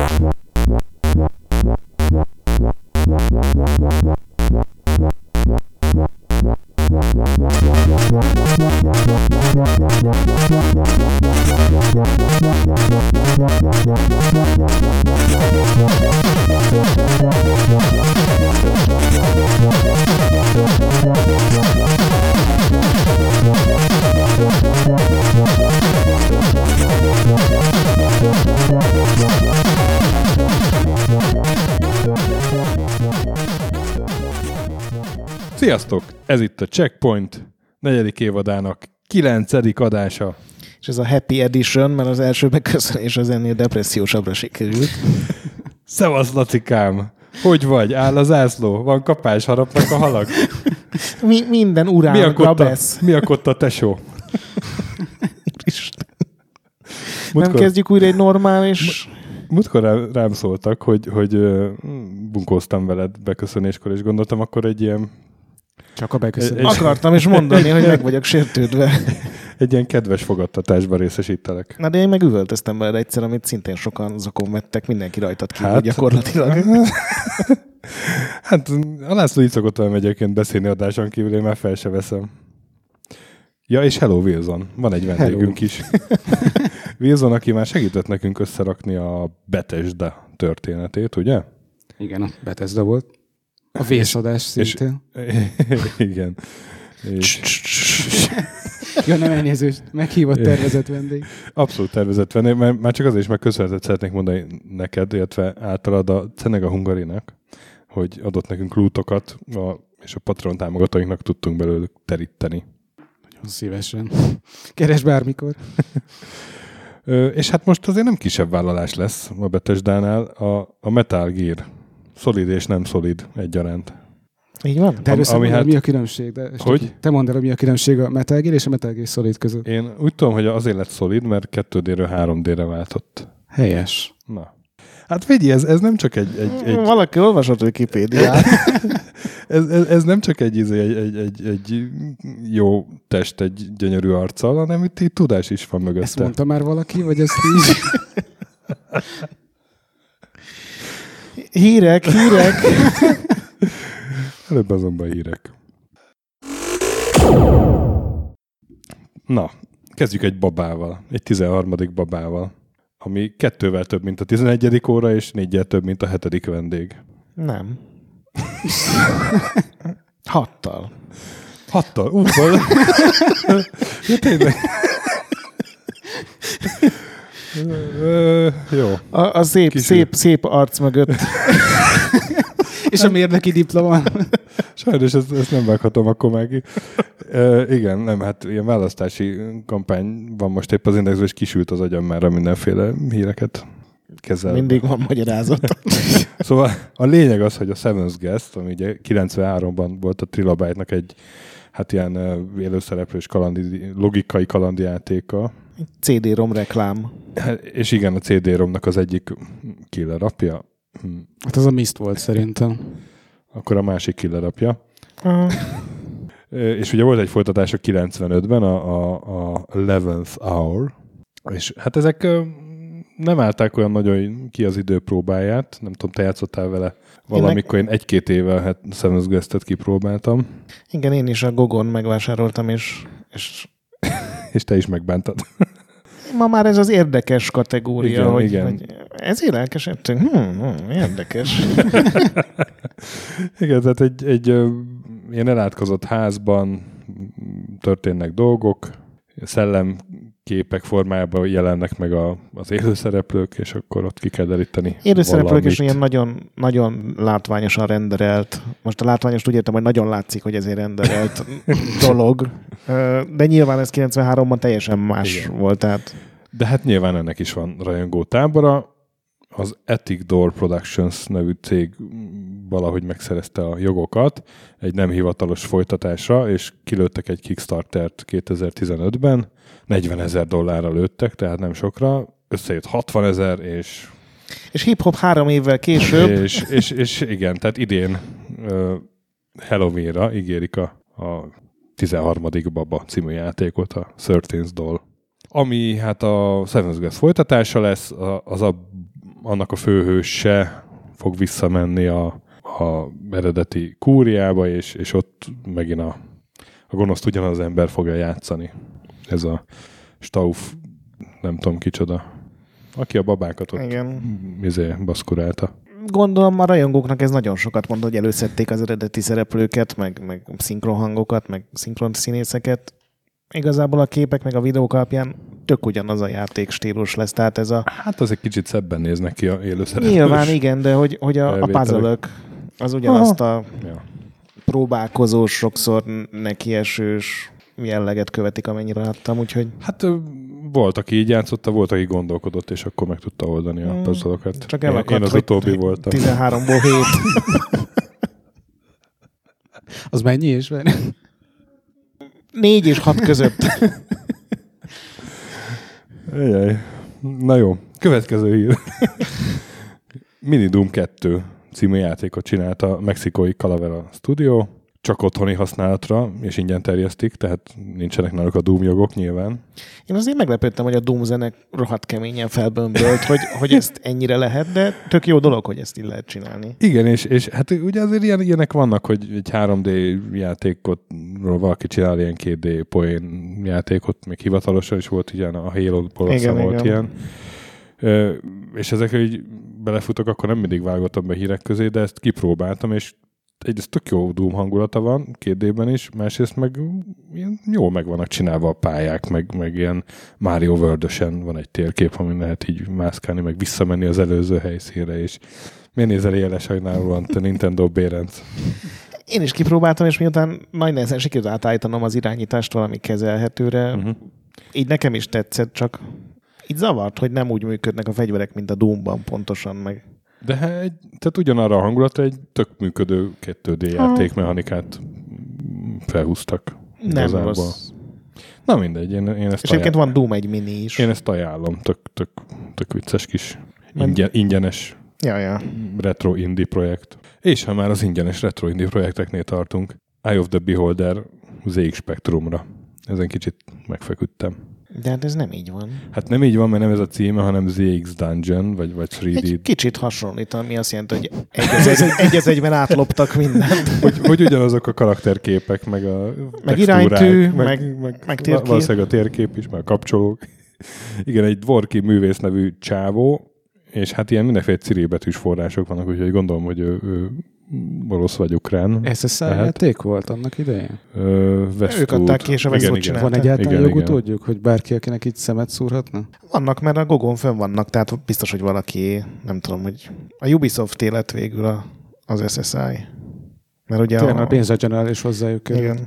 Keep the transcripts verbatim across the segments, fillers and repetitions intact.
Sziasztok! Ez itt a Checkpoint negyedik évadának kilencedik adása. És ez a Happy Edition, mert az első megköszönés az ennél depressziósabbra sikerült. Szevasz, Lacikám! Hogy vagy? Áll az zászló? Van kapás? Harapnak a halak? Mi, minden urán, Gabesz. Mi a kotta, tesó? Nem kezdjük újra egy normális... Múltkor rám, rám szóltak, hogy, hogy uh, bunkóztam veled beköszönéskor, és gondoltam, akkor egy ilyen... Csak a beköszönés. Akartam is mondani, hogy meg vagyok sértődve. Egy ilyen kedves fogadtatásban részesítelek. Na de én meg üvöltöztem belőle egyszer, amit szintén sokan zakon vettek, mindenki rajtad kívül hát, gyakorlatilag. Hát a László így szokott velem egyébként beszélni adáson kívül, én már fel se veszem. Ja, és hello Wilson, van egy vendégünk hello. is. Wilson, aki már segített nekünk összerakni a Bethesda történetét, ugye? Igen, a Bethesda volt. A vészadás szintén. És, igen. És... ja, nem elnézést, meghívott tervezett vendég. Abszolút tervezett vendég, mert már csak azért is megköszönetet szeretnék mondani neked, illetve általad a Cenega Hungarinak, hogy adott nekünk lootokat, a, és a Patreon támogatóinknak tudtunk belőlük teríteni. Nagyon szívesen. Keres bármikor. Ö, és hát most azért nem kisebb vállalás lesz a Bethesdánál, a, a Metal Gear. Szolid és nem szolid egyaránt. Így van? Te először mondod, hát... mi a különbség? De hogy? Te mondd el, mi a különbség a Metal Gear és a Metal Gear Solid között. Én úgy tudom, hogy azért lett szolid, mert kettő dé-ről három dé-re váltott. Helyes. Na. Hát figyelj, ez, ez nem csak egy... egy, egy... Valaki olvasott Wikipédiát. ez, ez, ez nem csak egy, egy, egy, egy, egy jó test, egy gyönyörű arccal, hanem itt így tudás is van mögötte. Ezt mondta már valaki, vagy ezt így... Hírek, hírek. Előbb azonban hírek. Na, kezdjük egy babával. Egy tizenharmadik babával. Ami kettővel több, mint a tizenegyedik óra, és négyel több, mint a hetedik vendég. Nem. Hattal. Hattal? Útval. Ja, tényleg. Ö, jó. A, a szép, szép, szép arc mögött. És a mérnöki diploma. Sajnos ezt, ezt nem vághatom akkor már ki. E, igen, nem, hát ilyen választási kampány van most épp az Indexben, és kisült az agyam már a mindenféle híreket kezel. Mindig van magyarázat. Szóval a lényeg az, hogy a Seventh Guest, ami ugye kilencvenháromban volt a Trilobyte-nak egy hát ilyen élőszereplős kalandi, logikai kalandjátéka. cé dé-rom reklám. És igen, a cé dé-romnak az egyik killer apja. Hát az a Myst volt szerintem. Akkor a másik killer apja. Uh. És ugye volt egy folytatás a kilencvenötben, a, a, a eleventh hour, és hát ezek nem állták olyan nagyon ki az idő próbáját. Nem tudom, te játszottál vele valamikor, én, meg... én egy-két éve hát Seventh Guest-et kipróbáltam. Igen, én is a Gogon megvásároltam, és... És, és te is megbántad. Ma már ez az érdekes kategória, igen, hogy, igen. hogy ezért elkesedtünk. Hmm, hmm, érdekes. Igen, tehát egy, egy ilyen elátkozott házban történnek dolgok, szellemképek formájában jelennek meg a, az élőszereplők, és akkor ott ki kell deríteni élőszereplők is ilyen nagyon, nagyon látványosan renderelt. Most a látványos úgy értem, hogy nagyon látszik, hogy ez egy renderelt dolog. De nyilván ez kilencvenháromban teljesen más igen. volt. Tehát... De hát nyilván ennek is van rajongó tábora. Az Ethic Door Productions nevű cég valahogy megszerezte a jogokat egy nem hivatalos folytatásra, és kilőttek egy Kickstartert kétezer-tizenötben. negyvenezer dollárra lőttek, tehát nem sokra. Összejött hatvanezer, és... És hip-hop három évvel később. És, és, és igen, tehát idén uh, Halloweenra ígérik a, a tizenharmadik Baba című játékot, a thirteenth Doll. Ami hát a Seventh Guest folytatása lesz, az a annak a főhőse fog visszamenni a, a eredeti kúriába, és, és ott megint a, a gonoszt ugyanaz az ember fogja játszani. Ez a Stauf, nem tudom kicsoda. Aki a babákat ott izé, baszkurálta. Gondolom a rajongóknak ez nagyon sokat mond, hogy előszedték az eredeti szereplőket, meg, meg szinkronhangokat, meg szinkron színészeket. Igazából a képek meg a videók alapján tök ugyanaz a játékstílus lesz. Tehát ez a... Hát az egy kicsit szebben néznek ki a élőszereplős. Nyilván igen, de hogy, hogy a, a puzzle-ök az ugyanazt a ja. próbálkozós, sokszor nekiesős jelleget követik, amennyire láttam, úgyhogy... Hát volt, aki így játszotta, volt, aki gondolkodott, és akkor meg tudta oldani a puzzle-okat. Csak elakadt, én az utóbbi voltam. tizenháromból hét. Az mennyi is van? Négy és hat között. Ejjjj. Na jó, következő hír. Mini Doom kettő című játékot csinált a mexikói Calavera Studio. Csak otthoni használatra, és ingyen terjesztik, tehát nincsenek náluk a Doom jogok nyilván. Én azért meglepődtem, hogy a Doom zenek rohadt keményen felbömbölt, hogy, hogy ezt ennyire lehet, de tök jó dolog, hogy ezt így lehet csinálni. Igen, és, és hát ugye azért ilyen, ilyenek vannak, hogy egy három dé játékotról valaki csinál ilyen két dé poén játékot, még hivatalosan is volt ilyen, a Halo-ból aztán volt ilyen. Ö, és ezekre így belefutok, akkor nem mindig válogatom be hírek közé, de ezt kipróbáltam, és egyrészt tök jó Doom hangulata van, két dében is, másrészt meg ilyen jól meg vannak csinálva a pályák, meg, meg ilyen Mario World-ösen van egy térkép, amin lehet így mászkálni, meg visszamenni az előző helyszínre, és miért nézel ilyen lesajnálóan, te Nintendo bérenc? Én is kipróbáltam, és miután nagy nehezen sikerült átállítanom az irányítást valami kezelhetőre, uh-huh. így nekem is tetszett, csak így zavart, hogy nem úgy működnek a fegyverek, mint a Doomban pontosan meg. De egy, tehát ugyanarra a hangulatra egy tök működő kettő dé játékmechanikát felhúztak. Nem igazából. Rossz. Na mindegy, én, én ezt és egyébként van Doom egy mini is. Én ezt ajánlom, tök, tök, tök vicces kis ingyen, ingyenes ja, ja. retro indie projekt. És ha már az ingyenes retro indie projekteknél tartunk, Eye of the Beholder zé iksz Spectrumra. Ezen kicsit megfeküdtem. De hát ez nem így van. Hát nem így van, mert nem ez a címe, hanem zé iksz Dungeon, vagy, vagy három dé. Egy kicsit hasonlít, ami azt jelenti, hogy egy az, egy, egy, az egyben átloptak mindent. Hogy, hogy ugyanazok a karakterképek, meg a meg iránytű, meg, meg, meg, meg térkép. Valószínűleg a térkép is, meg a kapcsolók. Igen, egy Dvorki művész nevű csávó, és hát ilyen mindenféle cirébetűs források vannak, úgyhogy gondolom, hogy ő, ő orosz vagy ukrán. es es i játék volt annak idején? Ö, ők adták ki, és a Westwood csinálták. Van egyáltalán jogutódjuk, hogy bárki, akinek így szemet szúrhatna? Vannak, mert a Gogon fönn vannak, tehát biztos, hogy valaki, nem tudom, hogy a Ubisoft élet végül a, az es es i. Mert ugye Tényleg a, a pénzagyanál is hozzájuk kerül. Igen.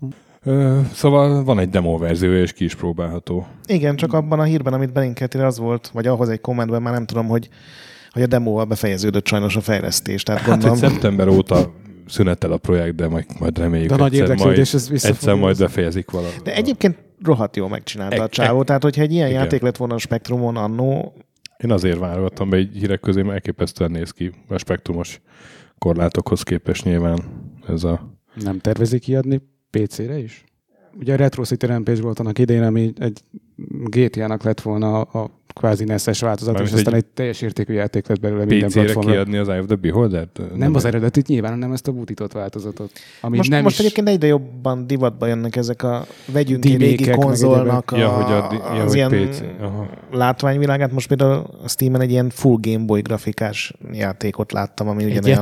Ö, szóval van egy demo verziója, és ki is próbálható. Igen, csak abban a hírben, amit belinkeltél, az volt, vagy ahhoz egy kommentben, már nem tudom, hogy hogy a demóval befejeződött sajnos a fejlesztés. Tehát hát, gondolom... hogy szeptember óta szünetel a projekt, de majd, majd reméljük, de egyszer, nagy majd, ez egyszer majd befejezik valami. De egyébként rohadt jól megcsinálta e- a csávó. E- tehát, hogyha egy ilyen igen. játék lett volna a Spektrumon annó... Én azért válogattam be egy hírek közé, mert elképesztően néz ki a spektrumos korlátokhoz képest nyilván ez a... Nem tervezik kiadni pé cére is? Ugye a Retro City Rampage volt annak idején, ami egy gé té á-nak lett volna a, a kvázi neszes változat, Már és aztán egy, egy teljes értékű játék lett belőle minden platformra. pé cére kiadni az Eye of the Beholder-t? Nem, nem az eredetit nyilván, hanem ezt a butított változatot. Ami most nem most is... egyébként egyre jobban divatba jönnek ezek a vegyünk ki régi konzolnak a, ja, hogy a, ja, az hogy ilyen pé cé. Aha. látványvilágát. Most például a Steamen egy ilyen full Game Boy grafikás játékot láttam, ami ugyanolyan...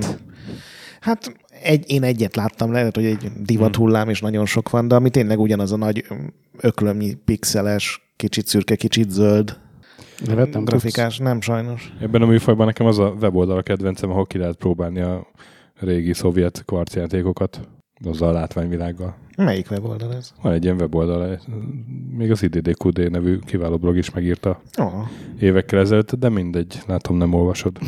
Hát egy, én egyet láttam, lehet, hogy egy divat hullám, és nagyon sok van, de ami tényleg ugyanaz a nagy öklömnyi pixeles, kicsit szürke, kicsit zöld Nevettem, grafikás. Tudsz. Nem, sajnos. Ebben a műfajban nekem az a weboldal a kedvencem, ahol ki lehet próbálni a régi szovjet kvarcjátékokat, azzal a látványvilággal. Melyik weboldal ez? Van egy ilyen weboldal, még az i dé dé kú dé nevű kiváló blog is megírta oh. évekkel ezelőtt, de mindegy, látom, nem olvasod.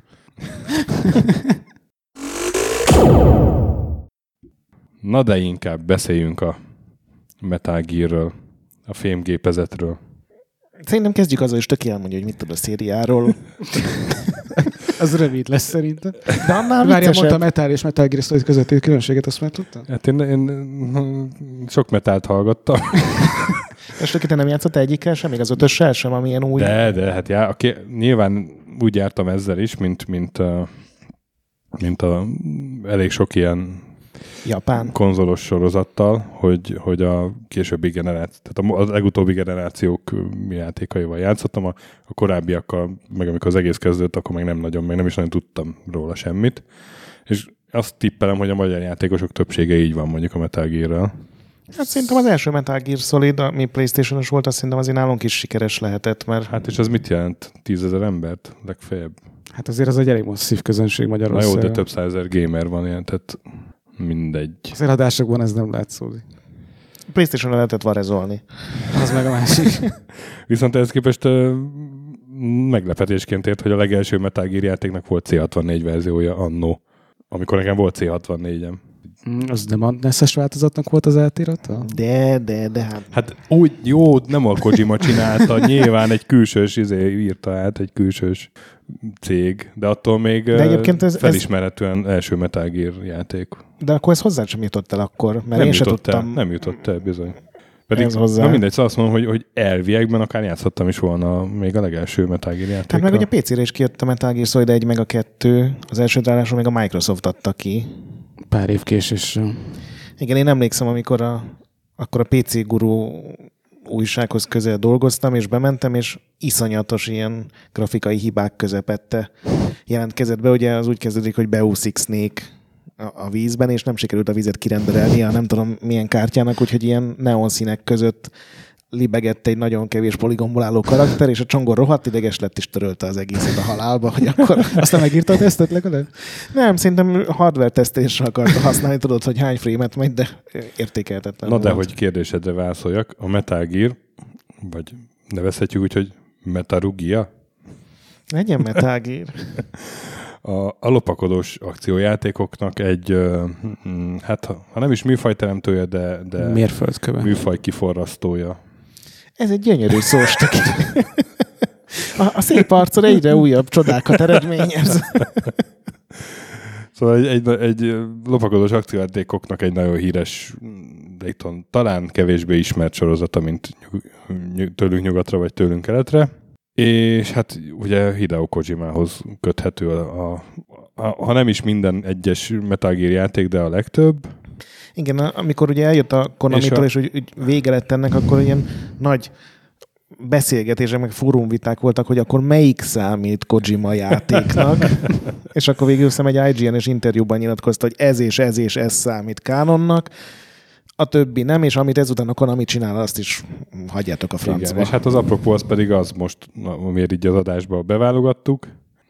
Na de inkább beszéljünk a Metal Gear-ről, a fémgépezetről. Szerintem kezdjük azzal, és töké elmondja, hogy mit tud a szériáról. Az rövid lesz szerintem. De annál Várjál, mondta Metal és Metal Gear Solid közötti különbséget, azt már tudtam? Hát én, én sok metált hallgattam. És töké, te nem játszott egyikkel sem, még az ötössel sem, amilyen új... De, de, hát já, okay, nyilván úgy jártam ezzel is, mint, mint, a, mint a elég sok ilyen Japán konzolos sorozattal, hogy, hogy a későbbi generáció, tehát a legutóbbi generációk játékaival játszottam, a, a korábbiakkal, meg amikor az egész kezdődött, akkor meg nem nagyon, meg nem is nagyon tudtam róla semmit. És azt tippelem, hogy a magyar játékosok többsége így van mondjuk a Metal Gear-rel. Hát szerintem az első Metal Gear Solid, ami PlayStation-os volt, azt szerintem azért nálunk is sikeres lehetett, mert... Hát és az mit jelent? Tízezer embert legfeljebb? Hát azért az egy elég masszív közönség Magyarországon. Na jó, de több százezer gamer van ilyen, tehát mindegy. Az eladásokban ez nem látszódik. PlayStation-on lehetett varezolni. Az meg a másik. Viszont ehhez képest uh, meglepetésként ért, hogy a legelső Metal Gear játéknak volt cé hatvannégy verziója annó, amikor nekem volt cé hatvannégyem. Az nem a neszes változatnak volt az eltírata? De, de, de hát... Hát úgy, jó, nem a Kojima csinálta, nyilván egy külsős izé írta át, egy külsős cég, de attól még de egyébként ez, felismerhetően ez... első Metal Gear játék. De akkor ez hozzá sem jutott el akkor, mert nem én sem jutott tudtam. El, nem jutott el, bizony. Pedig, na mindegy, szóval azt mondom, hogy, hogy elviekben akár játszhattam is volna még a legelső Metal Gear játékkal. Hát meg ugye pé cére is kijött a Metal Gear Solid egy meg a kettő, az első ráadásul még a Microsoft adta ki. Pár év késéssel. Igen, én emlékszem, amikor a, akkor a pé cé Guru újsághoz közel dolgoztam, és bementem, és iszonyatos ilyen grafikai hibák közepette jelentkezett be. Ugye az úgy kezdődik, hogy beúszik Snake a, a vízben, és nem sikerült a vizet kirenderelni, a nem tudom milyen kártyának, úgyhogy ilyen neonszínek között libegett egy nagyon kevés poligonból álló karakter, és a csongor rohadt ideges lett, és törölte az egészet a halálba, hogy akkor... Aztán megírta a tesztet legalább? Nem, szerintem hardware tesztelésre akarta használni, tudod, hogy hány frame-et megy, de értékelhetetlen. Na volt. de, hogy kérdésedre válaszoljak, a Metal Gear, vagy nevezhetjük úgy, hogy Metarugia? Legyen Metal Gear. A, a lopakodós akciójátékoknak egy, hát ha nem is műfajteremtője, de, de mérföldköve. Műfaj kiforrasztója. Ez egy gyönyörű szóstak. A, a szép arcod egyre újabb csodákat eredményez. Szóval egy, egy, egy lopakodós akciójátékoknak egy nagyon híres, de talán kevésbé ismert sorozata, mint nyug, tőlünk nyugatra, vagy tőlünk keletre. És hát ugye Hideo Kojimához köthető, a, a, a, ha nem is minden egyes Metal Gear játék, de a legtöbb. Igen, amikor ugye eljött a Konamitól, és, a... és úgy, úgy vége lett ennek, akkor ilyen nagy beszélgetések, meg fórumviták voltak, hogy akkor melyik számít Kojima játéknak. És akkor végül szem egy I G N-es interjúban nyilatkozta, hogy ez és ez és ez számít kánonnak, a többi nem, és amit ezután a Konami csinál, azt is hagyjátok a francba. Igen, és hát az apropó az pedig az most, amiért így az adásba beválogattuk.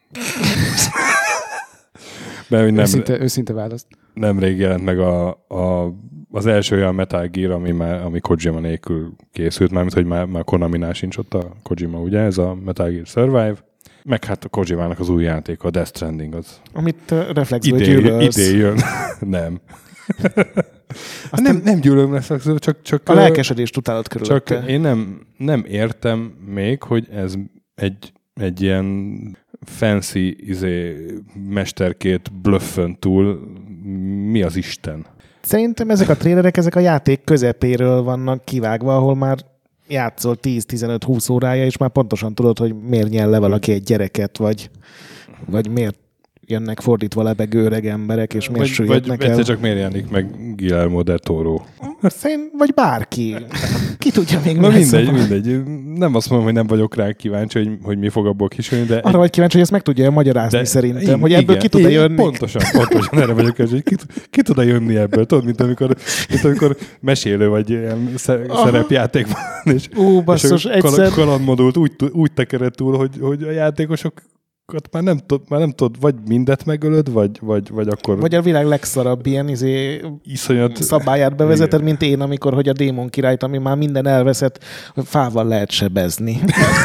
Mert nem, őszinte, őszinte választ. Nemrég jelent meg a, a, az első olyan Metal Gear, ami, már, ami Kojima nélkül készült, mármint, hogy már, már Konaminál sincs ott a Kojima, ugye, ez a Metal Gear Survive. Meg hát a Kojimának az új játéka, a Death Stranding az. Amit uh, reflexből idé, gyűlölsz. Idén jön. Nem. nem, nem gyűlölöm lesz, csak... csak a lelkesedést utálod körülötte. Csak én nem, nem értem még, hogy ez egy, egy ilyen fancy izé, mesterkét blöffön túl mi az Isten? Szerintem ezek a trélerek, ezek a játék közepéről vannak kivágva, ahol már játszol tíz-tizenöt-húsz órája, és már pontosan tudod, hogy miért nyel le valaki egy gyereket, vagy, vagy miért jönnek fordítva lebegő öreg emberek, és miért süllyednek el. Vagy csak miért jelenik meg Guillermo del Toro. Szerint, vagy bárki. Ki tudja még mi lesz. Mindegy, mindegy. Nem azt mondom, hogy nem vagyok rá kíváncsi, hogy, hogy mi fog abból kisülni, de... Arra vagy kíváncsi, hogy ezt meg tudja magyarázni de, szerintem, én, hogy ebből igen, ki tud-e jönni. Pontosan, pontosan erre vagyok, hogy ki, ki tud-e jönni ebből. Tudod, mint amikor, mint amikor mesélő vagy ilyen szerepjátékban, és, Ú, basszus, és egyszer... kalandmodult úgy, úgy tekered túl, hogy, hogy a játékosok már nem tud, már nem tud, vagy mindet megölöd, vagy, vagy, vagy akkor... Vagy a világ legszarabb ilyen izé iszonyat... szabályát bevezeted, igen. Mint én, amikor hogy a Démon királyt, ami már minden elveszett, fával lehet sebezni.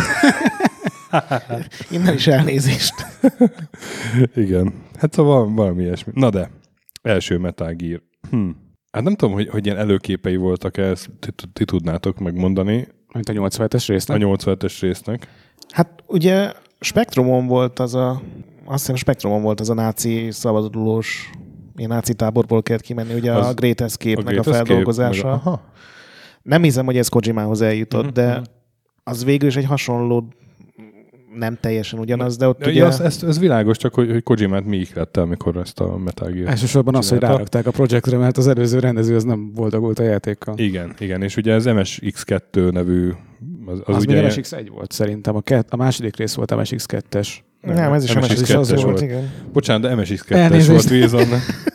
Innen is elnézést. Igen. Hát szóval valami ilyesmi. Na de, első Metal Gear. Hm. Hát nem tudom, hogy, hogy ilyen előképei voltak ezt, ti, ti tudnátok megmondani. Mint a nyolcvanhetes résznek? A nyolcvanhetes résznek. Hát ugye Spektrumon volt az a, azt hiszem Spektrumon volt az a náci szabadulós, ilyen náci táborból kellett kimenni, ugye az, a Great Escape-nek a, a feldolgozása. Meg a, aha. Nem hiszem, hogy ez Kojimához eljutott, uh-huh. de az végül is egy hasonló nem teljesen ugyanaz, de ott ja, ugye... Az, ez, ez világos, csak hogy, hogy Kojimát mi ihlette, amikor ezt a Metal Gear elsősorban az, hogy rárakták a projektre, mert az előző rendező az nem boldogult a játékkal. Igen, igen, és ugye az em es iksz kettő nevű... Az, az, az ugye... még em es iksz egy volt szerintem, a, kett, a második rész volt em es iksz kettes. Nem, nem, ez is em es iksz kettes volt, volt, igen. Bocsánat, de em es iksz kettes volt Wilson.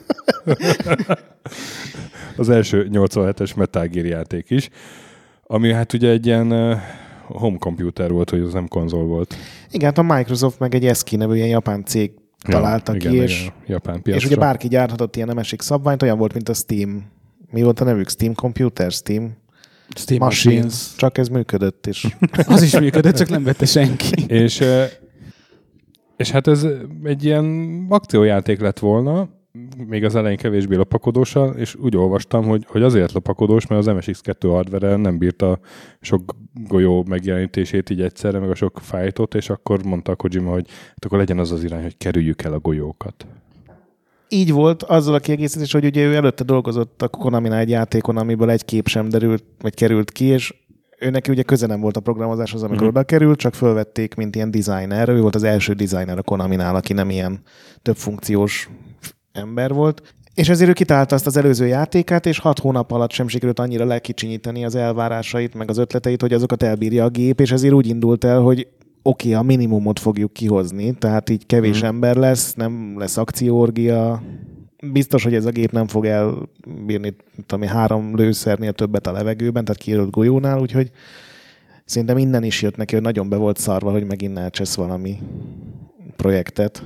Az első nyolcvanhetes Metal Gear játék is, ami hát ugye egy ilyen uh, home computer volt, hogy az nem konzol volt. Igen, hát a Microsoft meg egy eszki nevű ilyen japán cég ja, találta igen, ki, igen, és, japán és ugye bárki gyárthatott ilyen em es iksz szabványt, olyan volt, mint a Steam. Mi volt a nevük? Steam Computer? Steam? Steam Machines. Machines. Csak ez működött is. Az is működött, csak nem vette senki. és, uh, és hát ez egy ilyen akciójáték lett volna, még az elején kevésbé lopakodósan, és úgy olvastam, hogy, hogy azért lopakodós, mert az em es iksz kettő hardware nem bírta sok golyó megjelenítését így egyszerre, meg a sok fájtot, és akkor mondta a Kojima, hogy hát akkor legyen az az irány, hogy kerüljük el a golyókat. Így volt, azzal a kiegészítés, hogy ugye ő előtte dolgozott a Konaminál egy játékon, amiből egy kép sem derült, vagy került ki, és ő neki ugye köze nem volt a programozáshoz, amikor mm-hmm. oda került, csak fölvették, mint ilyen designer. Ő volt az első designer a Konaminál, aki nem ilyen több funkciós ember volt. És ezért ő kitálta azt az előző játékát, és hat hónap alatt sem sikerült annyira lekicsinyíteni az elvárásait, meg az ötleteit, hogy azokat elbírja a gép, és ezért úgy indult el, hogy oké, okay, a minimumot fogjuk kihozni, tehát így kevés mm. ember lesz, nem lesz akcióorgia. Biztos, hogy ez a gép nem fog elbírni tudom, három lőszernél többet a levegőben, tehát kijelölt golyónál, úgyhogy szerintem innen is jött neki, hogy nagyon be volt szarva, hogy megint elcsesz valami projektet.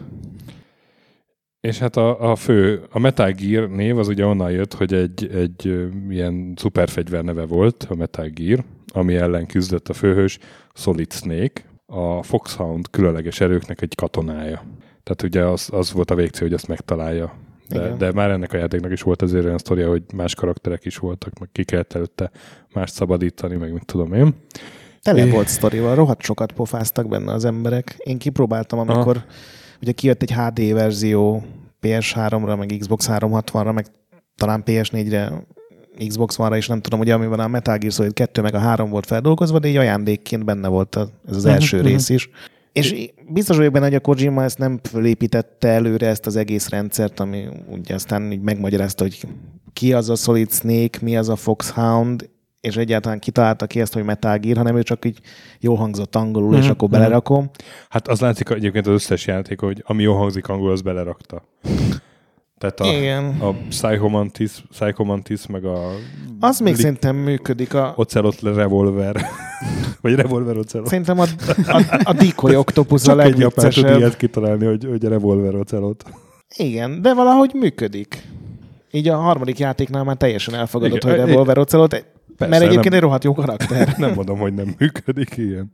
És hát a, a fő, a Metal Gear név az ugye onnan jött, hogy egy, egy ilyen szuperfegyver neve volt, a Metal Gear, ami ellen küzdött a főhős, Solid Snake, a Foxhound különleges erőknek egy katonája. Tehát ugye az, az volt a végcél, hogy ezt megtalálja. De, de már ennek a játéknak is volt azért olyan sztoria, hogy más karakterek is voltak, meg ki kellett előtte mást szabadítani, meg mit tudom én. Tele é... volt sztorival, rohadt sokat pofáztak benne az emberek. Én kipróbáltam, amikor... Aha. Ugye kijött egy há dé verzió pé es háromra, meg Xbox háromszázhatvanra, meg talán pé es négyre, Xbox One-ra is, nem tudom, ugye amiben a Metal Gear Solid kettő meg a három volt feldolgozva, de így ajándékként benne volt ez az első uh-huh. rész is. És biztos vagyok benne, hogy a Kojima ezt nem fölépítette előre ezt az egész rendszert, ami ugye aztán így megmagyarázta, hogy ki az a Solid Snake, mi az a Foxhound, és egyáltalán kitalálta ki ezt, hogy Metal Gear, hanem ő csak így jól hangzott angolul, mm-hmm. és akkor belerakom. Hát az látszik egyébként az összes játék, hogy ami jól hangzik angolul, az belerakta. Tehát a, a Psychomantis, Psychomantis, meg a... Az még li- szerintem működik. A... Ocelot Revolver. Vagy Revolver Ocelot. Szerintem a, a, a Decoy Octopus a legviccesebb. Csak egy japán tud ilyet kitalálni, hogy, hogy Revolver Ocelot. Igen, de valahogy működik. Így a harmadik játéknál már teljesen elfogadott, igen, hogy Revolver Ocelot, persze, mert egyébként nem, egy rohadt jó karakter. Nem mondom, hogy nem működik, igen.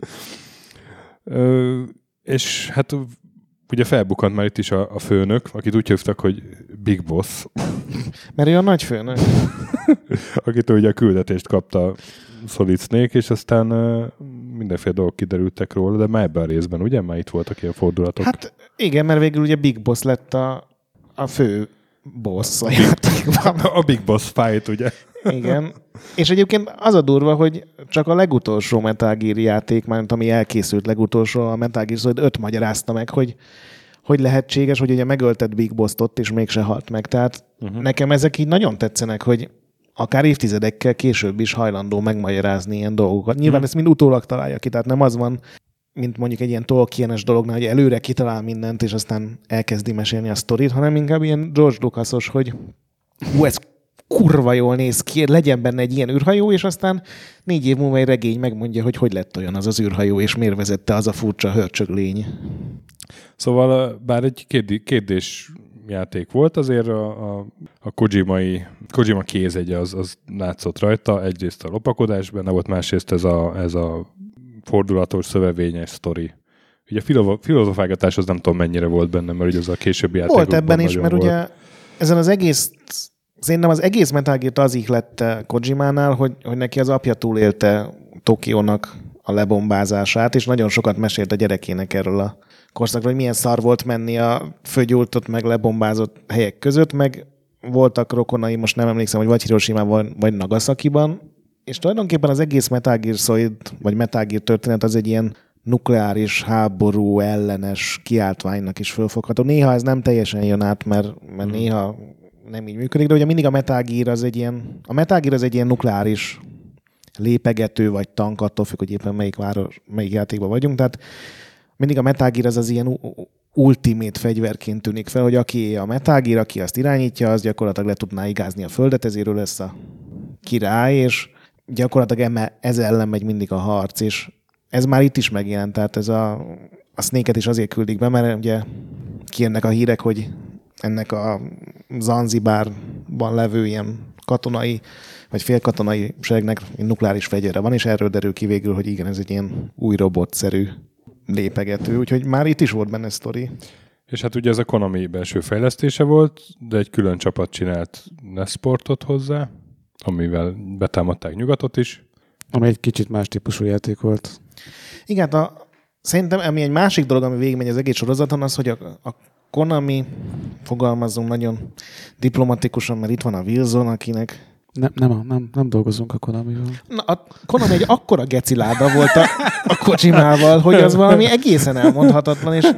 Ö, és hát ugye felbukkant már itt is a, a főnök, akit úgy hívtak, hogy Big Boss. Mert ő a nagy főnök. Akitől ugye a küldetést kapta Solid Snake, és aztán uh, mindenféle dolgok kiderültek róla, de már ebben a részben, ugye? Már itt voltak ilyen fordulatok. Hát igen, mert végül ugye Big Boss lett a, a fő boss a játékban. A Big Boss fight, ugye? Igen. És egyébként az a durva, hogy csak a legutolsó Metal Gear játék, mármint ami elkészült legutolsó, a Metal Gear Solid öt magyarázta meg, hogy hogy lehetséges, hogy ugye megölted Big Boss-t ott, és mégse halt meg. Tehát uh-huh. nekem ezek így nagyon tetszenek, hogy akár évtizedekkel később is hajlandó megmagyarázni ilyen dolgokat. Nyilván uh-huh. ezt mind utólag találja ki, tehát nem az van, mint mondjuk egy ilyen Tolkien-es dolognál, hogy előre kitalál mindent, és aztán elkezdi mesélni a sztorit, hanem inkább ilyen George Lucas-os, hogy hú, ez kurva jól néz ki, legyen benne egy ilyen űrhajó, és aztán négy év múlva egy regény megmondja, hogy hogy lett olyan az az űrhajó, és miért vezette az a furcsa hörcsöglény. Szóval bár egy kérdés játék volt, azért a, a, a Kojimai, Kojima kézegye az, az látszott rajta, egyrészt a lopakodás benne volt, másrészt ez a, ez a fordulatos, szövevényes sztori. Ugye a filozofálgatás az nem tudom mennyire volt benne, mert ugye az a későbbi játékokban volt ebben is, mert volt. Ugye ezen az egész Szerintem az egész Metal Gear-t az ihlette Kojimánál, hogy, hogy neki az apja túlélte Tokiónak a lebombázását, és nagyon sokat mesélt a gyerekének erről a korszakról, hogy milyen szar volt menni a fölgyújtott meg lebombázott helyek között, meg voltak rokonai, most nem emlékszem, hogy vagy Hiroshimában, vagy Nagasakiban, és tulajdonképpen az egész Metal Gear Solid, vagy Metal Gear történet az egy ilyen nukleáris háború ellenes kiáltványnak is fölfogható. Néha ez nem teljesen jön át, mert, mert néha nem így működik, de ugye mindig a Metal Gear az egy ilyen, a Metal Gear az egy ilyen nukleáris lépegető vagy tank, attól függ, hogy éppen melyik, város, melyik játékban vagyunk. Tehát mindig a Metal Gear az az ilyen ultimate fegyverként tűnik fel, hogy aki a Metal Gear, aki azt irányítja, az gyakorlatilag le tudná igázni a földet, ezért ő lesz a király, és gyakorlatilag ez ellen megy mindig a harc, és ez már itt is megjelent, tehát ez a, a Snake-et is azért küldik be, mert ugye kijönnek a hírek, hogy ennek a Zanzibárban levő ilyen katonai, vagy félkatonai seregnek nukleáris fegyvere van, és erről derül ki végül, hogy igen, ez egy ilyen új robotszerű lépegető, úgyhogy már itt is volt benne sztori. És hát ugye ez a Konami belső fejlesztése volt, de egy külön csapat csinált NES-sportot hozzá, amivel betámadták nyugatot is. Ami egy kicsit más típusú játék volt. Igen, a, szerintem ami egy másik dolog, ami végigmegy az egész sorozaton, az, hogy a, a Konami, fogalmazzunk nagyon diplomatikusan, mert itt van a Wilson, akinek... Nem, nem, nem, nem dolgozunk a Konamival. Na, a Konami egy akkora geciláda volt a, a Kojimával, hogy az valami egészen elmondhatatlan, és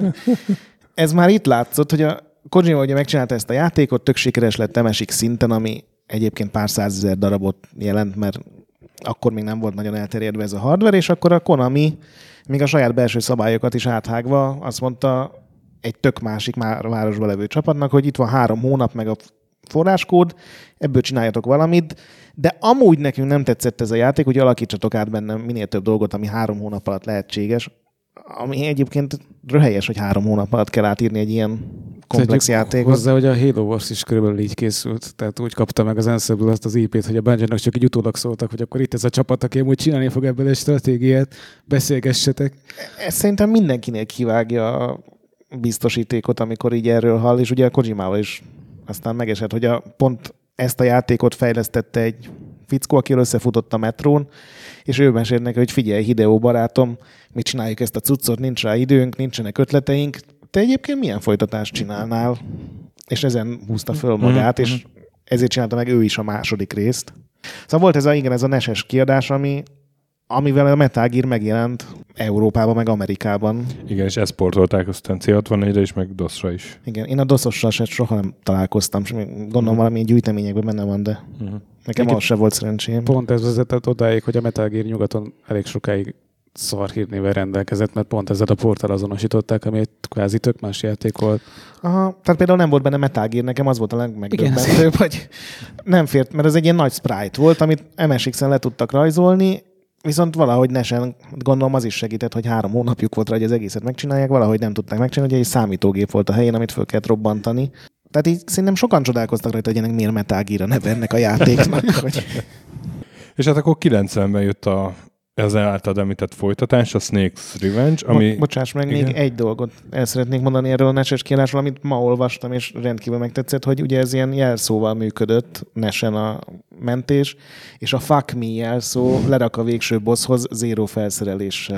ez már itt látszott, hogy a Kojima ugye megcsinálta ezt a játékot, tök sikeres lett em es iksz szinten, ami egyébként pár százezer darabot jelent, mert akkor még nem volt nagyon elterjedve ez a hardware, és akkor a Konami még a saját belső szabályokat is áthágva azt mondta egy tök másik már városba levő csapatnak, hogy itt van három hónap meg a forráskód, ebből csináljatok valamit, de amúgy nekünk nem tetszett ez a játék, hogy alakítsatok át benne minél több dolgot, ami három hónap alatt lehetséges, ami egyébként röhelyes, hogy három hónap alatt kell átírni egy ilyen komplex játékot. Hozzá, hogy a Halo Wars is körülbelül így készült, tehát úgy kapta meg az Ansible azt az í pét, hogy a Bungie-nak csak így utólag szóltak, hogy akkor itt ez a csapat, aki amúgy csinálni fog ebből egy stratégiát, beszélgessetek. Ez szerintem mindenkinél kivágja a biztosítékot, amikor így erről hall, és ugye a Kojimával is aztán megesett, hogy a, pont ezt a játékot fejlesztette egy fickó, aki összefutott a metrón, és ő mesélt neki, hogy figyelj, Hideo barátom, mi csináljuk ezt a cuccot, nincs rá időnk, nincsenek ötleteink, te egyébként milyen folytatást csinálnál? És ezen húzta föl magát, mm-hmm. és ezért csinálta meg ő is a második részt. Szóval volt ez a, igen, ez a neses kiadás, ami, amivel a Metal Gear megjelent Európában, meg Amerikában. Igen, és exportolták aztán cé hatvannégyre is, meg doszra is. Igen, én a doszossal se soha nem találkoztam, gondolom uh-huh. valamilyen gyűjteményekben benne van, de uh-huh. nekem az se volt szerencsém. Pont ez vezetett odáig, hogy a Metal Gear nyugaton elég sokáig szar hírnével rendelkezett, mert pont ezzel a porttal azonosították, ami egy kvázi tök más játék volt. Aha, tehát például nem volt benne Metal Gear, nekem az volt a legmegdöbbentőbb, hogy nem fért, mert ez egy ilyen nagy sprite volt, amit em es iksz-en le tudtak rajzolni, viszont valahogy nesen, gondolom az is segített, hogy három hónapjuk volt rá, hogy az egészet megcsinálják, valahogy nem tudták megcsinálni, hogy egy számítógép volt a helyén, amit föl kellett robbantani. Tehát így szerintem sokan csodálkoztak rajta, hogy ennek miért Metal Gear a neve ennek a játéknak. Hogy... És hát akkor kilencvenben jött a az általad említett folytatás, a Snake's Revenge, ami... Bo- bocsáss meg, igen. Még egy dolgot el szeretnék mondani erről a neses kiadásról, amit ma olvastam, és rendkívül megtetszett, hogy ugye ez ilyen jelszóval működött nesen a mentés, és a fuck me jelszó lerak a végső bosshoz zéró felszereléssel.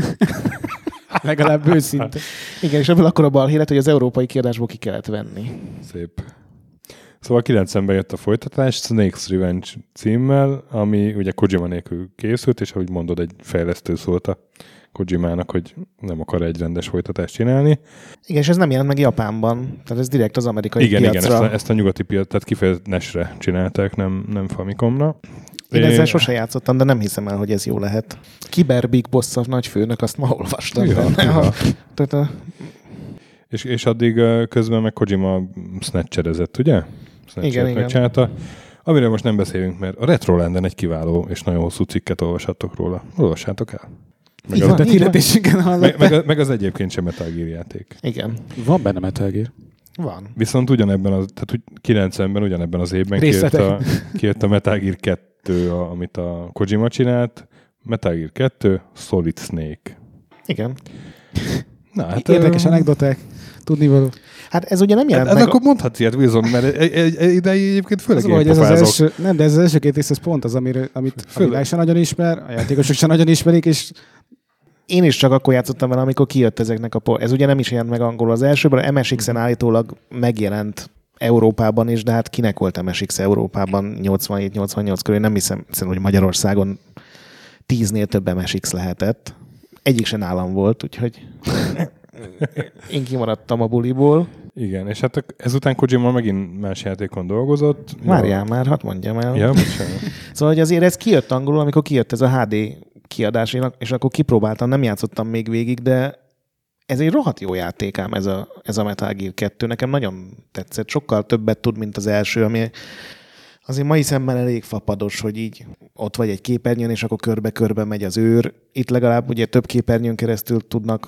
Legalább őszinte. Igen, és ebből akkor a balhíret, hogy az európai kiadásból ki kellett venni. Szép. Szóval kilencvenben jött a folytatás, Snake's Revenge címmel, ami ugye Kojima nélkül készült, és ahogy mondod, egy fejlesztő szólt a Kojimának, hogy nem akar egy rendes folytatást csinálni. Igen, és ez nem jelent meg Japánban, tehát ez direkt az amerikai igen, piacra. Igen, ezt a, ezt a nyugati piac, tehát kifejezetten nesre csinálták, nem, nem Famicomra. Én é... ezzel sose játszottam, de nem hiszem el, hogy ez jó lehet. Kiber Big Boss a nagyfőnök, azt ma olvastam. Ja, ja. Tehát a... és, és addig közben meg Kojima snatcherezett, ugye? Igen, igen. Megcsinálta. Amiről most nem beszélünk, mert a Retrolanden egy kiváló és nagyon hosszú cikket olvashattok róla. Olvassátok el. Meg az, van, meg, meg, meg az egyébként sem Metal Gear játék. Igen. Van benne Metal Gear. Van. Viszont ugyanebben az, tehát kilencvenben ugyanebben az évben kijött a, kijött a Metal Gear kettő, a, amit a Kojima csinált. Metal Gear kettő, Solid Snake. Igen. Na, hát érdekes anekdoták. Tudnivaló. Hát ez ugye nem jelent hát, meg... akkor mondhatsz ilyet, Wilson, mert idei egyébként főleg én ez az első, nem, de ez az első két rész, ez pont az, amire, amit a világ sem nagyon ismer, a játékosok sem nagyon ismerik, és... Én is csak akkor játszottam vele, amikor kijött ezeknek a... Por... Ez ugye nem is jelent meg angolul az elsőben, a em es iksz-en állítólag megjelent Európában is, de hát kinek volt em es iksz Európában nyolcvanhét nyolcvannyolc körül? Nem hiszem, hiszem, hogy Magyarországon tíznél több em es iksz lehetett. egyik se nálam volt, úgyhogy én kimaradtam a buliból. Igen, és hát ezután Kojima megint más játékon dolgozott. Várjál már, hadd mondjam el. Ja, bocsánat. Szóval, hogy azért ez kijött angolul, amikor kijött ez a há dé kiadás, és akkor kipróbáltam, nem játszottam még végig, de ez egy rohadt jó játék ám ez a, ez a Metal Gear kettő. Nekem nagyon tetszett. Sokkal többet tud, mint az első, ami azért mai szemben elég fapados, hogy így ott vagy egy képernyőn, és akkor körbe-körbe megy az őr. Itt legalább ugye több képernyőn keresztül tudnak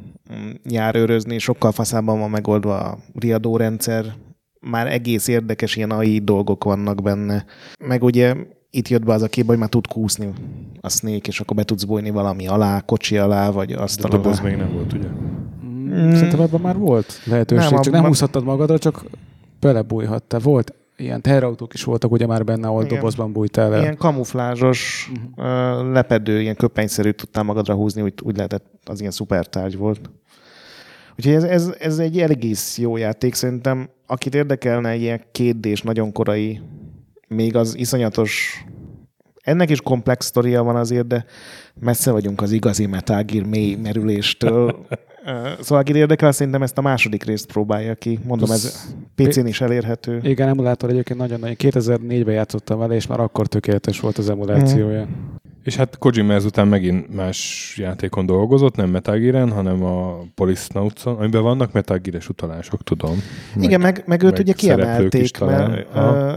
járőrözni, sokkal faszában van megoldva a riadórendszer. Már egész érdekes ilyen á i dolgok vannak benne. Meg ugye itt jött be az a képbe, hogy már tud kúszni a Snake, és akkor be tudsz bújni valami alá, kocsi alá, vagy azt alá. De doboz még nem volt, ugye? Mm. Szerintem ebben már volt lehetőség, nem, csak nem húzhattad magadra, csak belebújhattál. Volt ilyen teherautók is voltak ugye már benne, ahol igen, dobozban bújtál el. Ilyen kamuflázsos, uh-huh. uh, lepedő, ilyen köpenyszerűt tudtál magadra húzni, úgy, úgy lehetett, az ilyen szupertárgy volt. Úgyhogy ez, ez, ez egy egész jó játék, szerintem. Akit érdekelne ilyen kétdés, nagyon korai, még az iszonyatos, ennek is komplex sztoria van azért, de messze vagyunk az igazi Metal Gear mély merüléstől. Szóval akit érdekel, szerintem ezt a második részt próbálja ki. Mondom, ez pé cén is elérhető. Igen, emulátor egyébként nagyon-nagyon. kétezer-négyben játszottam vele, és már akkor tökéletes volt az emulációja. Mm. És hát Kojima ezután megint más játékon dolgozott, nem Metal Gear-en, hanem a Polysnauts-on, amiben vannak Metal Gear-es utalások, tudom. Igen, meg, meg, meg őt meg ugye kiemelték, mert uh,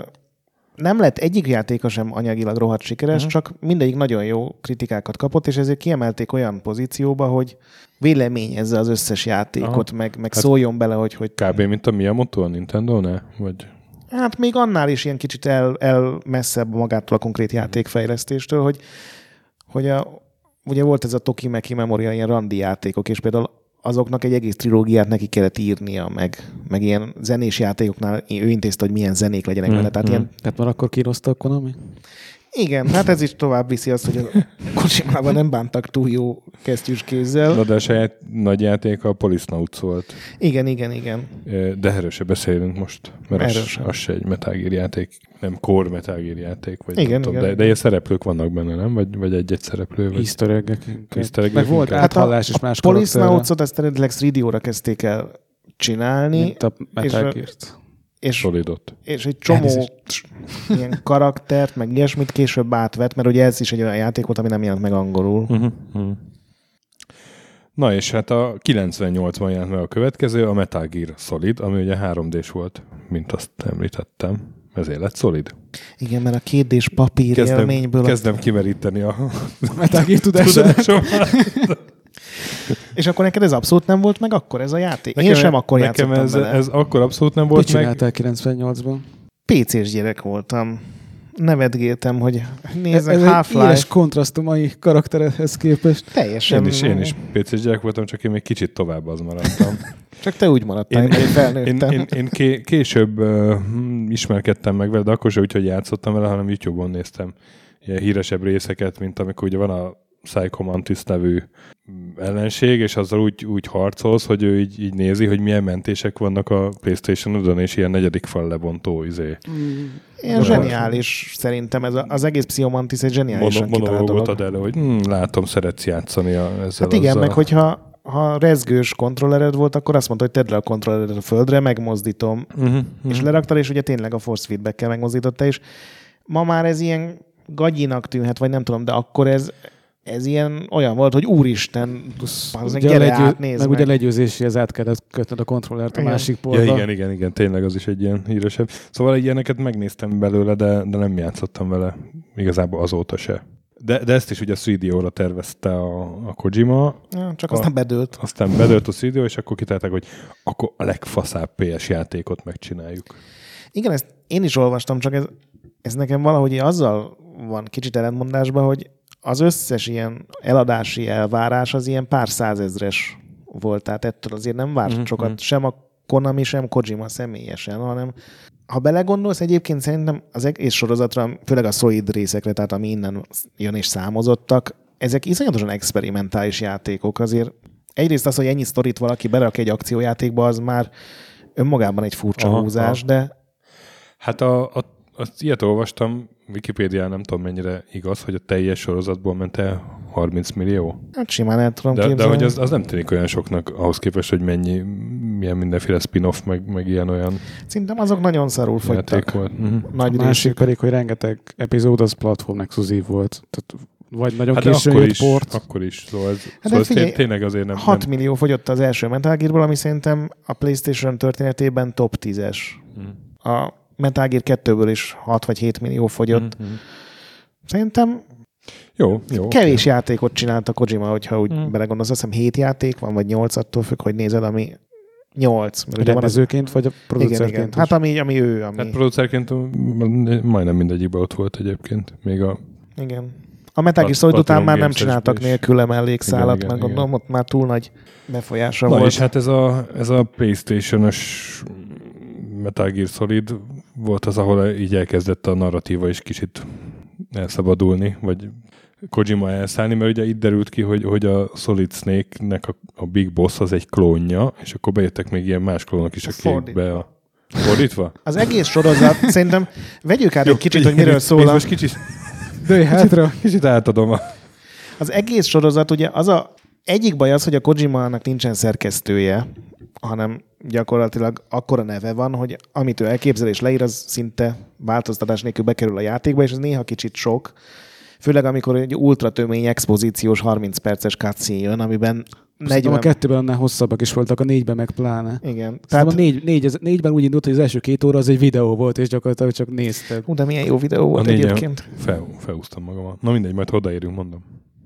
nem lett egyik játéka sem anyagilag rohadt sikeres, uh-huh. csak mindegyik nagyon jó kritikákat kapott, és ezért kiemelték olyan pozícióba, hogy véleményezze az összes játékot, meg, meg hát szóljon bele, hogy... hogy... Kb. Mint a Miyamoto a Nintendo-ne? Vagy... Hát még annál is ilyen kicsit el, el messzebb magától a konkrét játékfejlesztéstől, hogy, hogy a, ugye volt ez a Tokimeki Memoria, ilyen randi játékok, és például azoknak egy egész trilógiát neki kellett írnia, meg, meg ilyen zenés játékoknál ő intézte, hogy milyen zenék legyenek vele. Mm, Tehát, mm. ilyen... Tehát már akkor kínoszta a Konami? Igen, hát ez is tovább viszi azt, hogy a Kojimában nem bántak túl jó kesztyűs kézzel. Na, de a saját nagy játéka a Polysnauts volt. Igen, igen, igen. De erről se beszélünk most, mert az, az se egy Metal Gear játék, nem core Metal Gear játék, vagy igen, tudom, igen. De, de ilyen szereplők vannak benne, nem? Vagy, vagy egy-egy szereplő? Easter egg-ek. Meg volt áthallás és más karakterre. A Polysnauts-ot ezt eredetileg három dé-óra kezdték el csinálni. Mint a Metal Gear-t. És, Solidot. És egy csomó ilyen karaktert, meg ilyesmit később átvett, mert ugye ez is egy olyan játék volt, ami nem jelent meg angolul. Uh-huh, uh-huh. Na és hát a kilencvennyolcban jelent meg a következő, a Metal Gear Solid, ami ugye három dés volt, mint azt említettem. Ezért lett Solid. Igen, mert a kétdés papír kezdem, élményből... Kezdem a... kimeríteni a Metal Gear tudásomat. És akkor neked ez abszolút nem volt meg akkor ez a játék? Nekem, Én sem akkor játszottam ez, vele. ez akkor abszolút nem volt meg. Mit csináltál kilencvennyolcban? pé cés gyerek voltam. Nevetgéltem, hogy nézzek ez Half-Life. Ez egy éles kontraszt a mai karakteredhez képest. Teljesen. Én is, én is pé cés gyerek voltam, csak én még kicsit tovább az maradtam. Csak te úgy maradtál, én, én felnőttem. Én, én, én később uh, ismerkedtem meg vele, de akkor sem úgy, hogy játszottam vele, hanem YouTube-on néztem ilyen híresebb részeket, mint amikor ugye van a Psycho Mantis nevű ellenség, és azzal úgy, úgy harcolsz, hogy ő így, így nézi, hogy milyen mentések vannak a PlayStation-odon, és ilyen negyedik fal lebontó izé. Mm. Ilyen zseniális szerintem. Ez a, az egész Psychomantis egy zseniálisan Mono, kitalált dolog. ad elő, hogy hm, látom, szeretsz játszani a, ezzel. Hát igen, azzal. meg hogyha ha rezgős kontrollered volt, akkor azt mondta, hogy tedd le a kontrollered a földre, megmozdítom. Uh-huh, uh-huh. És leraktad, és ugye tényleg a force feedback-kel megmozdította, és ma már ez ilyen gagyinak tűnhet, vagy nem tudom, de akkor ez ez ilyen olyan volt, hogy úristen, az gyere legyő, át, nézd meg. Meg ugye legyőzéséhez át kellett kötnöd a kontrollert a igen. másik porba. Ja, igen, igen, igen, tényleg az is egy ilyen híresebb. Szóval ilyeneket megnéztem belőle, de, de nem játszottam vele igazából azóta se. De, de ezt is ugye három dé-óra tervezte a, a Kojima. Ja, csak a, aztán bedőlt. Aztán bedőlt a három dé, és akkor kitalálták, hogy akkor a legfaszább pé es játékot megcsináljuk. Igen, ezt én is olvastam, csak ez, ez nekem valahogy azzal van kicsit ellentmondásban, hogy az összes ilyen eladási elvárás az ilyen pár százezres volt, tehát ettől azért nem várt mm-hmm. sokat, sem a Konami, sem Kojima személyesen, hanem ha belegondolsz, egyébként szerintem az egész sorozatra, főleg a Solid részekre, tehát ami innen jön és számozottak, ezek iszonyatosan experimentális játékok. Azért egyrészt az, hogy ennyi sztorit valaki berak egy akciójátékba, az már önmagában egy furcsa aha, húzás, aha. de... Hát a, a azt ilyet olvastam, Wikipédián nem tudom mennyire igaz, hogy a teljes sorozatból ment el harminc millió. Hát simán el tudom de, képzelni. De hogy az, az nem tűnik olyan soknak ahhoz képest, hogy mennyi, milyen mindenféle spin-off, meg, meg ilyen olyan. Szerintem azok nagyon szarul fogytak. Uh-huh. Nagy a másik pedig, hogy rengeteg epizód az platform exkluzív volt. Tehát vagy nagyon hát későn akkor jött is, port. Akkor is. Szóval ez, hát szóval ez figyelj, tényleg azért nem... hat nem... millió fogyott az első Metal Gearból, ami szerintem a PlayStation történetében top tízes. Hmm. A Metal Gear kettőből is hat vagy hét millió fogyott. Hmm. Szerintem jó, jó, kevés okay. játékot csinált a Kojima, hogyha úgy hmm. belegondolsz. Azt hiszem hét játék van, vagy nyolc, attól függ, hogy nézed, ami nyolc. A rendezőként, vagy a producerként? Igen, igen. Hát ami, ami ő. Ami... Hát producerként majdnem mindegyikben ott volt egyébként. Még a... Igen. A Metal Gear Solid után már nem csináltak nélküle mellékszálat, igen, mert gondolom, ott már túl nagy befolyása Na volt. és hát ez a, ez a PlayStation-os Metal Gear Solid volt az, ahol így elkezdett a narratíva is kicsit elszabadulni, vagy Kojima elszállni, mert ugye itt derült ki, hogy, hogy a Solid Snake-nek a, a Big Boss az egy klónja, és akkor bejöttek még ilyen más klónok is a képbe. A... Fordítva? Az egész sorozat, szerintem vegyük át egy kicsit, hogy miről szól. Most kicsit... De hátra. Kicsit átadom a... Az egész sorozat, ugye az a... Egyik baj az, hogy a Kojimának nincsen szerkesztője, hanem gyakorlatilag akkora neve van, hogy amit ő elképzel és leír, az szinte változtatás nélkül bekerül a játékba, és ez néha kicsit sok. Főleg amikor egy ultra tömény expozíciós harminc perces cutscene jön, amiben negyven... A kettőben annál hosszabbak is voltak, a négyben meg pláne. Igen. Tehát... A négy, négy, négyben úgy indult, hogy az első két óra az egy videó volt, és gyakorlatilag csak nézted. Hú, de milyen jó videó volt a egyébként. Fel, felhúztam magamat. Na mindegy, majd odaérünk, mondom.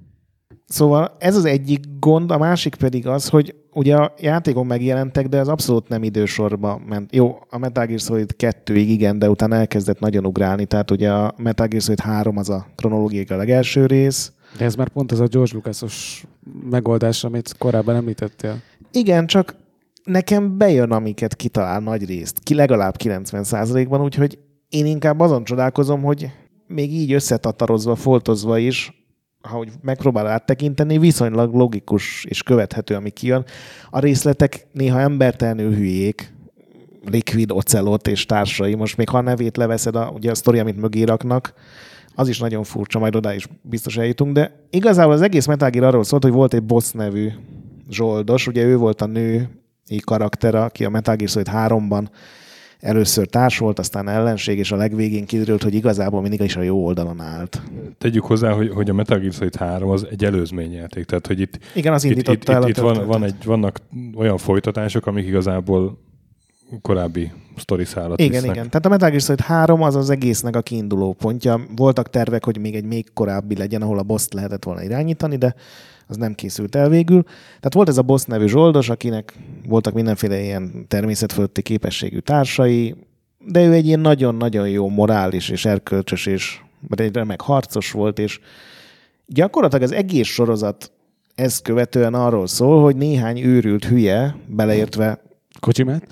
Szóval ez az egyik gond, a másik pedig az, hogy ugye a játékon megjelentek, de ez abszolút nem idősorba ment. Jó, a Metal Gear Solid kettőig igen, de utána elkezdett nagyon ugrálni, tehát ugye a Metal Gear Solid három az a kronológiai a legelső rész. De ez már pont az a George Lucas-os megoldás, amit korábban említettél. Igen, csak nekem bejön, amiket kitalál nagy részt, ki legalább kilencven százalékban, úgyhogy én inkább azon csodálkozom, hogy még így összetatarozva, foltozva is, ahogy megpróbál áttekinteni, viszonylag logikus és követhető, ami kijön. A részletek néha embertelenül hülyék, Liquid, Ocelot és társai, most még ha a nevét leveszed, a, ugye a sztori, amit mögé raknak, az is nagyon furcsa, majd oda is biztos eljutunk, de igazából az egész Metal Gear arról szólt, hogy volt egy boss nevű zsoldos, ugye ő volt a női karakter, aki a Metal Gear Solid háromban először társ volt, aztán ellenség, és a legvégén kiderült, hogy igazából mindig is a jó oldalon állt. Tegyük hozzá, hogy, hogy a Metal Gear Solid három az egy előzményjáték, tehát hogy itt, igen, az indította itt, el itt, a itt van, van egy, vannak olyan folytatások, amik igazából korábbi sztoriszálat igen, visznek. Igen, tehát a Metal Gear Solid három az az egésznek a kiinduló pontja. Voltak tervek, hogy még egy még korábbi legyen, ahol a boss-t lehetett volna irányítani, de az nem készült el végül. Tehát volt ez a boss nevű zsoldos, akinek voltak mindenféle ilyen természetfölötti képességű társai, de ő egy ilyen nagyon-nagyon jó morális és erkölcsös és egy remek harcos volt, és gyakorlatilag az egész sorozat ezt követően arról szól, hogy néhány őrült hülye, beleértve Kojimát?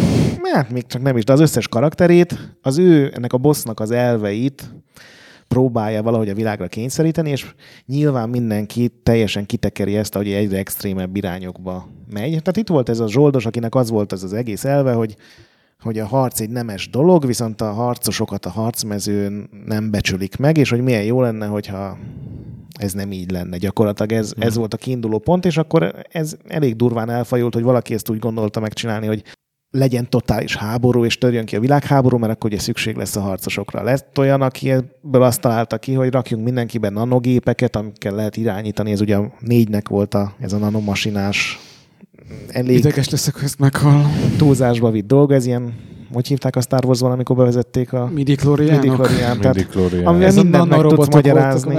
Hát még csak nem is, de az összes karakterét, az ő, ennek a bossnak az elveit próbálja valahogy a világra kényszeríteni, és nyilván mindenki teljesen kitekeri ezt, hogy egyre extrémebb irányokba megy. Tehát itt volt ez a zsoldos, akinek az volt az az egész elve, hogy, hogy a harc egy nemes dolog, viszont a harcosokat a harcmezőn nem becsülik meg, és hogy milyen jó lenne, hogyha ez nem így lenne. Gyakorlatilag ez, hmm. ez volt a kiinduló pont, és akkor ez elég durván elfajult, hogy valaki ezt úgy gondolta megcsinálni, hogy legyen totális háború, és törjön ki a világháború, mert akkor ugye szükség lesz a harcosokra. Lett olyan, aki ebből azt találta ki, hogy rakjunk mindenkiben nanogépeket, amikkel lehet irányítani. Ez ugye a négynek volt a, ez a nanomasinás elég... Ideges leszek, hogy ezt meghallom. Túlzásba vitt dolga, ez ilyen, hogy hívták a Star Wars-ban, amikor bevezették a... Midi-klóriánok. Midi-klórián. Amivel mindent meg tudsz magyarázni.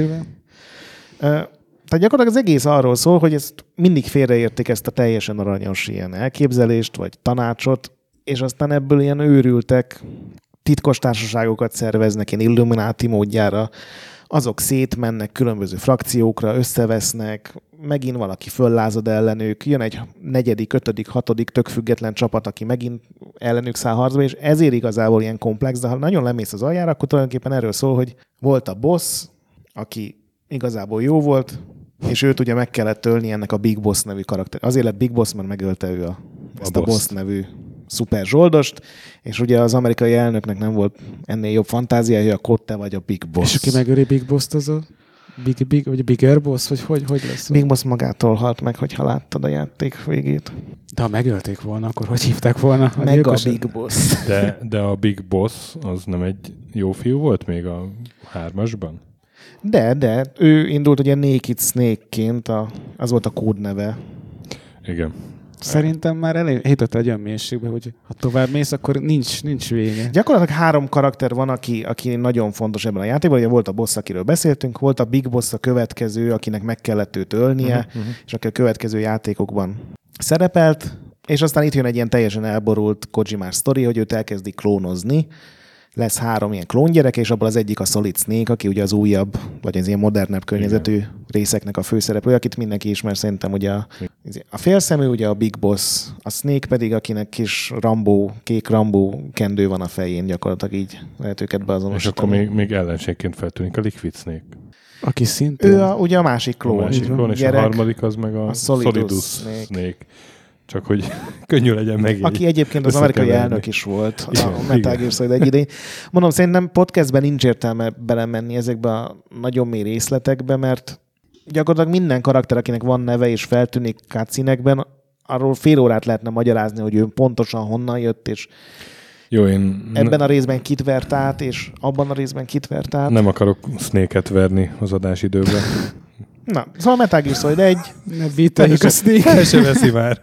Tehát gyakorlatilag az egész arról szól, hogy ezt mindig félreértik, ezt a teljesen aranyos ilyen elképzelést, vagy tanácsot, és aztán ebből ilyen őrültek, titkos társaságokat szerveznek, ilyen Illuminati módjára, azok szétmennek különböző frakciókra, összevesznek, megint valaki föllázad ellenük, jön egy negyedik, ötödik, hatodik tök független csapat, aki megint ellenük száll harcba, és ezért igazából ilyen komplex, de ha nagyon lemész az aljára, akkor tulajdonképpen erről szól, hogy volt a boss, aki igazából jó volt, és őt ugye meg kellett ölni ennek a Big Boss nevű karakter. Azért lett Big Boss, mert megölte ő a, ezt a, a boss nevű szuper zsoldost, és ugye az amerikai elnöknek nem volt ennél jobb fantáziája, hogy akkor te vagy a Big Boss. És aki megöli Big Boss-t, az a Big, Big, vagy Bigger Boss, vagy hogy, hogy lesz? Big Boss magától halt meg, hogyha láttad a játék végét. De ha megölték volna, akkor hogy hívták volna? A meg gyilkos? a Big Boss. De, de a Big Boss az nem egy jó fiú volt még a hármasban? De, de. Ő indult ugye Naked Snake-ként, a, az volt a kódneve. Igen. Szerintem már eljutott egy olyan mélységbe, hogy ha tovább mész, akkor nincs, nincs vége. Gyakorlatilag három karakter van, aki, aki nagyon fontos ebben a játékban. Ugye volt a boss, akiről beszéltünk, volt a Big Boss a következő, akinek meg kellett őt ölnie, uh-huh. és aki a következő játékokban szerepelt, és aztán itt jön egy ilyen teljesen elborult Kojimás sztori, hogy őt elkezdi klónozni. Lesz három ilyen klóngyerek, és abból az egyik a Solid Snake, aki ugye az újabb, vagy az ilyen modernebb környezetű igen. részeknek a főszereplője, akit mindenki ismer szerintem ugye a, a félszemű, ugye a Big Boss, a Snake pedig, akinek kis Rambo, kék Rambo kendő van a fején, gyakorlatilag így lehet őket beazonosítani. És akkor még, még ellenségként feltűnik a Liquid Snake. Aki szintén... Ő a, ugye a másik klón. A másik klón, és gyerek, a harmadik az meg a, a Solidus, Solidus Snake. Snake. Csak hogy könnyű legyen meg. Aki egyébként az amerikai elnök is volt igen, a Metal Gear Solid egy idején. Mondom, szerintem podcastben nincs értelme belemenni ezekbe a nagyon mély részletekbe, mert gyakorlatilag minden karakter, akinek van neve és feltűnik cutscene-ekben, arról fél órát lehetne magyarázni, hogy ő pontosan honnan jött, és jó, én ebben a részben kit vert át, és abban a részben kit vert át. Nem akarok Snake-et verni az adásidőben. Na, szóval Metal Gear Solid egy. Ne bíteljük a Snake. El sem veszi már.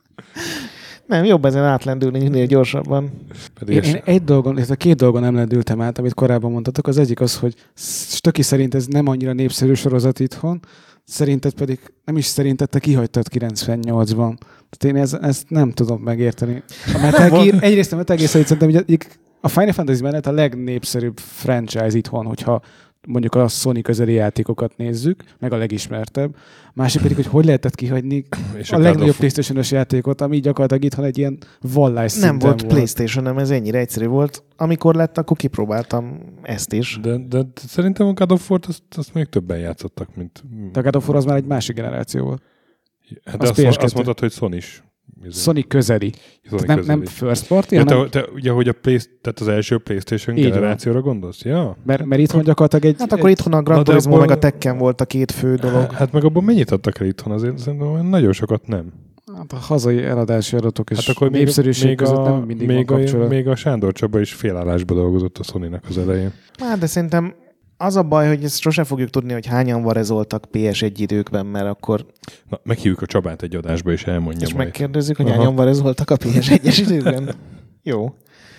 Nem, jobb ezen átlendülni minél gyorsabban. Én, én egy dolgon, illetve két dolgon nem lendültem át, amit korábban mondtatok. Az egyik az, hogy Stöki szerint ez nem annyira népszerű sorozat itthon, szerinted pedig, nem is szerinted, te kihagytad kilencvennyolcban. Tehát én ez, ezt nem tudom megérteni. A Metal Gear, egyrészt a Metal Gear Solid szerintem hogy a Final Fantasy mellett a legnépszerűbb franchise itthon, hogyha mondjuk a Sony közeli játékokat nézzük, meg a legismertebb. Másik pedig, hogy hogy lehetett kihagyni és a, a legnagyobb PlayStation-ös játékot, ami gyakorlatilag itthon egy ilyen vallás nem volt, volt PlayStation, nem, ez ennyire egyszerű volt. Amikor lett, akkor kipróbáltam ezt is. De, de szerintem a God of War-t azt, azt még többen játszottak, mint... De a God of War az már egy másik generáció volt. Hát de az azt, azt mondtad, hogy Sony-s. Sony közeli. Sony nem, közeli. nem first party, ja, hanem... Te, te, ugye, hogy a play, tehát az első PlayStation így generációra van. Gondolsz? Ja. Mert, mert itthon gyakorlatilag egy... Hát akkor egy... itthon a Gran Turismo meg a Tekken volt a két fő dolog. Hát meg abban mennyit adtak el itthon? Azért szerintem nagyon sokat nem. Hát a hazai eladási adatok és hát akkor népszerűség még között a, nem mindig még van kapcsolat. A, még a Sándor Csaba is félállásba dolgozott a Sony-nak az elején. Hát de szerintem az a baj, hogy ezt sosem fogjuk tudni, hogy hányan varezoltak pé es egy időkben, mert akkor... Na, meghívjuk a Csabát egy adásba, és elmondja és majd. És megkérdezzük, hogy hányan varezoltak a pé es egyes időkben. Jó.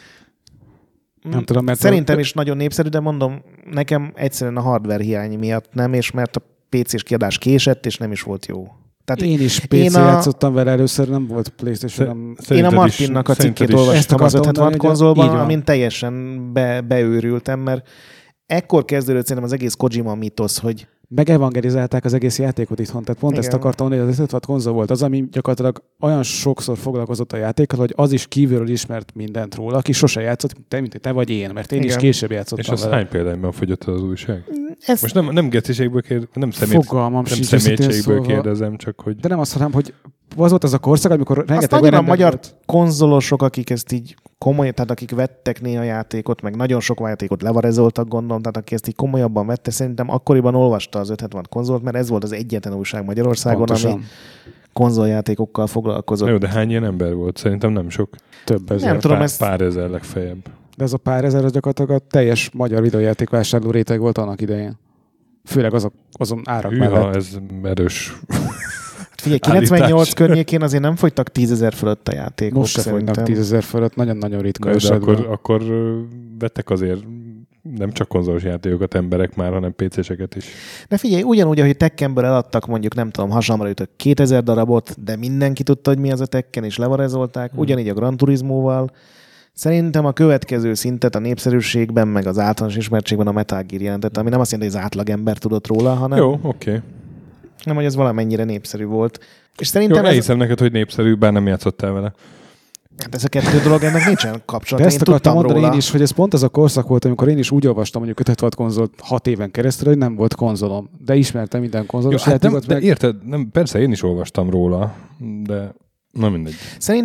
Nem tudom, mert szerintem a... is nagyon népszerű, de mondom, nekem egyszerűen a hardware hiány miatt nem, és mert a pé cés kiadás késett, és nem is volt jó. Tehát én is pé cé a... játszottam vele először, nem volt PlayStation. Szer- én a Martinnak a cikkét olvastam az ötvenhat konzolban, amin teljesen be, beőrültem, mert ekkor kezdődött szerintem az egész Kojima mitosz, hogy megevangelizálták az egész játékot itthon. Tehát pont igen. Ezt akartam mondani, hogy az ötvenhat konzol volt az, ami gyakorlatilag olyan sokszor foglalkozott a játékkal, hogy az is kívülről ismert mindent róla, aki sose játszott, te, mint te vagy én, mert én igen. is később játszottam. És az vele. hány példányban fogyott az újság? Ez... Most nem, nem geciségből kérdezem, nem, szemét, nem szemétségből kérdezem, csak hogy... De nem azt hanem, hogy az volt az a korszak, amikor rengeteg olyan ember magyar volt. konzolosok, akik ezt így komoly, tehát akik vettek néha játékot, meg nagyon sok játékot levarezoltak, gondolom, tehát aki ezt így komolyabban vette, szerintem akkoriban olvasta az ötvenhat konzolt, mert ez volt az egyetlen újság Magyarországon, pontosan. Ami konzoljátékokkal foglalkozott. Jó, de hány ilyen ember volt? Szerintem nem sok. Több ezer. Nem tudom, pár, ezt... pár ezer legfeljebb. De ez a pár ezer az gyakorlatilag a teljes magyar videójáték vásárló réteg volt annak idején. Főleg azok, azon árak Hűha, mellett. ez erős. Figyelj, kilencvennyolc környékén azért nem fogytak tízezer fölött a játékok. Most se fogynak tízezer fölött, nagyon-nagyon ritka de, esetben. De akkor, akkor vettek azért nem csak konzolos játékokat emberek már, hanem pé céseket is. De figyelj, ugyanúgy, ahogy Tekkenből eladtak mondjuk, nem tudom, hasamra ütök kétezer darabot, de mindenki tudta, hogy mi az a Tekken, és levarezolták, hmm. ugyanígy a Gran Turismóval. Szerintem a következő szintet a népszerűségben, meg az általános ismertségben a Metal Gear jelentette, ami nem azt jelenti, hogy az átlagember tudott róla, hanem... Jó, oké. Okay. Nem, hogy ez valamennyire népszerű volt. És szerintem Jó, elhiszem ez... neked, hogy népszerű, bár nem játszottál vele. Hát ez a kettő dolog, ennek nincsen kapcsolat. De ezt én akartam mondani róla. én is, hogy ez pont az a korszak volt, amikor én is úgy olvastam mondjuk ötvenhat konzolt hat éven keresztül, hogy nem volt konzolom. De ismertem minden konzolos Jó, hát játékot. Nem, meg... De érted, nem, persze én is olvastam róla, de na mindegy. Szerintem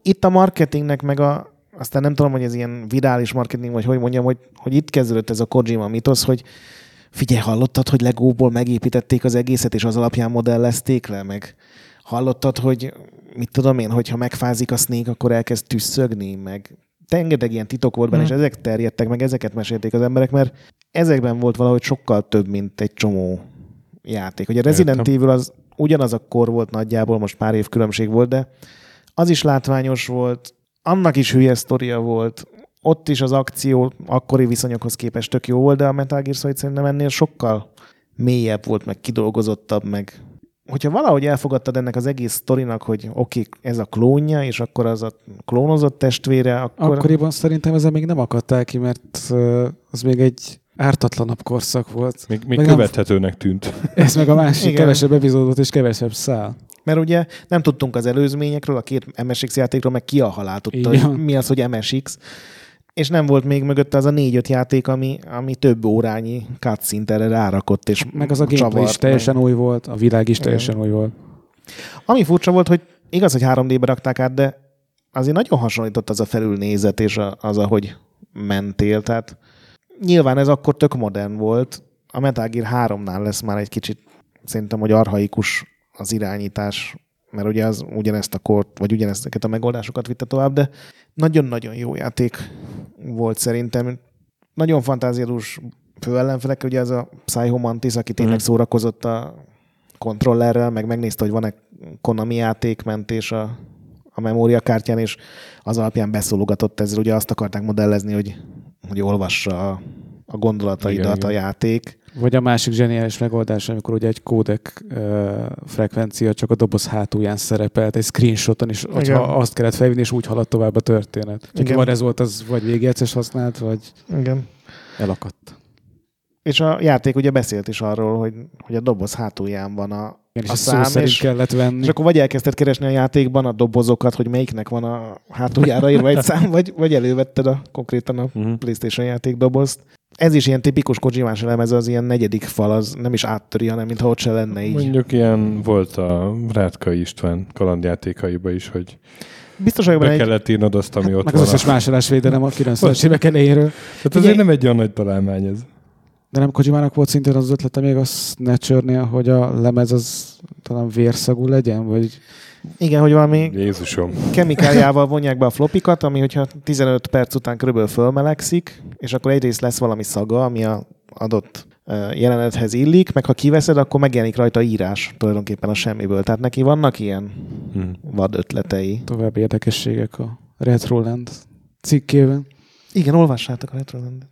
itt a marketingnek meg a, aztán nem tudom, hogy ez ilyen virális marketing, vagy hogy mondjam, hogy, hogy itt kezdődött ez a Kojima mitosz, hogy figyelj, hallottad, hogy Legóból megépítették az egészet, és az alapján modellezték le, meg hallottad, hogy mit tudom én, hogyha megfázik a Snake, akkor elkezd tüsszögni, meg rengeteg ilyen titok volt benne, hmm. és ezek terjedtek, meg ezeket mesélték az emberek, mert ezekben volt valahogy sokkal több, mint egy csomó játék. Ugye a Resident Evil az ugyanaz a kor volt nagyjából, most pár év különbség volt, de az is látványos volt, annak is hülye sztoria volt, ott is az akció akkori viszonyokhoz képest tök jó volt, de a Metal Gear Solid szerintem ennél sokkal mélyebb volt, meg kidolgozottabb, meg hogyha valahogy elfogadtad ennek az egész sztorinak, hogy oké, okay, ez a klónja, és akkor az a klónozott testvére, akkor... Akkoriban szerintem ezzel még nem akadtál ki, mert az még egy ártatlanabb korszak volt. Még, még követhetőnek nem... tűnt. Ez meg a másik, igen. Kevesebb epizód volt és kevesebb szál. Mert ugye nem tudtunk az előzményekről, a két em es iksz játékról, meg ki a halál tudta, hogy mi az, hogy em es iksz. És nem volt még mögötte az a négy-öt játék, ami, ami több órányi cutscene erre rárakott, és meg az a gameplay is teljesen meg... új volt, a világ is teljesen igen. új volt. Ami furcsa volt, hogy igaz, hogy három dé-be rakták át, de azért nagyon hasonlított az a felülnézet, és az, ahogy mentél. Tehát nyilván ez akkor tök modern volt. A Metal Gear háromnál lesz már egy kicsit szerintem, hogy archaikus az irányítás, mert ugye az ugyanezt a kort, vagy ugyanezteket a megoldásokat vitte tovább, de nagyon-nagyon jó játék volt szerintem. Nagyon fantáziadús főellenfelek, ugye az a Psycho Mantis, aki tényleg mm. szórakozott a kontrollerrel, meg megnézte, hogy van-e Konami játékmentés a, a memóriakártyán, és az alapján beszólogatott ezzel. Ugye azt akarták modellezni, hogy, hogy olvassa a, a gondolataidat igen, a igen. játék. Vagy a másik zseniális megoldás, amikor ugye egy kódek uh, frekvencia csak a doboz hátulján szerepelt, egy screenshoton, és azt kellett felvinni, és úgy haladt tovább a történet. Csak van ez volt, az vagy végjegyzést használt, vagy igen. elakadt. És a játék ugye beszélt is arról, hogy, hogy a doboz hátulján van a, igen, a és szám, szó és, kellett venni. És akkor vagy elkezdted keresni a játékban a dobozokat, hogy melyiknek van a hátuljára írva egy szám, vagy, vagy elővetted a, konkrétan a uh-huh. PlayStation játék dobozt. Ez is ilyen tipikus Kojimás elem, ez az ilyen negyedik fal, az nem is áttöri, hanem mintha ott se lenne így. Mondjuk ilyen volt a Rátkai István kalandjátékaiba is, hogy biztos, hogy be kellett egy... írnod azt, ami hát, ott meg van. Meg az összes másolásvédelem a kilencvenes évek elejéről. Tehát azért nem egy olyan nagy találmány ez. De nem Kojimának volt szintén az ötlete még a Snatchernél, hogy a lemez az talán vérszagú legyen, vagy... Igen, hogy valami Jézusom. kemikáliával vonják be a flopikat, ami hogyha tizenöt perc után körülbelül fölmelegszik, és akkor egyrészt lesz valami szaga, ami a adott jelenethez illik, meg ha kiveszed, akkor megjelenik rajta írás tulajdonképpen a semmiből. Tehát neki vannak ilyen hmm. vad ötletei. További érdekességek a Retroland cikkében. Igen, olvassátok a Retrolandet.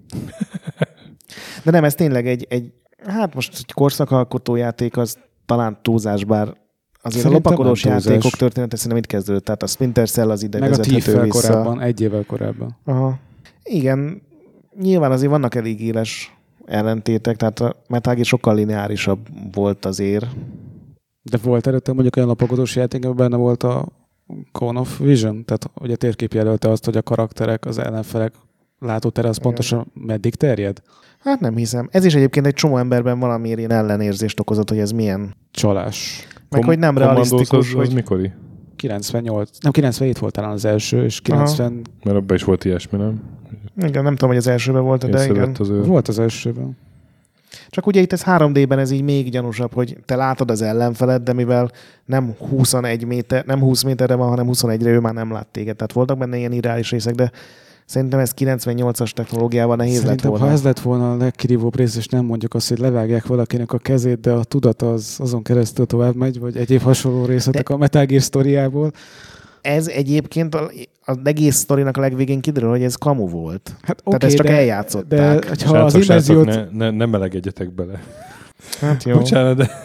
De nem, ez tényleg egy, egy hát most egy korszakalkotó játék, az talán túlzás, bár azért szerintem a lopakodós játékok története szerintem itt kezdődött. Tehát a Splinter Cell az ide vezethető vissza. korábban, egy évvel korábban. Aha. Igen, nyilván azért vannak elég éles ellentétek, tehát a Metal Gear sokkal lineárisabb volt azért. De volt előtte mondjuk olyan lopakodós játék, amiben benne volt a Cone of Vision, tehát ugye térkép jelölte azt, hogy a karakterek, az ellenfelek látótere az pontosan meddig terjed? Hát nem hiszem. Ez is egyébként egy csomó emberben valamiért ilyen ellenérzést okozott, hogy ez milyen csalás. Meg Kom- hogy nem realisztikus. Az, hogy... az mikori? kilencvennyolc. Nem, kilencvenhét volt talán az első, és kilencven... Aha. Mert abban is volt ilyesmi, nem? Igen, nem tudom, hogy az elsőben volt, de igen. Az ő... Volt az elsőben. Csak ugye itt ez három dé-ben ez így még gyanúsabb, hogy te látod az ellenfeled, de mivel nem huszonegy méter, nem húsz méterre van, hanem huszonegyre, ő már nem lát téged. Tehát voltak benne ilyen irreális részek, de szerintem ez kilencvennyolcas technológiával nehéz szerintem, lett volna. Ha ez lett volna a legkirívóbb rész, és nem mondjuk azt, hogy levágják valakinek a kezét, de a tudat az azon keresztül tovább megy, vagy egyéb hasonló részletek de a Metal Gear sztoriából. Ez egyébként az egész sztorinak a legvégén kiderül, hogy ez kamu volt. Hát okay, tehát ezt csak de, eljátszották. De, ha az inverziót... ne, ne, ne melegedjetek bele. Hát jó. Bocsánat, de...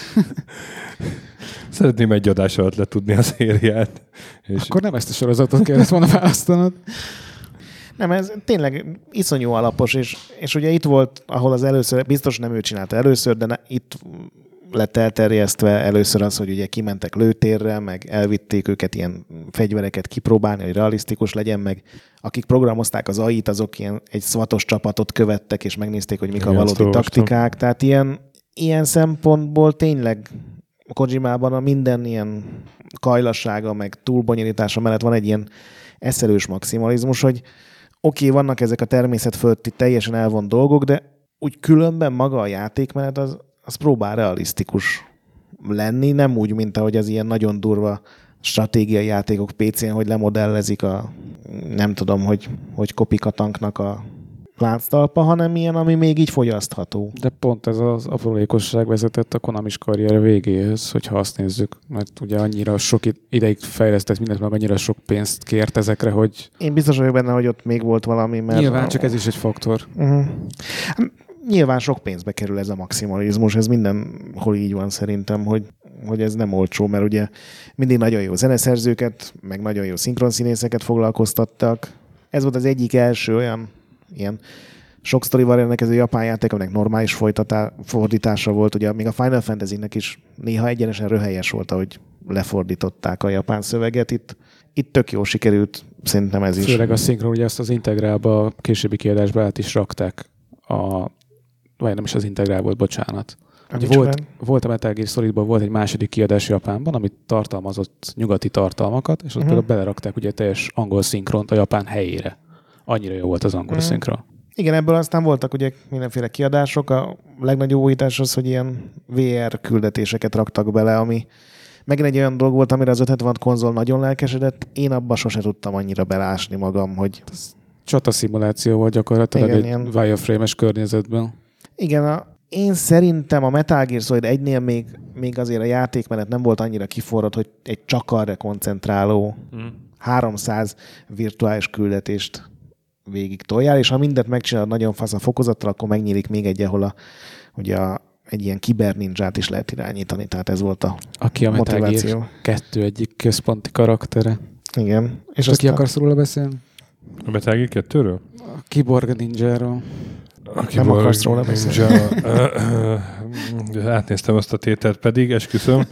Szeretném egy adás alatt letudni a szériát. És... Akkor nem ezt a sorozatot kellett volna választanod. Nem, ez tényleg iszonyú alapos, és, és ugye itt volt, ahol az először, biztos nem ő csinálta először, de ne, itt lett elterjesztve először az, hogy ugye kimentek lőtérre, meg elvitték őket ilyen fegyvereket kipróbálni, hogy realisztikus legyen, meg akik programozták az á i-t, azok ilyen egy szvatos csapatot követtek, és megnézték, hogy mik a valódi taktikák. Tehát ilyen, ilyen szempontból tényleg Kojimában a minden ilyen kajlassága, meg túlbonyolítása mellett van egy ilyen eszelős maximalizmus, hogy oké, okay, vannak ezek a természet fölötti teljesen elvont dolgok, de úgy különben maga a játékmenet az, az próbál realisztikus lenni, nem úgy, mint ahogy az ilyen nagyon durva stratégiai játékok pé cén, hogy lemodellezik a, nem tudom, hogy, hogy kopik a tanknak a lánctalpa, hanem ilyen, ami még így fogyasztható. De pont ez az aprólékosság vezetett a Konami-s karriere végéhez, hogyha azt nézzük, mert ugye annyira sok ideig fejlesztett mindent, meg annyira sok pénzt kért ezekre, hogy... Én biztos vagyok benne, hogy ott még volt valami, mert... Nyilván, csak ez is egy faktor. Uh-huh. Nyilván sok pénzbe kerül ez a maximalizmus, ez mindenhol így van szerintem, hogy, hogy ez nem olcsó, mert ugye mindig nagyon jó zeneszerzőket, meg nagyon jó szinkronszínészeket foglalkoztattak. Ez volt az egyik első olyan ilyen sok sztorival rendelkező japán játék, aminek normális folytatá, fordítása volt. Ugye még a Final Fantasy-nek is néha egyenesen röhelyes volt, ahogy lefordították a japán szöveget. Itt, itt tök jó sikerült, szerintem ez is. Főleg a szinkron, ugye azt az integrálba, a későbbi kiadásba át is rakták a... vagy nem is az integrál volt, bocsánat. Volt, volt a Metal Gear Solidban volt egy második kiadás Japánban, amit tartalmazott nyugati tartalmakat, és ott uh-huh. például belerakták ugye teljes angol szinkront a japán helyére. Annyira jó volt az angol uh-huh. szinkron. Igen, ebből aztán voltak ugye mindenféle kiadások. A legnagyobb újítás az, hogy ilyen vé er küldetéseket raktak bele, ami megint egy olyan dolog volt, amire az ötszázhetvan konzol nagyon lelkesedett. Én abba sose tudtam annyira belásni magam, hogy... Csataszimuláció volt gyakorlatilag igen, egy ilyen... wireframe-es környezetben. Igen, a, én szerintem a Metal Gear Solid egynél még, még azért a játékmenet nem volt annyira kiforrott, hogy egy csak arra koncentráló mm. háromszáz virtuális küldetést végig toljál, és ha mindent megcsinálod nagyon fasz a fokozattal, akkor megnyílik még egy, ahol a, ugye a, egy ilyen kiber ninját is lehet irányítani, tehát ez volt a Aki a motiváció. Metal Gear kettő egyik központi karaktere. Igen. És azt ki akarsz róla beszélni? A Metal Gear kettőről? A Kiborg Ninjáról. Aki nem akarsz róla beszélni. Átnéztem azt a tételt pedig, esküszöm.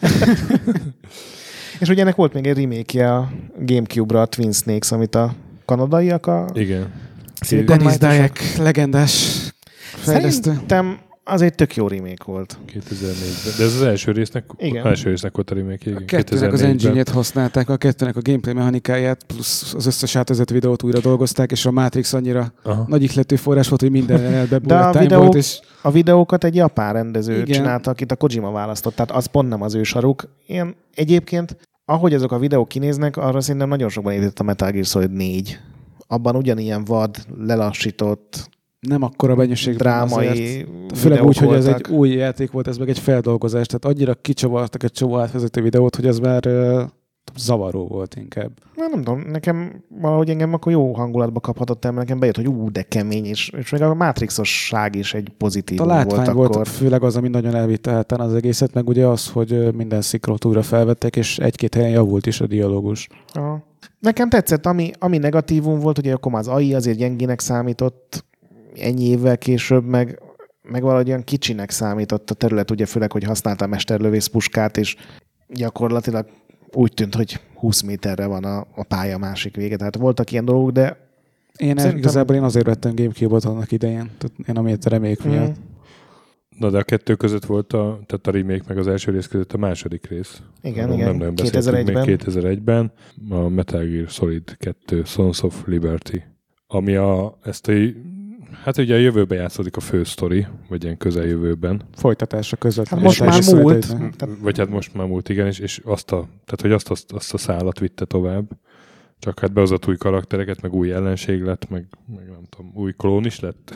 És ugye ennek volt még egy remake-je a Gamecube-ra, a Twin Snakes, amit a kanadaiak a... Igen. Dennis Dyack, legendás fejlesztő. Szerintem az egy tök jó remake volt. kétezer-négyben. De ez az első résznek, igen. első résznek volt a remake. Igen. A kettőnek az engine-ét használták, a kettőnek a gameplay mechanikáját, plusz az összes átvezett videót újra dolgozták, és a Matrix annyira Aha. nagy ihlető forrás volt, hogy minden elbebullet time videó, volt. És... a videókat egy japán rendező igen. csinálta, akit a Kojima választott, tehát az pont nem az ő saruk. Én egyébként, ahogy azok a videók kinéznek, arra szerintem nagyon sokban épített a Metal Gear Solid négy. Abban ugyanilyen vad, lelassított, nem akkora benyőségben drámai főleg úgy, hogy ez egy új játék volt, ez meg egy feldolgozás, tehát annyira kicsavartak egy csomó átvezető videót, hogy ez már uh, zavaró volt inkább. Na, nem tudom, nekem valahogy engem akkor jó hangulatba kaphatott el, mert nekem bejött, hogy ú, de kemény, és, és még a Matrixosság is egy pozitív volt akkor. A látvány volt főleg az, ami nagyon elvitte hátán az egészet, meg ugye az, hogy minden szinkront újra felvettek, és egy-két helyen javult is a dialógus. Aha. Nekem tetszett, ami, ami negatívum volt, ugye akkor már az á i azért gyengének számított, ennyi évvel később, meg, meg valahogy olyan kicsinek számított a terület, ugye főleg, hogy használta a mesterlövész puskát, és gyakorlatilag úgy tűnt, hogy húsz méterre van a, a pálya másik vége. Tehát voltak ilyen dolgok, de... Én szerintem... igazából én azért vettem Gamecube-ot annak idején, tehát én amiért a remék miatt. Mm. Na, de a kettő között volt a, tehát a remake meg az első rész között a második rész. Igen, Arról igen. Nem kétezer-egyben. Még kétezer-egyben a Metal Gear Solid kettő Sons of Liberty, ami a, ezt a hát ugye a jövőben játszódik a fő sztori, vagy ilyen közeljövőben. Folytatása között. Hát most már múlt. Vagy hát most már múlt, igen, és, és azt, a, tehát, hogy azt, azt, azt a szálat vitte tovább. Csak hát behozott új karaktereket, meg új ellenség lett, meg, meg nem tudom, új klón is lett.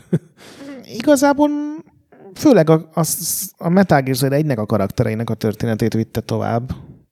Igazából főleg a, a, a Metal Gear Solid egynek a karaktereinek a történetét vitte tovább.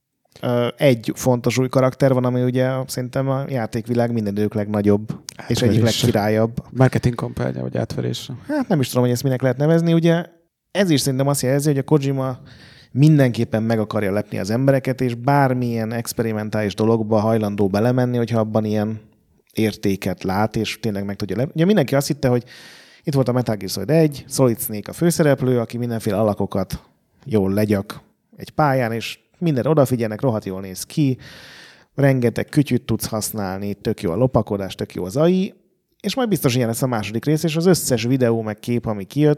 Egy fontos új karakter van, ami ugye szerintem a játékvilág minden idők legnagyobb, átverés. És egyik legkirályabb. Marketing kampánya, vagy átverésre. Hát nem is tudom, hogy ezt minek lehet nevezni. Ugye ez is szerintem azt jelzi, hogy a Kojima mindenképpen meg akarja lepni az embereket, és bármilyen experimentális dologba hajlandó belemenni, hogyha abban ilyen értéket lát, és tényleg meg tudja lepni. Ugye mindenki azt hitte, hogy itt volt a Metal Gear Solid egy, Solid Snake a főszereplő, aki mindenféle alakokat jól legyak egy pályán, és minden odafigyelnek, rohadt jól néz ki, rengeteg kütyüt tudsz használni, tök jó a lopakodás, tök jó az á i, és majd biztos ilyen lesz a második rész, és az összes videó meg kép, ami kijött,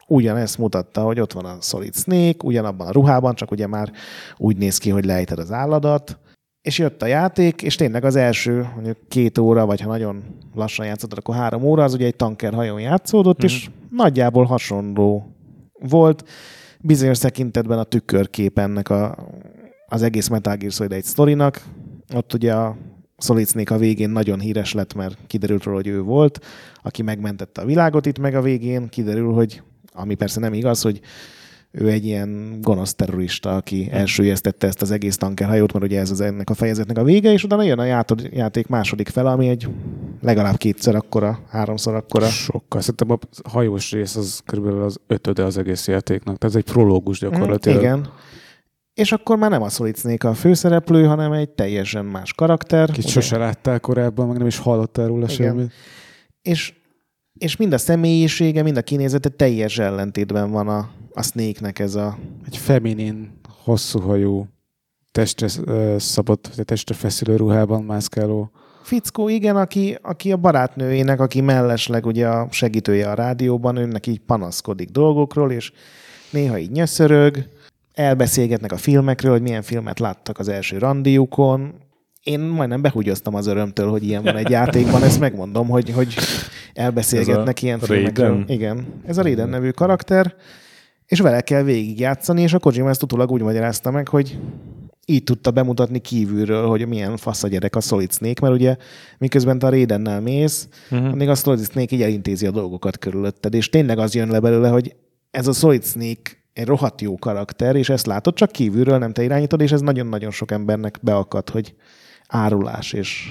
ugyanezt mutatta, hogy ott van a Solid Snake, ugyanabban a ruhában, csak ugye már úgy néz ki, hogy lejted az álladat, és jött a játék, és tényleg az első mondjuk két óra, vagy ha nagyon lassan játszottad, akkor három óra, az ugye egy tankerhajón játszódott, mm-hmm. és nagyjából hasonló volt. Bizonyos tekintetben a tükörkép ennek a, az egész Metal Gear Solid egy sztorinak. Ott ugye a Solid Snake a végén nagyon híres lett, mert kiderült róla, hogy ő volt, aki megmentette a világot. Itt meg a végén kiderül, hogy, ami persze nem igaz, hogy ő egy ilyen gonosz terrorista, aki elsüllyesztette ezt az egész tankerhajót, mert ugye ez az ennek a fejezetnek a vége, és utána jön a játék második fele, ami egy legalább kétszer akkora, háromszor akkora. Sokkal. Szerintem a hajós rész az körülbelül az ötöde az egész játéknak. Tehát ez egy prológus gyakorlatilag. Igen. És akkor már nem a Solid Snake a főszereplő, hanem egy teljesen más karakter. Kit sose láttál korábban, meg nem is hallottál róla semmit. És, és mind a személyisége, mind a kinézete teljes ellentétben van a, a Snake-nek ez a... Egy feminin, hosszúhajú, testre szabott, testre feszülő ruhában mászkáló. Fickó, igen, aki, aki a barátnőjének, aki mellesleg ugye a segítője a rádióban, önnek így panaszkodik dolgokról, és néha így nyöszörög, elbeszélgetnek a filmekről, hogy milyen filmet láttak az első randiukon. Én majdnem behúgyoztam az örömtől, hogy ilyen van egy játékban, ezt megmondom, hogy, hogy elbeszélgetnek ilyen filmekről. Raiden? Igen, ez a Raiden nevű karakter, és vele kell végigjátszani, és a Kojima ezt utólag úgy magyarázta meg, hogy így tudta bemutatni kívülről, hogy milyen fasz a gyerek a Solid Snake, mert ugye miközben te a Raidennel mész, uh-huh. addig a Solid Snake így elintézi a dolgokat körülötted, és tényleg az jön le belőle, hogy ez a Solid Snake egy rohadt jó karakter, és ezt látod csak kívülről, nem te irányítod, és ez nagyon-nagyon sok embernek beakad, hogy árulás és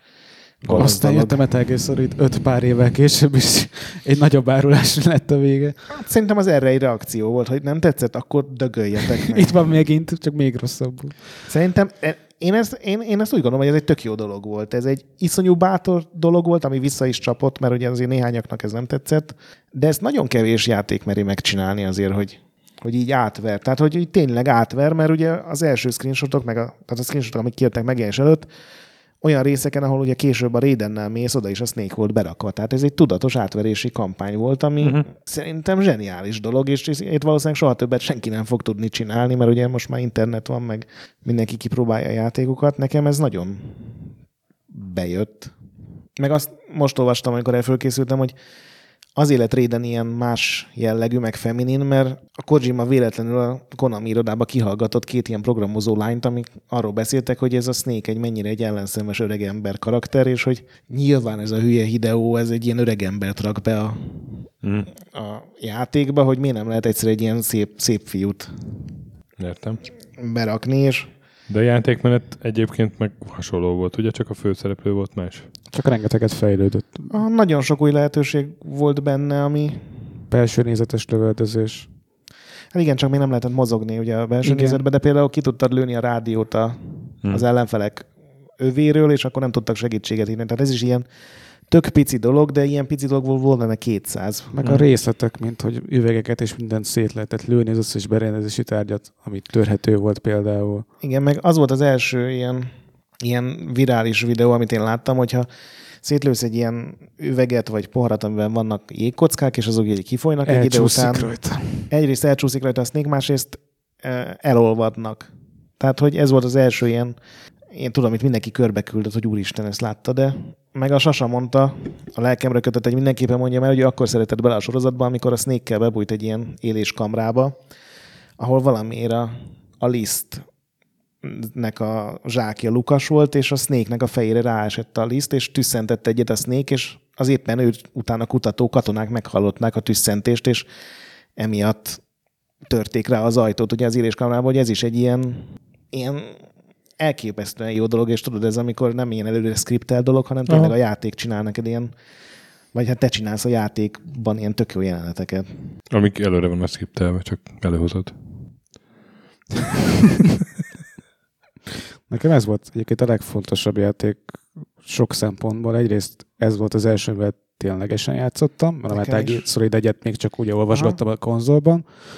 aztán jött a Metal Gear Solid öt pár évvel később is egy nagyobb árulás lett a vége. Hát szerintem az erre egy reakció volt, hogy nem tetszett, akkor dögöljetek meg. Itt van megint, csak még rosszabbul. Szerintem én ezt, én, én ezt úgy gondolom, hogy ez egy tök jó dolog volt. Ez egy iszonyú bátor dolog volt, ami vissza is csapott, mert ugye azért néhányaknak ez nem tetszett, de ezt nagyon kevés játék meri megcsinálni azért, hogy hogy így átver. Tehát, hogy így tényleg átver, mert ugye az első screenshotok, meg a, tehát a screenshotok, amik kijöttek megjelenés előtt, olyan részeken, ahol ugye később a Raidennel mész, oda is a Snake volt berakva. Tehát ez egy tudatos átverési kampány volt, ami uh-huh. szerintem zseniális dolog, és itt valószínűleg soha többet senki nem fog tudni csinálni, mert ugye most már internet van, meg mindenki kipróbálja a játékokat. Nekem ez nagyon bejött. Meg azt most olvastam, amikor elfölkészültem, hogy azért lett Raiden ilyen más jellegű, meg feminin, mert a Kojima véletlenül a Konami irodába kihallgatott két ilyen programozó lányt, amik arról beszéltek, hogy ez a Snake egy mennyire egy ellenszemes öregember karakter, és hogy nyilván ez a hülye Hideo, ez egy ilyen öregembert rak be a, mm. a játékba, hogy miért nem lehet egyszer egy ilyen szép, szép fiút Értem. berakni, és... De a játékmenet egyébként meg hasonló volt, ugye? Csak a főszereplő volt más. Csak rengeteget fejlődött. Ah, nagyon sok új lehetőség volt benne, ami... Belső nézetes lövöldözés. Hát igen, csak még nem lehetett mozogni ugye a belső igen. nézetbe, de például ki tudtad lőni a rádiót a, hmm. az ellenfelek övéről, és akkor nem tudtak segítséget írni. Tehát ez is ilyen tök pici dolog, de ilyen pici dologból volna kétszáz. Meg hmm. a részletek, mint hogy üvegeket és mindent szét lehetett lőni, az összes berendezési tárgyat, amit törhető volt például. Igen, meg az volt az első ilyen, ilyen virális videó, amit én láttam, hogyha szétlősz egy ilyen üveget vagy poharat, amiben vannak jégkockák, és azok így kifolynak egy idő után. Rajta. Egyrészt elcsúszik rajta a Snake, másrészt elolvadnak. Tehát, hogy ez volt az első ilyen, én tudom, itt mindenki körbe küldött, hogy úristen, ezt látta, de meg a Sasa mondta, a lelkemre kötött, hogy mindenképpen mondja el, hogy ő akkor szeretett bele a sorozatba, amikor a Snake-kel bebújt egy ilyen éléskamrába, ahol valamiért a, a Liszt nek a zsákja lukas volt, és a Snake-nek a fejére ráesett a liszt, és tüsszentett egyet a Snake, és az éppen ő utána kutató katonák meghallották a tüsszentést, és emiatt törték rá az ajtót ugye az íréskamrában, hogy ez is egy ilyen, ilyen elképesztően jó dolog, és tudod, ez amikor nem ilyen előre skriptel dolog, hanem tényleg Aha. a játék csinál neked ilyen, vagy hát te csinálsz a játékban ilyen tök jó jeleneteket. Amik előre van a skriptelve, csak előhozod. Nekem ez volt egyébként a legfontosabb játék sok szempontból. Egyrészt ez volt az első, amivel ténylegesen játszottam, mert a Metal Gear Solid egyet még csak ugye olvasgattam Aha. a konzolban.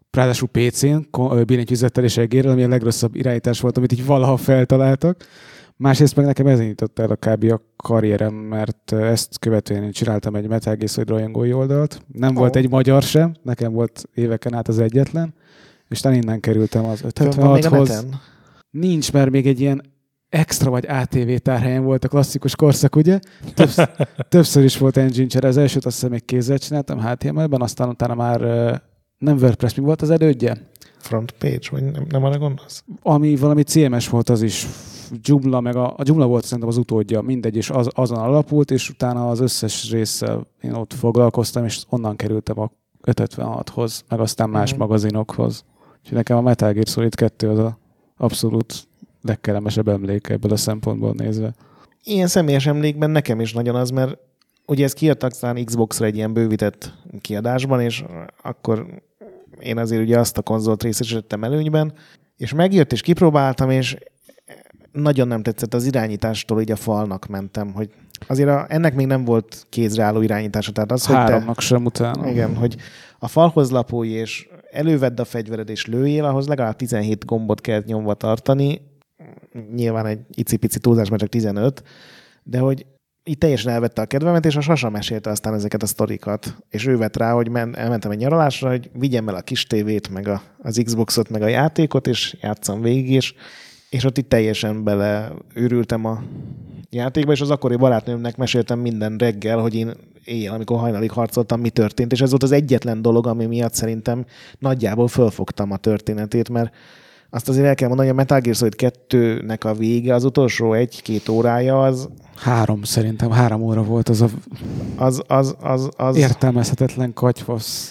ráadásul pé cén, billentyűzettel és egérrel, ami a legrosszabb irányítás volt, amit így valaha feltaláltak. Másrészt meg nekem ez indított el a kb. A karrierem, mert ezt követően én csináltam egy Metal Gear Solid rajongói oldalt. Nem oh. volt egy magyar sem, nekem volt éveken át az egyetlen, és talán innen kerültem az öt hetvenhathoz. Nincs, mert még egy ilyen extra vagy á té vé tárhelyen volt a klasszikus korszak, ugye? Többször, többször is volt engine csere, az elsőt azt hiszem még kézzel csináltam há té em el-ben, aztán utána már nem WordPress, mi volt az elődje? Front page, vagy nem, nem arra gondolsz? Ami valami cé em es volt, az is Joomla, meg a, a Joomla volt szerintem az utódja, mindegy, és az, azon alapult, és utána az összes résszel én ott foglalkoztam, és onnan kerültem a öt hetvenhathoz, meg aztán más mm. magazinokhoz. Úgyhogy nekem a Metal Gear Solid kettő az a abszolút legkellemesebb emléke ebből a szempontból nézve. Ilyen személyes emlékben nekem is nagyon az, mert ugye ezt kiadtak aztán Xbox-ra egy ilyen bővített kiadásban, és akkor én azért ugye azt a konzolt részesítettem előnyben, és megjött, és kipróbáltam, és nagyon nem tetszett az irányítástól, így a falnak mentem, hogy azért a, ennek még nem volt kézre álló irányítása. Tehát az, Háromnak hogy te, sem utána. Igen, hogy a falhoz lapulj, és elővedd a fegyvered, és lőjél, ahhoz legalább tizenhét gombot kell nyomva tartani. Nyilván egy icipici túlzás, mert csak tizenöt, de hogy így teljesen elvette a kedvemet, és a Sasa mesélte aztán ezeket a sztorikat. És ő vett rá, hogy men, elmentem egy nyaralásra, hogy vigyem el a kis tévét, meg a, az Xboxot, meg a játékot, és játszam végig, és, és ott itt teljesen beleőrültem a játékba, és az akkori barátnőmnek meséltem minden reggel, hogy én éjjel, amikor hajnalig harcoltam, mi történt, és ez volt az egyetlen dolog, ami miatt szerintem nagyjából fölfogtam a történetét, mert azt azért el kell mondani, hogy a Metal Gear Solid kettőnek a vége, az utolsó egy-két órája az... Három, szerintem három óra volt az a... Az, az, az, az... értelmezhetetlen katyvasz.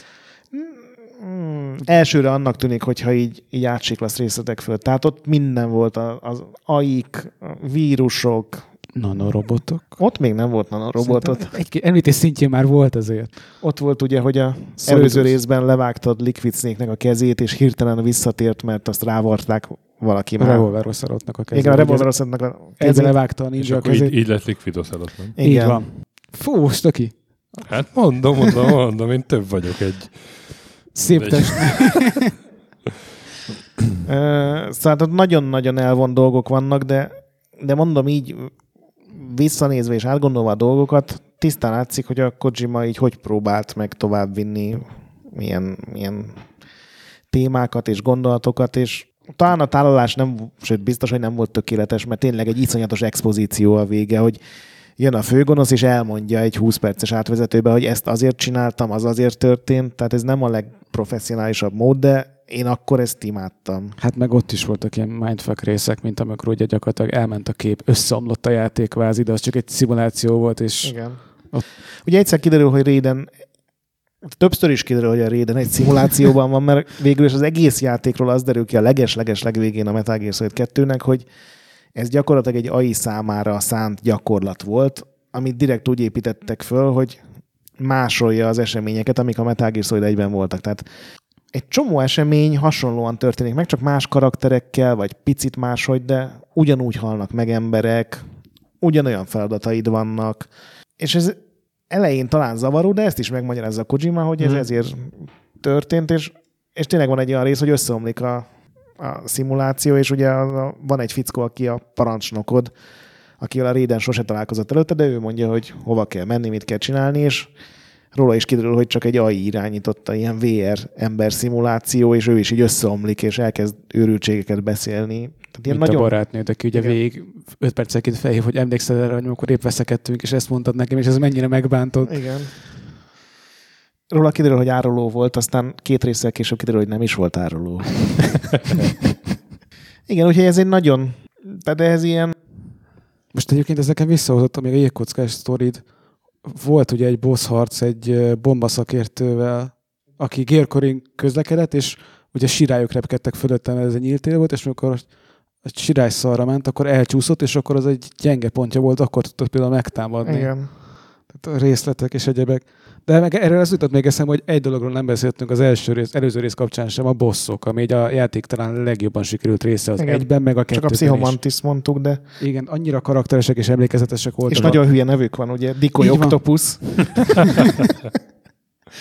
Mm, elsőre annak tűnik, hogyha így, így átsiklasz részletek föl. Tehát ott minden volt, az aik, vírusok... Nanorobotok? Ott még nem volt nanorobotot. Egy említés szintjén már volt azért. Ott volt ugye, hogy a előző részben levágtad Liquid Snake-nek a kezét, és hirtelen visszatért, mert azt rávarták valaki már. A Revolver Ocelotnak a kezét. Igen, a Revolver Ocelotnak a kezét. Ezzel levágta a ninja a kezét. Így, így lett Liquid Ocelot, nem? Igen. Így van. Fú, Stöki. Hát mondom, mondom, mondom, én több vagyok egy... Szép test. Szóval nagyon-nagyon elvont dolgok vannak, de, de mondom így, visszanézve és átgondolva a dolgokat, tisztán látszik, hogy a Kojima így hogy próbált meg továbbvinni milyen, milyen témákat és gondolatokat, és talán a tálalás nem, sőt biztos, hogy nem volt tökéletes, mert tényleg egy iszonyatos expozíció a vége, hogy jön a főgonosz, és elmondja egy húsz perces átvezetőbe, hogy ezt azért csináltam, az azért történt, tehát ez nem a legprofesszionálisabb mód, de én akkor ezt imádtam. Hát meg ott is voltak ilyen mindfuck részek, mint amikor ugye gyakorlatilag elment a kép, összeomlott a játék kvázi, de az csak egy szimuláció volt, és... Igen. Ott... Ugye egyszer kiderül, hogy Raiden, többször is kiderül, hogy a Raiden egy szimulációban van, mert végül is az egész játékról az derül ki a leges-leges legvégén a Metal Gear Solid kettőnek, hogy ez gyakorlatilag egy á i számára szánt gyakorlat volt, amit direkt úgy építettek föl, hogy másolja az eseményeket, amik a Metal Gear Solid egyben voltak. Tehát egy csomó esemény hasonlóan történik meg, csak más karakterekkel, vagy picit máshogy, de ugyanúgy halnak meg emberek, ugyanolyan feladataid vannak, és ez elején talán zavaró, de ezt is megmagyarázza a Kojima, hogy ez hmm. ezért történt, és, és tényleg van egy olyan rész, hogy összeomlik a, a szimuláció, és ugye a, a, van egy fickó, aki a parancsnokod, akivel a Raiden sose találkozott előtte, de ő mondja, hogy hova kell menni, mit kell csinálni, és róla is kiderül, hogy csak egy á i irányította, ilyen vé er ember szimuláció, és ő is így összeomlik, és elkezd őrültségeket beszélni. Tehát ilyen mint nagyon... a barátnőd, aki ugye végig öt percenként felhív, hogy emlékszel erre, hogy amikor épp veszekedtünk, és ezt mondtad nekem, és ez mennyire megbántott. Igen. Róla kiderül, hogy áruló volt, aztán két résszel később kiderül, hogy nem is volt áruló. Igen, úgyhogy ez egy nagyon... De ez ilyen... Most egyébként ez nekem visszahozott, még a jégkockás sztorid. Volt ugye egy boss harc egy bombaszakértővel, aki gérkorin közlekedett, és ugye sirályok repkedtek fölöttem, ez egy nyílt tér volt, és amikor egy sirály szarra ment, akkor elcsúszott, és akkor az egy gyenge pontja volt, akkor tudott például megtámadni. Igen. Tehát a részletek és egyebek. De meg erről az jutott még eszembe, hogy egy dologról nem beszéltünk az első rész, előző rész kapcsán sem, a bosszok, ami a játék talán legjobban sikerült része az igen. egyben, meg a kettőben. Csak a Pszichomantis mondtuk, de... Igen, annyira karakteresek és emlékezetesek voltak. És nagyon hülye nevük van, ugye? Dikoly Octopus.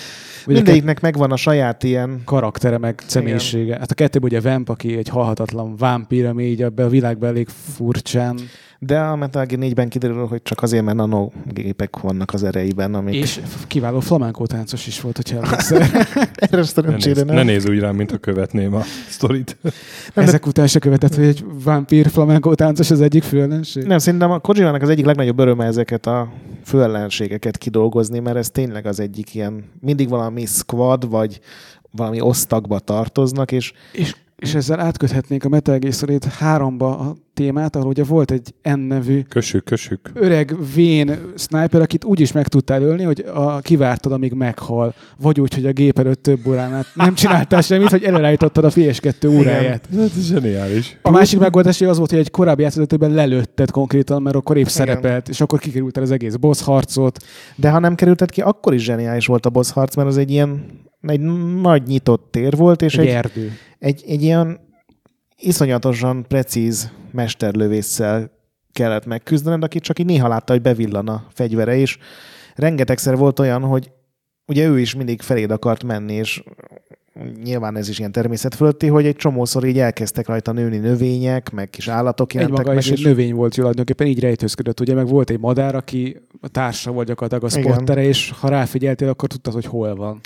Mindegyiknek megvan a saját ilyen karaktere, meg személyisége. Igen. Hát a kettőben ugye Vamp, aki egy halhatatlan vámpír, ami így ebbe a világban elég furcsán. De a Metal Gear négyben kiderül, hogy csak azért, mert nanogépek vannak az erejében. Amik... És kiváló flamenco táncos is volt, hogyha emlékszel. Erre szerencsére nem. Ne nézz úgy rám, mint a követném a sztorit. Ezek de... után se követett, hogy egy vámpír flamenco táncos az egyik főellenség? Nem, szerintem a Kojimának az egyik legnagyobb öröme ezeket a főellenségeket kidolgozni, mert ez tényleg az egyik ilyen, mindig valami squad, vagy valami osztagba tartoznak, és... és És ezzel átköthetnénk a Metal Gear Solid háromba a témát, ahol ugye volt egy N nevű kössük, kössük. öreg, vén sniper, akit úgy is meg tudtál ölni, hogy a, kivártad, amíg meghal. Vagy úgy, hogy a gép előtt több órán át nem csináltál semmit, hogy előállítottad a P S kettő óráját. Ez zseniális. A másik megoldás az volt, hogy egy korábbi játszatőben lelőtted konkrétan, mert akkor épp szerepelt, és akkor kikerülted az egész boss harcot. De ha nem kerülted ki, akkor is zseniális volt a boss harc, mert az egy ilyen egy nagy nyitott tér volt, és egy, egy, erdő. Egy, egy ilyen iszonyatosan precíz mesterlövésszel kellett megküzdened, aki csak így néha látta, hogy bevillan a fegyvere, és rengetegszer volt olyan, hogy ugye ő is mindig feléd akart menni, és nyilván ez is ilyen természet fölötti, hogy egy csomószor így elkezdtek rajta nőni növények, meg kis állatok jelentek egy maga meg. Is és egy növény volt tulajdonképpen, így rejtőzködött, ugye, meg volt egy madár, aki a társa volt gyakorlatilag a spottere, és ha ráfigyeltél, akkor tudtad, hogy hol van.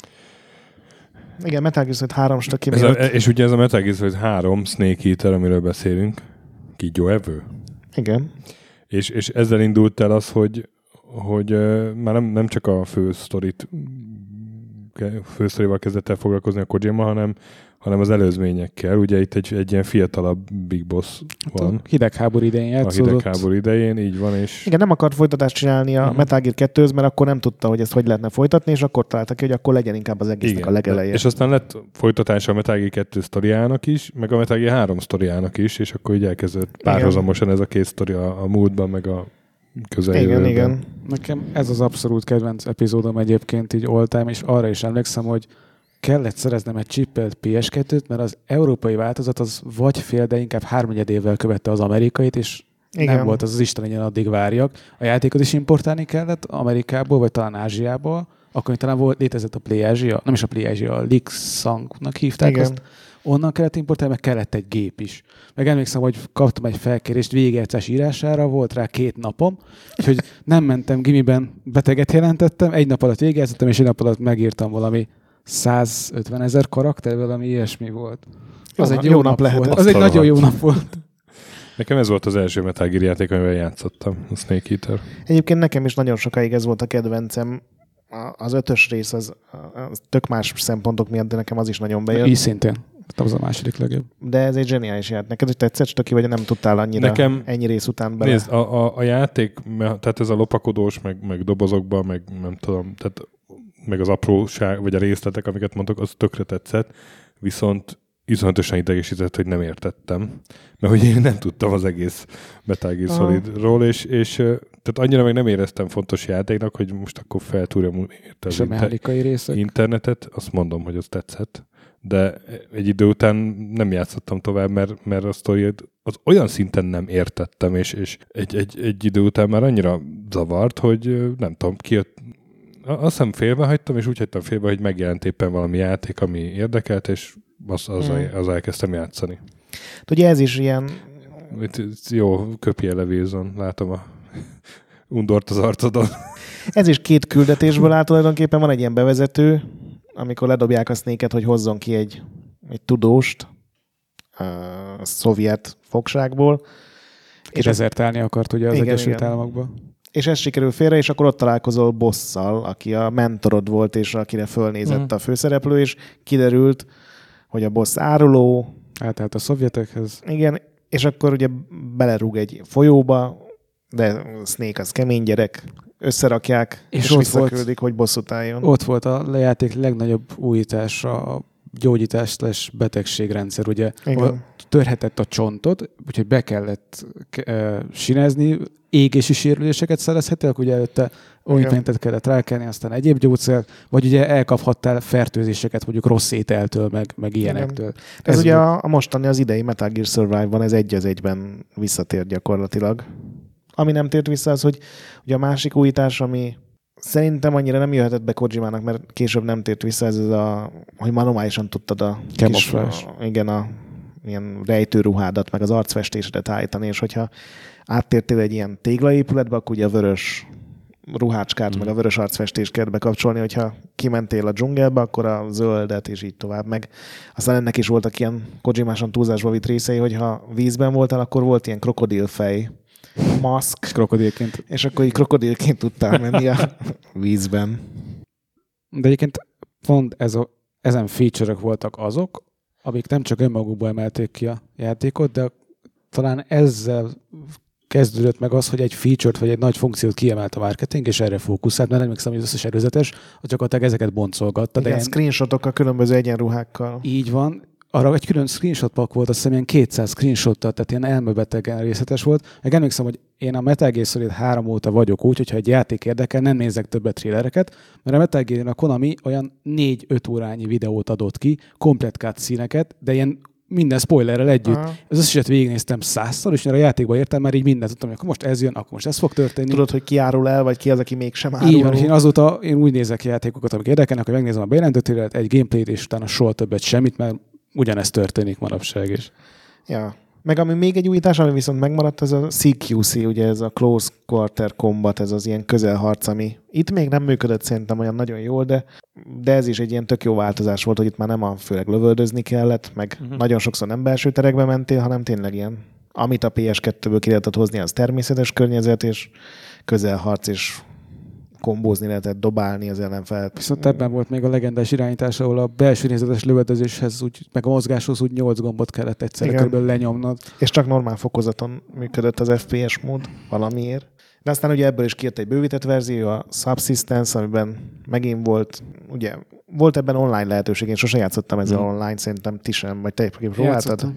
Igen, Metal Gear Solid három staki ez a, És ugye ez a Metal Gear Solid három Snake Eater, amiről beszélünk, kígyóevő. Igen. És, és ezzel indult el az, hogy, hogy uh, már nem, nem csak a fő sztorit, fő sztorival kezdett el foglalkozni a Kojima, hanem, hanem az előzményekkel. Ugye itt egy, egy ilyen fiatalabb Big Boss van. A hidegháború idején játszódott. A hidegháború idején, így van. És... Igen, nem akart folytatást csinálni a uh-huh. Metal Gear kettőhöz, mert akkor nem tudta, hogy ezt hogy lehetne folytatni, és akkor találta ki, hogy akkor legyen inkább az egésznek Igen. a legeleje. És aztán lett folytatása a Metal Gear kettő sztoriának is, meg a Metal Gear három sztoriának is, és akkor így elkezdett párhuzamosan ez a két sztori a, a múltban, meg a közeljövőben. Igen, igen. Nekem ez az abszolút kedvenc epizódom egyébként így all time, és arra is emlékszem, hogy kellett szereznem egy chippelt P S kettőt, mert az európai változat az vagy fél, de inkább háromnegyed évvel követte az amerikait, és igen. nem volt az az Isten legyen, addig várjak. A játékot is importálni kellett Amerikából, vagy talán Ázsiából, akkor talán volt, létezett a Play Asia, nem is a Play Asia, a Lixangnak hívták igen. azt. Onnan kellett importálni, meg kellett egy gép is. Meg emlékszem, hogy kaptam egy felkérést végigjátszás írására, volt rá két napom, úgyhogy nem mentem gimiben, beteget jelentettem, egy nap alatt végigjátszottam, és egy nap alatt megírtam valami százötven ezer karakter, valami ilyesmi volt. Az jó, egy jó, jó nap, nap volt. lehet. Az egy nagyon jó nap volt. Nekem ez volt az első Metal Gear játék, amivel játszottam, a Snake Eater. Egyébként nekem is nagyon sokáig ez volt a kedvencem. Az ötös rész az, az tök más szempontok miatt, de nekem az is nagyon bejött. Így szintén. Az a második legjobb. De ez egy zseniális játék. Neked is tetszett, Stoki, vagy nem tudtál annyira nekem, ennyi rész után bele? Nézd, a, a, a játék, tehát ez a lopakodós, meg, meg dobozokban, meg nem tudom, tehát meg az apróság, vagy a részletek, amiket mondok, az tökre tetszett, viszont iszonyatosan idegesített, hogy nem értettem, mert hogy én nem tudtam az egész Metal Gear Solidról, és, és tehát annyira meg nem éreztem fontos játéknak, hogy most akkor feltúrjam és a mechanikai részek. internetet, azt mondom, hogy az tetszett, de egy idő után nem játszottam tovább, mert, mert a sztoriát az olyan szinten nem értettem, és, és egy, egy, egy idő után már annyira zavart, hogy nem tudom, kijött. Azt hiszem félbe hagytam, és úgy hagytam félbe, hogy megjelent éppen valami játék, ami érdekelt, és az, az, hmm. az elkezdtem játszani. Ugye ez is ilyen... Jó, köpje levézon, látom a undort az arcodon. Ez is két küldetésből áll tulajdonképpen, van egy ilyen bevezető, amikor ledobják a Snake-et, hogy hozzon ki egy, egy tudóst a szovjet fogságból. És dezertálni akart ugye az igen, Egyesült igen. Államokba. És ez sikerül félre, és akkor ott találkozol bosszal, aki a mentorod volt, és akire fölnézett mm. a főszereplő, és kiderült, hogy a boss áruló. Átállt a szovjetekhez. Igen, és akkor ugye belerúg egy folyóba, de Snake az kemény gyerek, összerakják, és, és visszaküldik, hogy bosszút álljon. Ott volt a játék legnagyobb újítása, a gyógyítás lesz betegségrendszer, ugye törhetett a csontot, úgyhogy be kellett uh, sinezni, égési sérüléseket szerezhetél, ugye előtte ointmentet kellett rákelni, aztán egyéb gyógyszer, vagy ugye elkaphattál fertőzéseket, mondjuk rossz ételtől, meg, meg ilyenektől. Ez, ez ugye a, a mostani, az idei Metal Gear Survive-ban ez egy az egyben visszatért gyakorlatilag. Ami nem tért vissza az, hogy ugye a másik újítás, ami szerintem annyira nem jöhetett be Kojimának, mert később nem tért vissza ez a, hogy manuálisan tudtad a kis, a, igen, a ilyen rejtőruhádat, meg az arcfestésedet állítani, és hogyha áttértél egy ilyen téglaépületbe, akkor ugye a vörös ruhácskát, mm. meg a vörös arcfestést kellett bekapcsolni, hogyha kimentél a dzsungelbe, akkor a zöldet, és így tovább. Meg aztán ennek is voltak ilyen Kojimásan túlzásba vitt részei, hogyha vízben voltál, akkor volt ilyen krokodilfej, maszk. És krokodilként. És akkor így krokodilként tudtál menni a vízben. De egyébként pont ez a, ezen feature-ök voltak azok, amik nem csak önmagukból emelték ki a játékot, de talán ezzel kezdődött meg az, hogy egy feature-t vagy egy nagy funkciót kiemelt a marketing, és erre fókuszált, mert nem emlékszem, hogy az összes előzetes, az gyakorlatilag ezeket boncolgatta. Igen, de screenshotokkal, különböző egyenruhákkal. Így van. Arra egy külön screenshot pak volt, azt hiszem ilyen kétszáz screenshottal, tehát ilyen elmebetegen részletes volt. Meg emlékszem, hogy én a Metal Gear Solid három óta vagyok úgy, hogyha egy játék érdekel, nem nézek többet trélereket, mert a Metal Gear-en a Konami olyan négy-öt órányi videót adott ki, komplett cutscene-eket, de ilyen minden spoilerrel együtt. Aha. Az összeset végignéztem százszor, és a játékba értem, már így mindent tudtam, hogy akkor most ez jön, akkor most ez fog történni. Tudod, hogy ki árul el, vagy ki az, aki mégsem árul. Így van, és én azóta én úgy nézek játékokat, amik érdekelnek, hogy megnézem a bejelentő trélert, egy gameplayt, és utána soha többet semmit, mert ugyanezt történik manapság is. Ja. Meg ami még egy újítás, ami viszont megmaradt, ez a C Q C, ugye ez a Close Quarter Combat, ez az ilyen közelharc, ami itt még nem működött szerintem olyan nagyon jól, de, de ez is egy ilyen tök jó változás volt, hogy itt már nem a főleg lövöldözni kellett, meg uh-huh. nagyon sokszor nem belső terekbe mentél, hanem tényleg ilyen, amit a P S kettőből ki lehetett hozni, az természetes környezet, és közelharc, és kombózni lehetett, dobálni az ellenfelet. Viszont ebben volt még a legendás irányítás, ahol a belső nézetes lövöldözéshez, úgy, meg a mozgáshoz úgy nyolc gombot kellett egyszerre körülbelül lenyomnod. És csak normál fokozaton működött az F P S mód valamiért. De aztán ugye ebből is kijött egy bővített verzió, a Subsistence, amiben megint volt, ugye volt ebben online lehetőség, én sose játszottam ezzel mm. online, szerintem ti sem, vagy te egyébként próbáltad.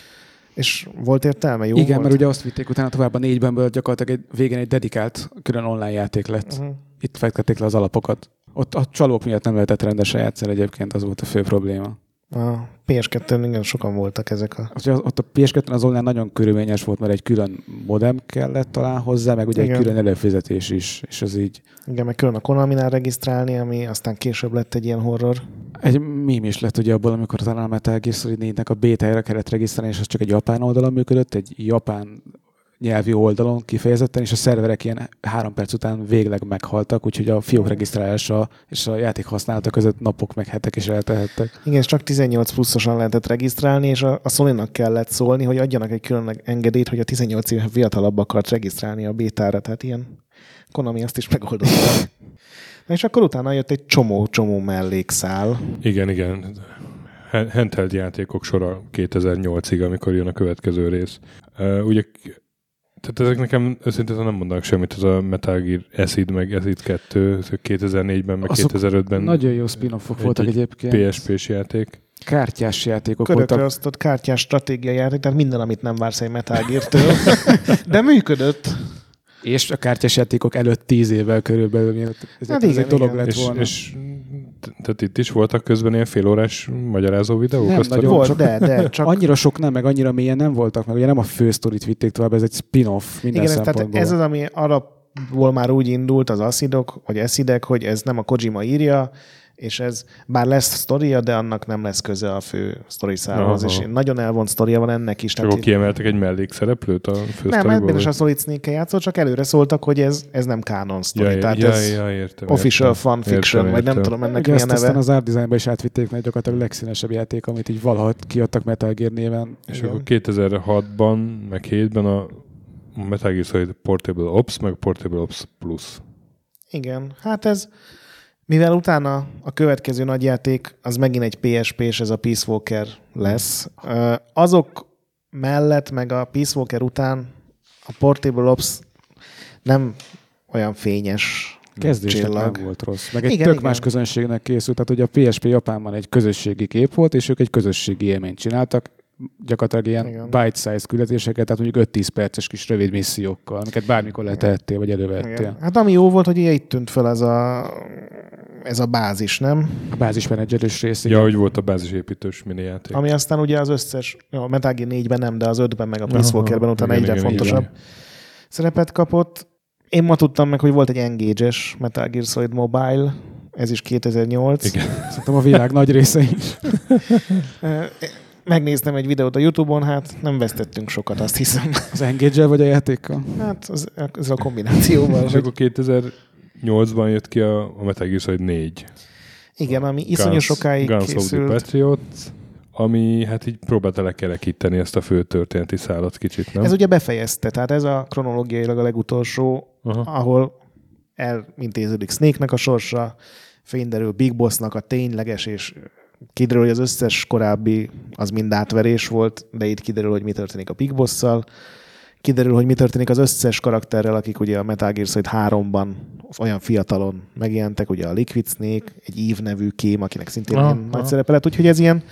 És volt értelme? Jó Igen, volt? mert ugye azt vitték utána tovább a négybenből, gyakorlatilag egy, végén egy dedikált külön online játék lett. Uh-huh. Itt fektették le az alapokat. Ott a csalók miatt nem lehetett rendesen játszani, egyébként az volt a fő probléma. A P S kettőn igen sokan voltak ezek a... Az, ott a P S kettőn az online nagyon körülményes volt, mert egy külön modem kellett talán hozzá, meg ugye igen. egy külön előfizetés is, és az így... Igen, meg külön a Konami-nál regisztrálni, ami aztán később lett egy ilyen horror. Egy mím is lett ugye abból, amikor talán a Metal Gear Solid négynek a bétájára kellett regisztrálni, és az csak egy japán oldalon működött, egy japán nyelvi oldalon kifejezetten, és a szerverek ilyen három perc után végleg meghaltak, úgyhogy a fiók regisztrálása és a játék használata között napok meg hetek is eltehettek. Igen, és csak tizennyolc pluszosan lehetett regisztrálni, és a, a Sony-nak kellett szólni, hogy adjanak egy külön engedélyt, hogy a tizennyolc év fiatalabb akart regisztrálni a bétára, tehát ilyen Konami azt is megoldotta. És akkor utána jött egy csomó-csomó mellékszál. Igen, igen. Handheld játékok sora kétezer-nyolcig, amikor jön a következő rész. Uh, ugye, tehát ezek nekem őszintén nem mondanak semmit, ez a Metal Gear Acid, meg Acid kettő, kétezer-négyben, meg azok kétezer-ötben. Nagyon jó spin-offok egy voltak egyébként. P S P-s játék. Kártyás játékok Körökre voltak. osztott kártyás stratégiai játék, tehát minden, amit nem vársz egy Metal Gear-től. De működött. És a kártyás játékok előtt tíz évvel körülbelül, mielőtt ez, hát ez igen, egy dolog igen. lett és, volna. És, tehát itt is voltak közben ilyen félórás magyarázó videók? Nem, nagyon volt, sok, de, de csak... Annyira sok nem, meg annyira mélyen nem voltak, meg ugye nem a fő sztorit vitték tovább, ez egy spin-off minden igen, szempontból. Tehát ez az, ami alapból már úgy indult az acidok, vagy acidek, hogy ez nem a Kojima írja, és ez bár lesz sztoria, de annak nem lesz köze a fő sztoriszához, és nagyon elvont sztoria van ennek is. Csak akkor kiemeltek egy mellékszereplőt a fő nem, mert például a Solid Snake-kel játszott, csak előre szóltak, hogy ez, ez nem canon sztori. Ja, tehát ja, ez ja, értem, official értem, fan fiction, értem, vagy nem értem. tudom ennek milyen milyen neve. Aztán az art designba is átvitték, mert gyakorlatilag a legszínesebb játék, amit így valahogy kiadtak Metal Gear néven. És igen. akkor kétezer-hatban, meg hétben a Metal Gear Solid Portable Ops, meg Portable Ops Plus. Igen, hát ez mivel utána a következő nagyjáték az megint egy P S P, és ez a Peace Walker lesz. Azok mellett, meg a Peace Walker után a Portable Ops nem olyan fényes Kezdésnek csillag. nem volt rossz. Meg egy igen, tök igen. más közönségnek készült. Tehát ugye a P S P Japánban egy közösségi kép volt, és ők egy közösségi élményt csináltak. Gyakorlatilag ilyen igen. bite-size küldetéseket, tehát mondjuk öt-tíz perces kis rövid missziókkal, amiket bármikor letehettél, vagy elővettél. Hát ami jó volt, hogy ugye itt tűnt fel ez a, ez a bázis, nem? A bázismenedzserős rész. Ja, hogy volt a bázisépítős mini játék. Ami aztán ugye az összes, a Metal Gear négyben nem, de az ötben meg a Peace Walkerben utána igen, egyre igen, fontosabb igen. szerepet kapott. Én ma tudtam meg, hogy volt egy Engage-es Metal Gear Solid Mobile, ez is kétezer-nyolc. Igen. Szerintem a világ nagy része is. Megnéztem egy videót a YouTube-on, hát nem vesztettünk sokat, azt hiszem. Az Engage-el vagy a játékkal? Hát az, az a kombinációval. És akkor kétezer-nyolcban jött ki a, a Metal Gear Solid négy. Igen, ami iszonyú sokáig Guns készült. Guns of the Patriot, ami hát így próbálta lekerekíteni ezt a fő történeti szállat kicsit, nem? Ez ugye befejezte, tehát ez a kronológiailag a legutolsó, Aha. ahol elintéződik Snake-nek a sorsa, fényderül Big Bossnak a tényleges, és kiderül, hogy az összes korábbi az mind átverés volt, de itt kiderül, hogy mi történik a Big Boss-szal. Kiderül, hogy mi történik az összes karakterrel, akik ugye a Metal Gear Solid háromban olyan fiatalon megjelentek, ugye a Liquid Snake, egy Eve nevű kém, akinek szintén aha, ilyen aha. nagy szerepe lett, úgyhogy ez ilyen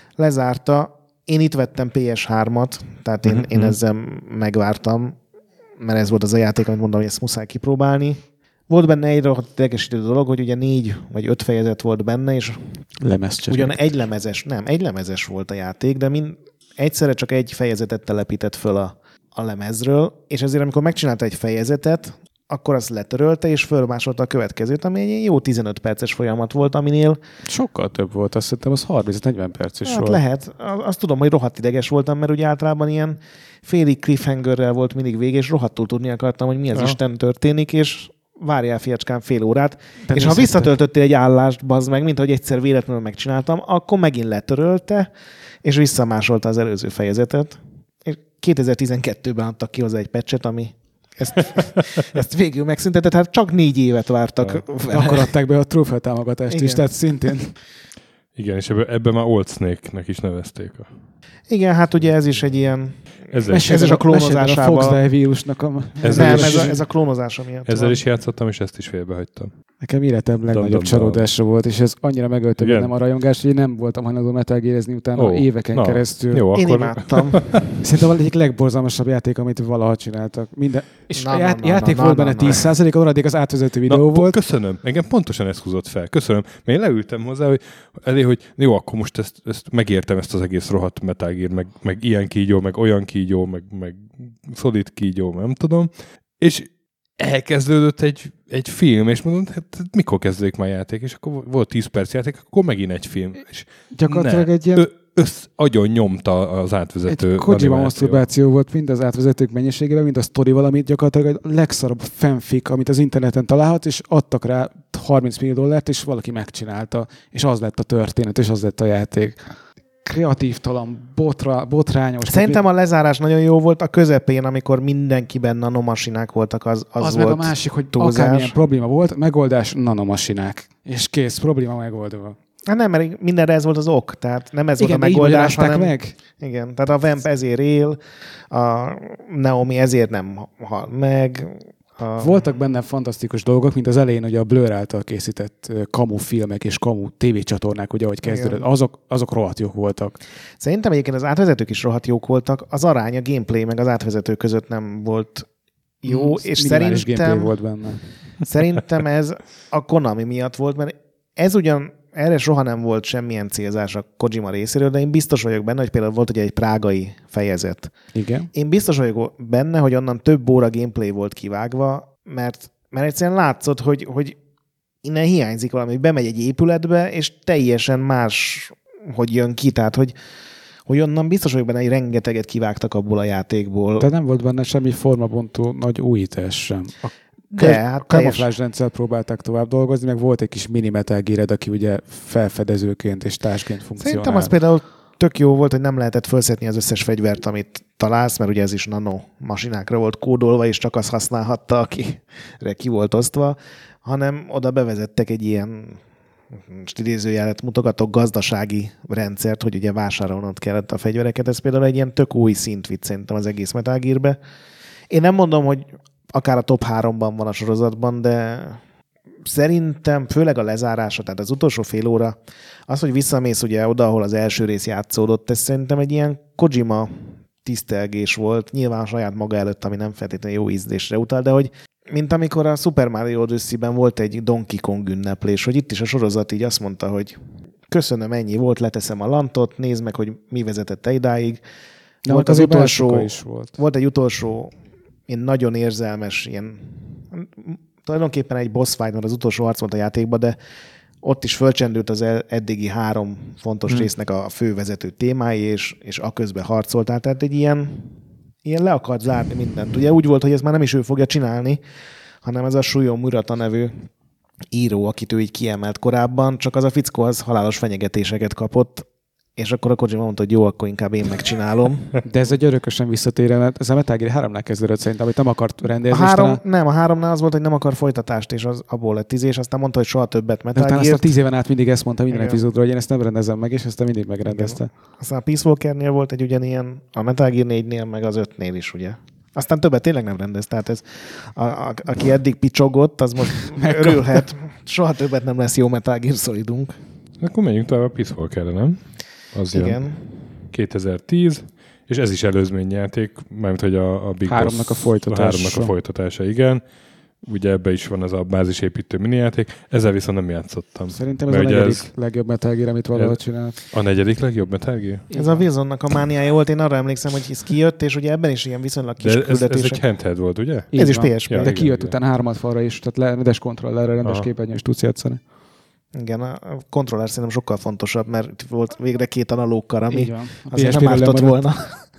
lezárta. Én itt vettem pé es hármat, tehát én, Uh-huh. én ezzel megvártam, mert ez volt az a játék, amit mondom, hogy ezt muszáj kipróbálni. Volt benne egy rohadt idegesítő dolog, hogy ugye négy vagy öt fejezet volt benne, és Lemezcserek. ugyan egy lemezes, nem, egy lemezes volt a játék, de mind egyszerre csak egy fejezetet telepített föl a, a lemezről, és ezért amikor megcsinálta egy fejezetet, akkor azt letörölte, és fölmásolta a következőt, ami egy jó tizenöt perces folyamat volt, aminél... Sokkal több volt, azt hiszem, az harminc-negyven perc is Hát volt. lehet. Azt tudom, hogy rohadt ideges voltam, mert ugye általában ilyen félig cliffhangerrel volt mindig vége, és rohadtul tudni akartam, hogy mi az ja. Isten történik, és várjál, fiacskám, fél órát. De és ha visszatöltöttél egy állást, bazd meg, mint ahogy egyszer véletlenül megcsináltam, akkor megint letörölte, és visszamásolta az előző fejezetet. És kétezer-tizenkettőben adtak ki hozzá egy patchet, ami ezt, ezt végül megszüntetett, hát csak négy évet vártak. Ja. Akkor adták be a trófea támogatást Igen. is, tehát szintén. Igen, és ebben ebbe már Old Snake-nek is nevezték. A... Igen, hát ugye ez is egy ilyen... Ezzel, Ez is a klónozásával. A Fox vírusnak a... Ezzel Nem, is- ez a, ez a klónozása miatt. ezzel van. is játszottam, és ezt is félbehagytam. Nekem életem legnagyobb dam, dam. csalódása volt, és ez annyira megölte Igen? bennem a rajongás, hogy én nem voltam hajlandó Metal Gear-ezni utána Ó, éveken na, keresztül. Jó, Én akkor... imádtam. Szerintem az egyik legborzalmasabb játék, amit valaha csináltak. Minden... És Na, a na, já- na, játék na, volt na, benne na. tíz százalék, a maradék az átvezető videó Na, volt. Köszönöm. Engem pontosan ezt húzott fel. Köszönöm. Mert én leültem hozzá, hogy elé, hogy jó, akkor most ezt, ezt megértem, ezt az egész rohadt Metal Gear, meg, meg ilyen kígyó, meg olyan kígyó, meg, meg Solid kígyó, nem tudom. És elkezdődött egy, egy film, és mondom, hát mikor kezdődik már játék? És akkor volt tíz perc játék, akkor megint egy film. És Gyakorlatilag ne, egy ilyen... Ö, össz, agyon nyomta az átvezető Egy Kojima animáció. maszturbáció volt mind az átvezetők mennyiségével, mind a sztorival, amit gyakorlatilag a legszarabb fanfic, amit az interneten találhat, és adtak rá harminc millió dollárt, és valaki megcsinálta, és az lett a történet, és az lett a játék. Kreatívtalan, botra, botrányos. Szerintem a lezárás nagyon jó volt, a közepén, amikor mindenkiben nanomasinák voltak, az, az, az, az meg volt a másik, hogy túlzás. akármilyen probléma volt, megoldás nanomasinák. És kész, probléma megoldva. Hát nem, mert mindenre ez volt az ok, tehát nem ez Igen, volt a de így megoldás, magyarázták hanem... meg. Igen, tehát a Vamp ezért él, a Naomi ezért nem hal meg. A... Voltak benne fantasztikus dolgok, mint az elején ugye a Blur által készített ö, kamu filmek és kamu tévécsatornák, ugye, ahogy kezdődött. Azok, azok rohadt jók voltak. Szerintem egyébként az átvezetők is rohadt jók voltak, az arány a gameplay meg az átvezető között nem volt jó, Mm, és minimális gameplay szerintem, volt benne. szerintem ez a Konami miatt volt, mert ez ugyan erre soha nem volt semmilyen célzás a Kojima részéről, de én biztos vagyok benne, hogy például volt ugye egy prágai fejezet. Igen. Én biztos vagyok benne, hogy onnan több óra gameplay volt kivágva, mert, mert egyszerűen látszott, hogy, hogy innen hiányzik valami, hogy bemegy egy épületbe, és teljesen más, hogy jön ki, tehát hogy, hogy onnan biztos vagyok benne, hogy rengeteget kivágtak abból a játékból. De nem volt benne semmi formabontó nagy újítás sem. A De, hát a kamuflázs rendszer próbálták tovább dolgozni, meg volt egy kis mini Metal Gear-ed, aki ugye felfedezőként és társként funkcionál. Szerintem az például tök jó volt, hogy nem lehetett felszedni az összes fegyvert, amit találsz, mert ugye ez is nano masinákra volt kódolva, és csak az használhatta, akire ki volt osztva, hanem oda bevezettek egy ilyen idézőjelet mutogatok gazdasági rendszert, hogy ugye vásárolnod kellett a fegyvereket. Ez például egy ilyen tök új szint vitt szerintem az egész Metal Gear-be. Én nem mondom, hogy akár a top háromban van a sorozatban, de szerintem főleg a lezárása, tehát az utolsó fél óra, az, hogy visszamész ugye oda, ahol az első rész játszódott, ez szerintem egy ilyen Kojima tisztelgés volt, nyilván saját maga előtt, ami nem feltétlenül jó ízlésre utal, de hogy mint amikor a Super Mario Odyssey-ben volt egy Donkey Kong ünneplés, hogy itt is a sorozat így azt mondta, hogy köszönöm, ennyi volt, leteszem a lantot, nézd meg, hogy mi vezetett idáig. De Volt az az utolsó, is volt. volt egy utolsó ilyen nagyon érzelmes, ilyen tulajdonképpen egy boss fight, mert az utolsó harc volt a játékban, de ott is fölcsendült az eddigi három fontos hmm. résznek a fővezető témái, és, és aközben harcoltál. Tehát egy ilyen, ilyen le akart zárni mindent. Ugye úgy volt, hogy ez már nem is ő fogja csinálni, hanem ez a Shuyo Murata nevű író, akit ő így kiemelt korábban, csak az a fickó az halálos fenyegetéseket kapott, és akkor a Kojima mondta, hogy jó, akkor inkább én megcsinálom. De ez egy örökösen visszatérő, mert ez a Metal Gear háromnál kezdődött szerintem, amit nem akart rendezni. A három, talán... Nem, a háromnál az volt, hogy nem akar folytatást, és az abból lett tíz, és aztán mondta, hogy soha többet Metal Gear. Aztán tíz éven át mindig ezt mondta minden epizódról, hogy én ezt nem rendezem meg, és aztán mindig megrendezte. Igen. Aztán a Peace Walkernél volt egy ugyanilyen, a Metal Gear négynél, meg az ötnél is, ugye. Aztán többet tényleg nem rendez. Tehát ez, a, a, aki eddig picsogott, az most örülhet. Soha többet nem lesz jó Metal Gear Solidunk. Akkor menjünk tovább a Peace Walkerre, nem? Az igen. kétezer-tíz, és ez is előzményjáték, mármint hogy a, a Big háromnak Boss, a folytatása. A háromnak a folytatása, igen. Ugye ebbe is van ez a bázisépítő minijáték. Ezzel viszont nem játszottam. Szerintem ez a negyedik ez legjobb Metal Gear, amit valahol csinált. A negyedik legjobb Metal Gear? Ez a Wilsonnak a mániája volt, én arra emlékszem, hogy ez kijött, és ugye ebben is ilyen viszonylag kis de ez, küldetések. ez egy handheld volt, ugye? Így ez van. Is pé es pé. Ja, de kijött igen, utána hármat falra is, tehát rendes kontrollerre, rendes képernyőn is tudsz játszani. Igen, a kontroller szerintem sokkal fontosabb, mert volt végre két analóg kar, ami azért nem nem ártott volna.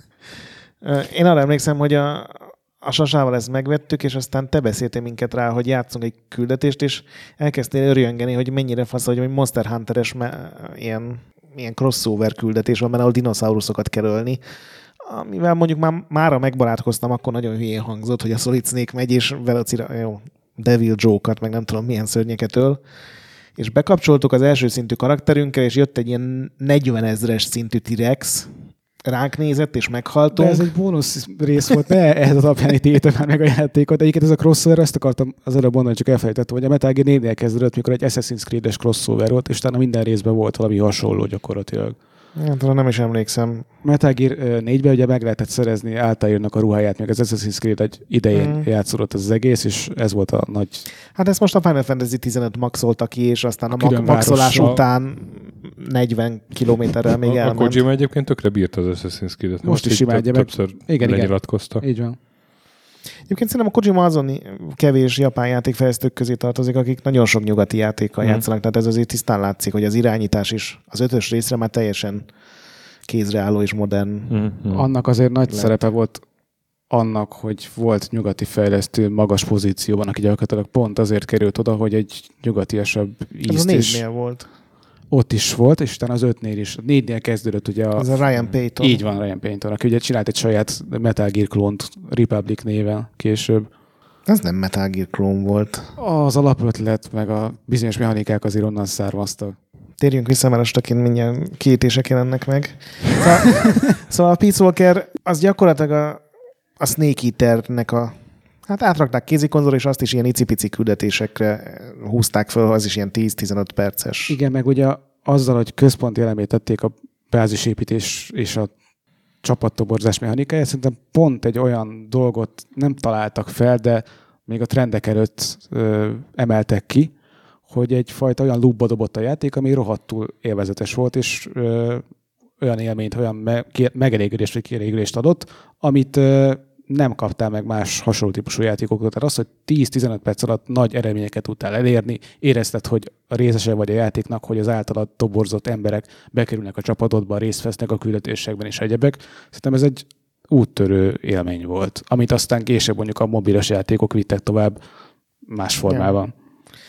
Én arra emlékszem, hogy a, a Sasával ezt megvettük, és aztán te beszéltél minket rá, hogy játszunk egy küldetést, és elkezdtél örjöngeni, hogy mennyire fasz, hogy Monster Hunter-es me, ilyen, ilyen crossover küldetés van, mert ahol dinoszauruszokat kell ölni. Amivel mondjuk már mára megbarátkoztam, akkor nagyon hülyén hangzott, hogy a Solid Snake megy, és velocira, jó, Devil Joe-kat, meg nem tudom milyen szörnyeket öl. És bekapcsoltuk az első szintű karakterünkkel, és jött egy ilyen negyvenezres szintű T-Rex, ránk nézett, és meghaltunk. De ez egy bónusz rész volt, ne ehhez az alapján ítéltem már meg a játékot. Egyébként ez a crossover, ezt akartam az előbb mondani, csak elfelejtettem, hogy a Metal Gear négynél kezdődött, mikor egy Assassin's Creed-es crossover volt, és utána minden részben volt valami hasonló gyakorlatilag. Hát, nem is emlékszem. Metal Gear négyben ugye meg lehetett szerezni Altairnak a ruháját, még az Assassin's Creed egy idején mm. játszódott az egész, és ez volt a nagy... Hát ezt most a Final Fantasy tizenöt maxolta ki, és aztán a, a mag- maxolás a... után negyven kilométerrel még elment. A Kojima egyébként tökre bírta az Assassin's Creed-et. Most is imádja meg. Többször igen, lenyilatkozta. Igen. Így van. Egyébként szerintem a Kojima azon kevés japán játékfejlesztők közé tartozik, akik nagyon sok nyugati játékkal mm. játszanak, tehát ez azért tisztán látszik, hogy az irányítás is az ötös részre már teljesen kézreálló és modern. Mm-hmm. Annak azért nagy lett. Szerepe volt annak, hogy volt nyugati fejlesztő magas pozícióban, aki gyakorlatilag pont azért került oda, hogy egy nyugatiasabb ízt is. Ez a négynél volt. Ott is volt, és utána az ötnél is. A négynél kezdődött ugye a... Ez a Ryan Payton. Így van, Ryan Payton, aki ugye csinált egy saját Metal Gear klónt Republic néven később. Ez nem Metal Gear klón volt. Az alapötlet, meg a bizonyos mechanikák azért onnan származtak. Térjünk vissza, mert astaként mindjárt kiítések jelennek meg. Szóval, szóval a Peace Walker az gyakorlatilag a, a Snake Eaternek a... Hát átrakták kézikonzol, és azt is ilyen icipici küldetésekre húzták föl, az is ilyen tíz-tizenöt perces. Igen, meg ugye azzal, hogy központi elemét tették a bázisépítés és a csapattoborzás mechanikáját, szerintem pont egy olyan dolgot nem találtak fel, de még a trendek előtt ö, emeltek ki, hogy egyfajta olyan loopba dobott a játék, ami rohadtul élvezetes volt, és ö, olyan élményt, olyan me- megelégülést vagy kielégülést adott, amit ö, nem kaptál meg más hasonló típusú játékoktól. Tehát az, hogy tíz-tizenöt perc alatt nagy eredményeket tudtál elérni, érezted, hogy a részese vagy a játéknak, hogy az általad toborzott emberek bekerülnek a csapatodba, részt vesznek a küldetésekben és egyebek. Szerintem ez egy úttörő élmény volt, amit aztán később mondjuk a mobilos játékok vittek tovább más formában. Ja.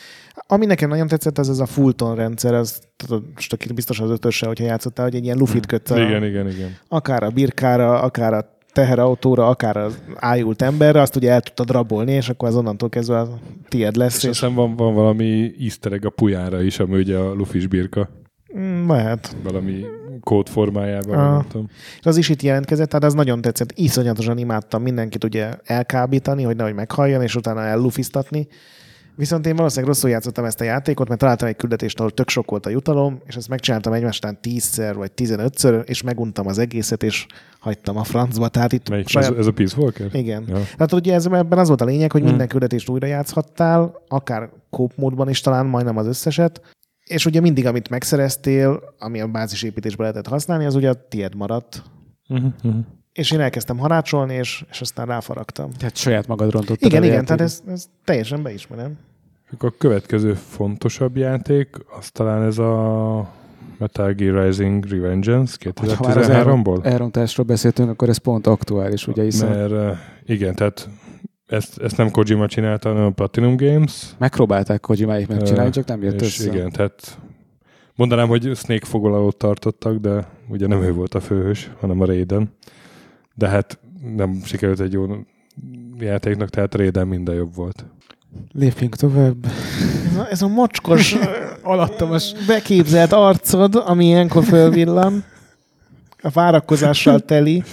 Ami nekem nagyon tetszett, az ez a Fulton rendszer, az tudod, most biztos az ötössel, hogyha játszottál, hogy egy ilyen lufit kötsz a, igen, igen, igen. akár a birkára, akár a teherautóra, akár az ájult emberre, azt ugye el tudtad rabolni, és akkor az onnantól kezdve a tied lesz. És, és... aztán van, van valami easter egg a pujára is, ami ugye a lufis birka. Mm, lehet. Valami kód formájában. Ah. És az is itt jelentkezett, tehát az nagyon tetszett. Iszonyatosan imádtam mindenkit ugye elkábítani, hogy nehogy meghalljon, és utána ellufiztatni. Viszont én valószínűleg rosszul játszottam ezt a játékot, mert találtam egy küldetést, ahol tök sok volt a jutalom, és ezt megcsináltam egymástán tízszer vagy tizenötször, és meguntam az egészet, és hagytam a francba. Tehát itt Melyik, saját... ez, ez a Peace Walker? Igen. Ja. Tehát ugye ez, ebben az volt a lényeg, hogy hmm. minden küldetést újra játszhattál, akár kóp módban is talán majdnem az összeset, és ugye mindig, amit megszereztél, ami a bázisépítésben lehetett használni, az ugye a tied maradt. Uh-huh. és én elkezdtem harácsolni, és, és aztán ráfaragtam. Tehát saját magad rontottad. Igen, igen, tehát ez, ez teljesen beismerem. A következő fontosabb játék, az talán ez a Metal Gear Rising Revengeance kétezer-tizenháromból. Ha már az elrontásról beszéltünk, akkor ez pont aktuális, ugye? Hiszen... Mert igen, tehát ezt, ezt nem Kojima csinálta, hanem a Platinum Games. Megpróbálták Kojimáik megcsinálni, csak nem jött össze. Igen, tehát mondanám, hogy Snake foglalót tartottak, de ugye nem ő volt a főhős, hanem a Raiden. De hát nem sikerült egy jó játéknak, tehát Raiden minden jobb volt. Lépjünk tovább. Ez a, ez a mocskos, alattomos beképzelt arcod, ami ilyenkor fölvillan, a várakozással teli.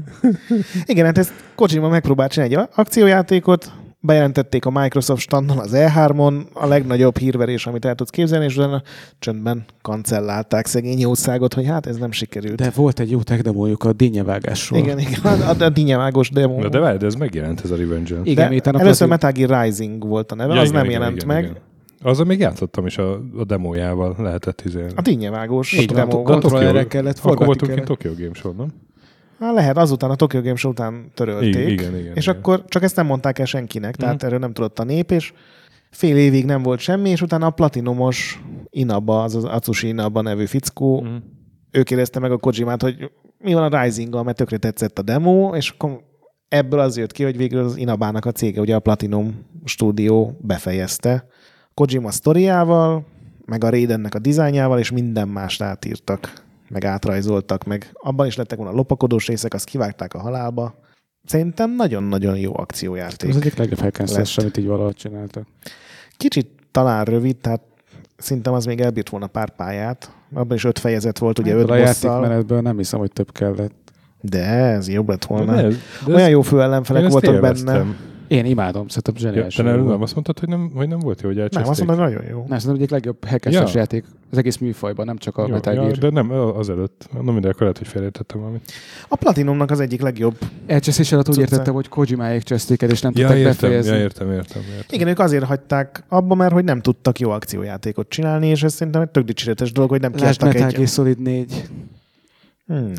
Igen, hát ezt Kojima megpróbált csinálni egy akciójátékot, bejelentették a Microsoft standon az E hármon, a legnagyobb hírverés, amit el tudsz képzelni, és utána csöndben kancellálták szegény jószágot, hogy hát ez nem sikerült. De volt egy jó tech demójuk a dinnyevágásról. Igen, igen, a, a dinnyevágos demo. Na de várj, de ez megjelent ez a Revengeance. Igen, de először Metal Gear Rising volt a neve, ja, az igen, nem igen, jelent igen, meg. Igen. Azzal még játszottam is a, a demójával, lehetett izélni. A dinnyevágos Így van, a kontrollerre kellett, akkor voltunk egy Tokyo Game Show, nem? Hát lehet, azután a Tokyo Game Show után törölték. Igen, igen, igen, és igen. akkor csak ezt nem mondták el senkinek, tehát Mm. erről nem tudott a nép, és fél évig nem volt semmi, és utána a platinumos Inaba, az az Atsushi Inaba nevű fickó, Mm. ő kérdezte meg a Kojimát, hogy mi van a Rising-gal, mert tökre tetszett a demo, és akkor ebből az jött ki, hogy végül az Inabának a cége, ugye a Platinum stúdió befejezte. Kojima sztoriával, meg a Raidennek a dizájnjával, és minden mást átírtak, meg átrajzoltak, meg abban is lettek volna lopakodós részek, azt kivágták a halálba. Szerintem nagyon-nagyon jó akciójáték. Ez egyik legjobb hack and slash, amit így valahogy csináltak. Kicsit talán rövid, tehát szerintem az még elbírt volna pár pályát. Abban is öt fejezet volt, ugye öt a bosszal. játékmenetből nem hiszem, hogy több kellett. De ez jobb lett volna. De ez, de Olyan ez, jó főellenfelek voltak benne. Én imádom, szerintem zseniális. Ja, te nem, nem azt mondtad, hogy nem, hogy nem volt jó, hogy elcseszték? Nem, azt mondod, nagyon jó. Nem, szerintem egyik legjobb hack and slash játék az egész műfajban, nem csak a Jó, Metal Gear. ja, de nem, azelőtt. Nem minden, akkor lehet, hogy félretettem valamit. A Platinumnak az egyik legjobb. Elcseszés alatt úgy Cucca. értettem, hogy Kojimáék cseszték el, és nem Ja, tudták értem, befejezni. ja, értem, értem, értem. Igen, ők azért hagyták abba, mert hogy nem tudtak jó akciójátékot csinálni, és ez szerintem egy tök dicséretes dolog, hogy nem Lásd kiadtak Metal egy... Gear Solid négy. Nem,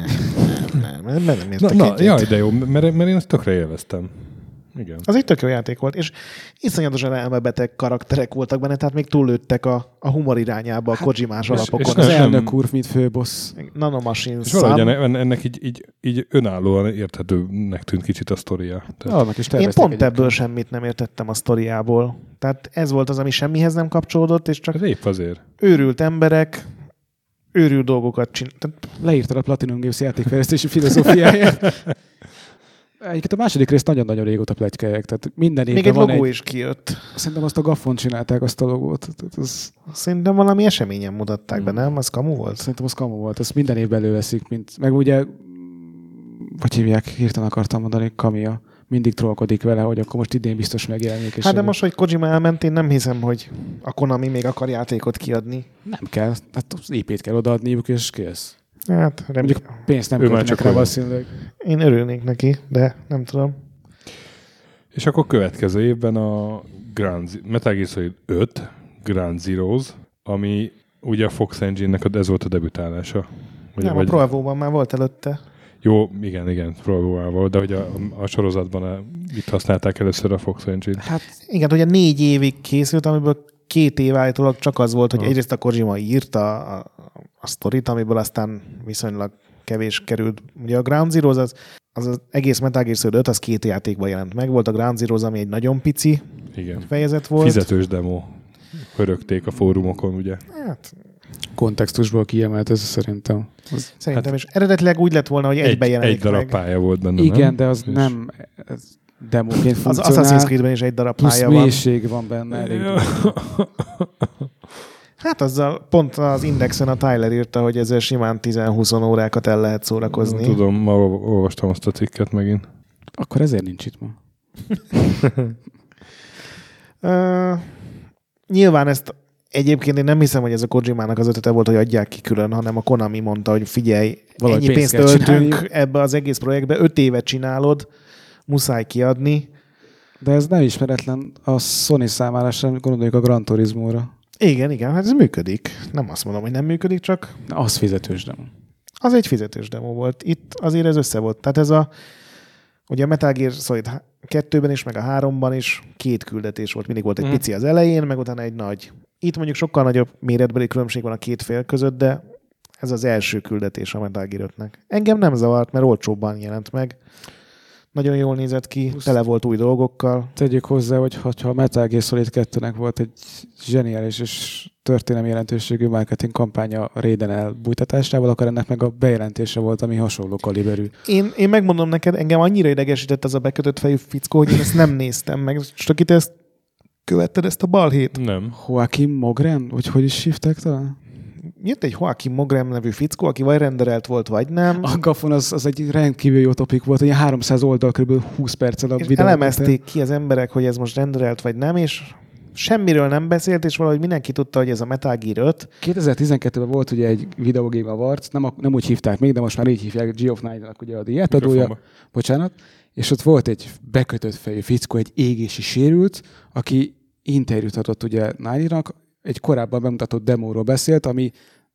nem, nem, nem, nem értek Na, na egyet. jaj, de jó, mert, mert én ezt tökre élveztem. Igen. Az egy tök jó játék volt, és iszonyatosan elmebeteg karakterek voltak benne, tehát még túllőttek a, a humor irányába a Kojimás és- alapokon. és Az nem- elnök úr, mint főbossz. Nanomachine És valahogy Sam. enne- ennek így, így, így önállóan érthetőnek tűnt kicsit a sztoria. Tehát, Annak is Én tervezték pont egyébként. ebből semmit nem értettem a sztoriából. Tehát ez volt az, ami semmihez nem kapcsolódott, és csak ez épp azért. őrült emberek őrült dolgokat csináltak. Leírtad a Platinum Games játékfejlesztési filozófiáját. Egyébként a második részt nagyon-nagyon régóta pletykálják, tehát minden Még évben egy van logó egy... is kijött. Szerintem azt a Gaffon csinálták, azt a logót. Tehát az... Szerintem valami eseményen mutatták Hmm. be, nem? Az kamu volt? Szerintem az kamu volt, ezt minden évben előveszik, mint... Meg ugye, hogy hívják, hirtelen akartam mondani, Kamiya. Mindig trollkodik vele, hogy akkor most idén biztos megjelenik. És Hát de ez- most, hogy Kojima elment, én nem hiszem, hogy a Konami még akar játékot kiadni. Nem kell, hát az épét kell odaadniuk, és kész. Hát reméljük. Mondjuk pénzt nem Ő már költenek csak rá olyan. valószínűleg. Én örülnék neki, de nem tudom. És akkor következő évben a Grand Z- Metal Gear Solid öt, Grand Zeroes, ami ugye a Fox Engine-nek a, ez volt a debütálása. Vagy, Nem, a Pro Evo-ban már volt előtte. Jó, igen, igen, Pro Evo-val volt, de hogy a, a sorozatban a, itt használták először a Fox Engine. Hát Igen, ugye négy évig készült, amiből két év állítólag csak az volt, hogy Ha. egyrészt a Kojima írta a, a sztorit, amiből aztán viszonylag kevés került. Ugye a Ground Zeroes az, az, az egész Metal Gear Solid öt, az két játékban jelent meg. Volt a Ground Zeroes, ami egy nagyon pici Igen. fejezet volt. Fizetős demo. Hörögték a fórumokon, ugye? Hát, kontextusból kiemelt ez szerintem. Az, szerintem is. Eredetileg úgy lett volna, hogy egybe egy, jelenik egy darab meg. pálya volt benne, igen, nem? de az És- nem ez demoként Az funkcionál. Assassin's Creed-ben is egy darab Plusz pálya van. mélység van benne. Elég. Hát azzal pont az Indexen a Tyler írta, hogy ezzel simán tíz-húsz órákat el lehet szórakozni. Tudom, ma ol- olvastam azt a cikket megint. Akkor ezért nincs itt ma. Uh, nyilván ezt egyébként én nem hiszem, hogy ez a Kojimának az ötlete volt, hogy adják ki külön, hanem a Konami mondta, hogy figyelj, Valahogy ennyi pénzt pénzt kell öltünk csinálniuk. ebbe az egész projektbe, öt évet csinálod, muszáj kiadni. De ez nem ismeretlen a Sony számára sem, gondoljuk a Gran Turismo-ra. Igen, igen, hát ez működik. Nem azt mondom, hogy nem működik, csak Na, az fizetős demo. Az egy fizetős demo volt. Itt azért ez össze volt. Tehát ez a, ugye a Metal Gear Solid kettőben is, meg a háromban is két küldetés volt. Mindig volt egy mm. pici az elején, meg utána egy nagy. Itt mondjuk sokkal nagyobb méretbeli különbség van a két fél között, de ez az első küldetés a Metal Gear ötnek. Engem nem zavart, mert olcsóbban jelent meg. Nagyon jól nézett ki, Huszt. tele volt új dolgokkal. Tegyük hozzá, hogy ha a Metal Gear Solid kettőnek volt egy zseniális és történelmi jelentőségű marketing kampánya Raiden elbújtatásával, akkor ennek meg a bejelentése volt, ami hasonló kaliberű. Én, én megmondom neked, engem annyira idegesített az a bekötött fejű fickó, hogy én ezt nem néztem meg. Csak itt ezt követted, ezt a balhét? Nem. Joaquin Mogren? Vagy hogy is hívták talán? Jött egy Joaquin Mogren nevű fickó, aki vagy renderelt volt, vagy nem. A Gafon az, az egy rendkívül jó topik volt, hogy háromszáz oldal, kb. húsz perccel a videó. Elemezték ki az emberek, hogy ez most renderelt, vagy nem, és semmiről nem beszélt, és valahogy mindenki tudta, hogy ez a Metal Gear öt. kétezer-tizenkettőben volt ugye egy Video Game Awards, nem, a, nem úgy hívták még, de most már így hívják, G of Night-nak ugye a díjátadója. Bocsánat. És ott volt egy bekötött fejű fickó, egy égési sérült, aki interjút adott ugye Nine-nak, egy korábban bemutatott demóról beszélt, ami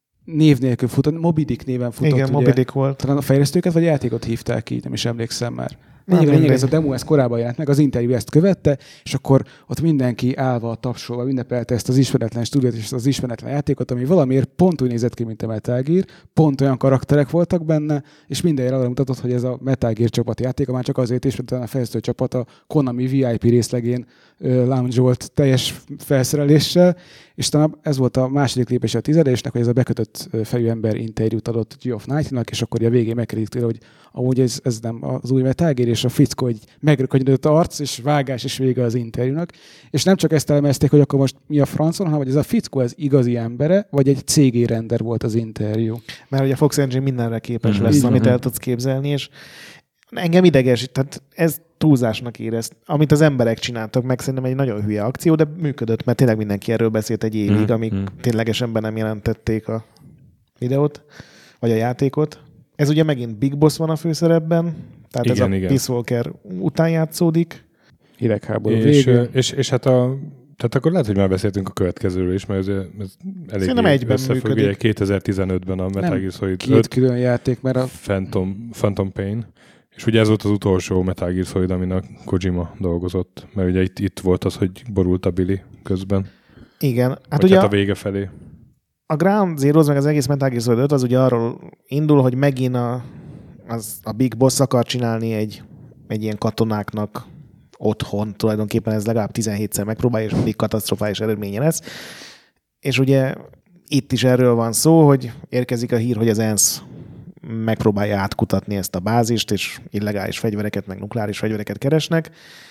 név nélkül futott, Moby Dick néven futott. Igen, ugye, Moby Dick volt. Talán a fejlesztőket vagy játékot hívták így, nem is emlékszem már. Lényeg, lényeg, ez a demo, ez korábban jelent meg, az interjú ezt követte, és akkor ott mindenki állva, tapsolva ünnepelte ezt az ismeretlen stúdiót és az ismeretlen játékot, ami valamiért pont úgy nézett ki, mint a Metal Gear, pont olyan karakterek voltak benne, és mindenre arra mutatott, hogy ez a Metal Gear csapat játéka, már csak azért is, mert a fejlesztő csapat a Konami vé i pé részlegén lounge-olt teljes felszereléssel, és talán ez volt a második lépés a tizedésnek, hogy ez a bekötött fejű ember interjút adott G of Night-nak, és akkor a végén megkérdezik, hogy amúgy ez, ez nem az új Metal Gear, és a fickó egy megrökönyödött arc, és vágás, és vége az interjúnak. És nem csak ezt elemezték, hogy akkor most mi a francon, hanem hogy ez a fickó ez igazi embere, vagy egy cé gé render volt az interjú. Mert ugye a Fox Engine mindenre képes mm-hmm. lesz, amit el tudsz képzelni, és engem idegesít, tehát ez túlzásnak érez. Amit az emberek csináltak, meg szerintem egy nagyon hülye akció, de működött, mert tényleg mindenki erről beszélt egy évig, mm. amíg mm. ténylegesen be nem jelentették a videót, vagy a játékot. Ez ugye megint Big Boss van a főszerepben, tehát igen, ez a igen. Peace Walker után játszódik. Hidegháború és, vége. És, és hát a tehát akkor lehet, hogy már beszéltünk a következőről is, mert ez, ez elég összefügg. Ugye kétezer-tizenötben a Metal Gear Solid két öt, külön játék, mert a Phantom, Phantom Pain. És ugye ez volt az utolsó Metal Gear Solid, amin a Kojima dolgozott. Mert ugye itt, itt volt az, hogy borult a Billy közben. Igen. Hát ugye hát a vége felé. A Ground Zeroes, meg az egész Metal Gear Solid öt az ugye arról indul, hogy megint a, az, a Big Boss akar csinálni egy, egy ilyen katonáknak otthon, tulajdonképpen ez legalább tizenhétszer megpróbálja, és mindig katasztrofális eredménye lesz. És ugye itt is erről van szó, hogy érkezik a hír, hogy az ENSZ megpróbálja átkutatni ezt a bázist, és illegális fegyvereket, meg nukleáris fegyvereket keresnek,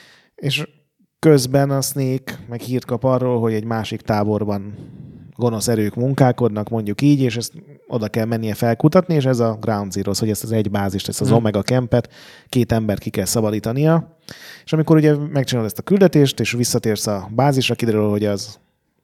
és közben a Snake meg hírt kap arról, hogy egy másik táborban gonosz erők munkálkodnak, mondjuk így, és ezt oda kell mennie felkutatni, és ez a Ground Zeroes, hogy ezt az egy bázist, ezt az hmm. Omega Campet két embert ki kell szabadítania. És amikor ugye megcsinálod ezt a küldetést, és visszatérsz a bázisra, kiderül, hogy az,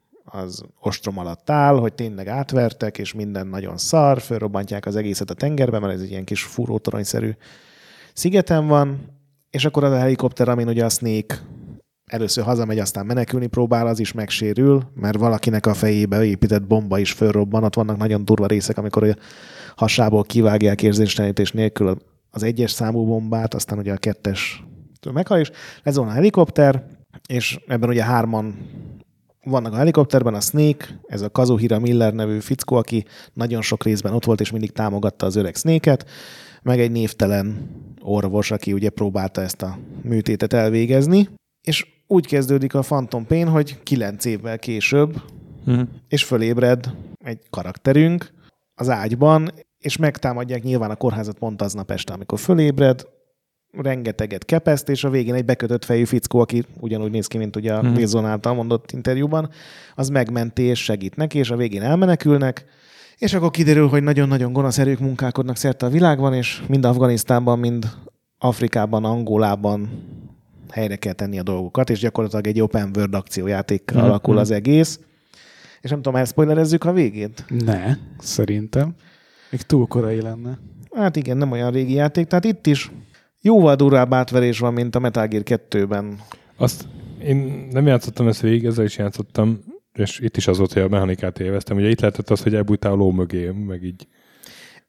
az ostrom alatt áll, hogy tényleg átvertek, és minden nagyon szar, fölrobbantják az egészet a tengerbe, mert ez egy ilyen kis fúrótoronyszerű szigeten van, és akkor az a helikopter, amin ugye a Snake először hazamegy, aztán menekülni próbál, az is megsérül, mert valakinek a fejébe épített bomba is fölrobban. Ott vannak nagyon durva részek, amikor a hasából kivágják érzéstelenítés nélkül az egyes számú bombát, aztán ugye a kettes meghal is. Lezon a helikopter, és ebben ugye hárman vannak a helikopterben, a Snake, ez a Kazuhira Miller nevű fickó, aki nagyon sok részben ott volt, és mindig támogatta az öreg Snake-et, meg egy névtelen orvos, aki ugye próbálta ezt a műtétet elvégezni. És úgy kezdődik a Phantom Pain, hogy kilenc évvel később, uh-huh. és fölébred egy karakterünk az ágyban, és megtámadják nyilván a kórházat pont aznap este, amikor fölébred, rengeteget kepeszt, és a végén egy bekötött fejű fickó, aki ugyanúgy néz ki, mint ugye a uh-huh. Wilson által mondott interjúban, az megmenti és segít neki, és a végén elmenekülnek, és akkor kiderül, hogy nagyon-nagyon gonosz erők munkálkodnak szerte a világban, és mind Afganisztánban, mind Afrikában, Angolában helyre kell tenni a dolgokat, és gyakorlatilag egy open world akciójátékkal mm-hmm. alakul az egész. És nem tudom, elszpoilerezzük a végét? Ne, szerintem. Még túl korai lenne. Hát igen, nem olyan régi játék. Tehát itt is jóval durvább átverés van, mint a Metal Gear kettőben. Azt én nem játszottam ezt végig, ezzel is játszottam, és itt is az volt, hogy a mechanikát élveztem. Ugye itt lehetett az, hogy elbújtál a ló mögé, meg így.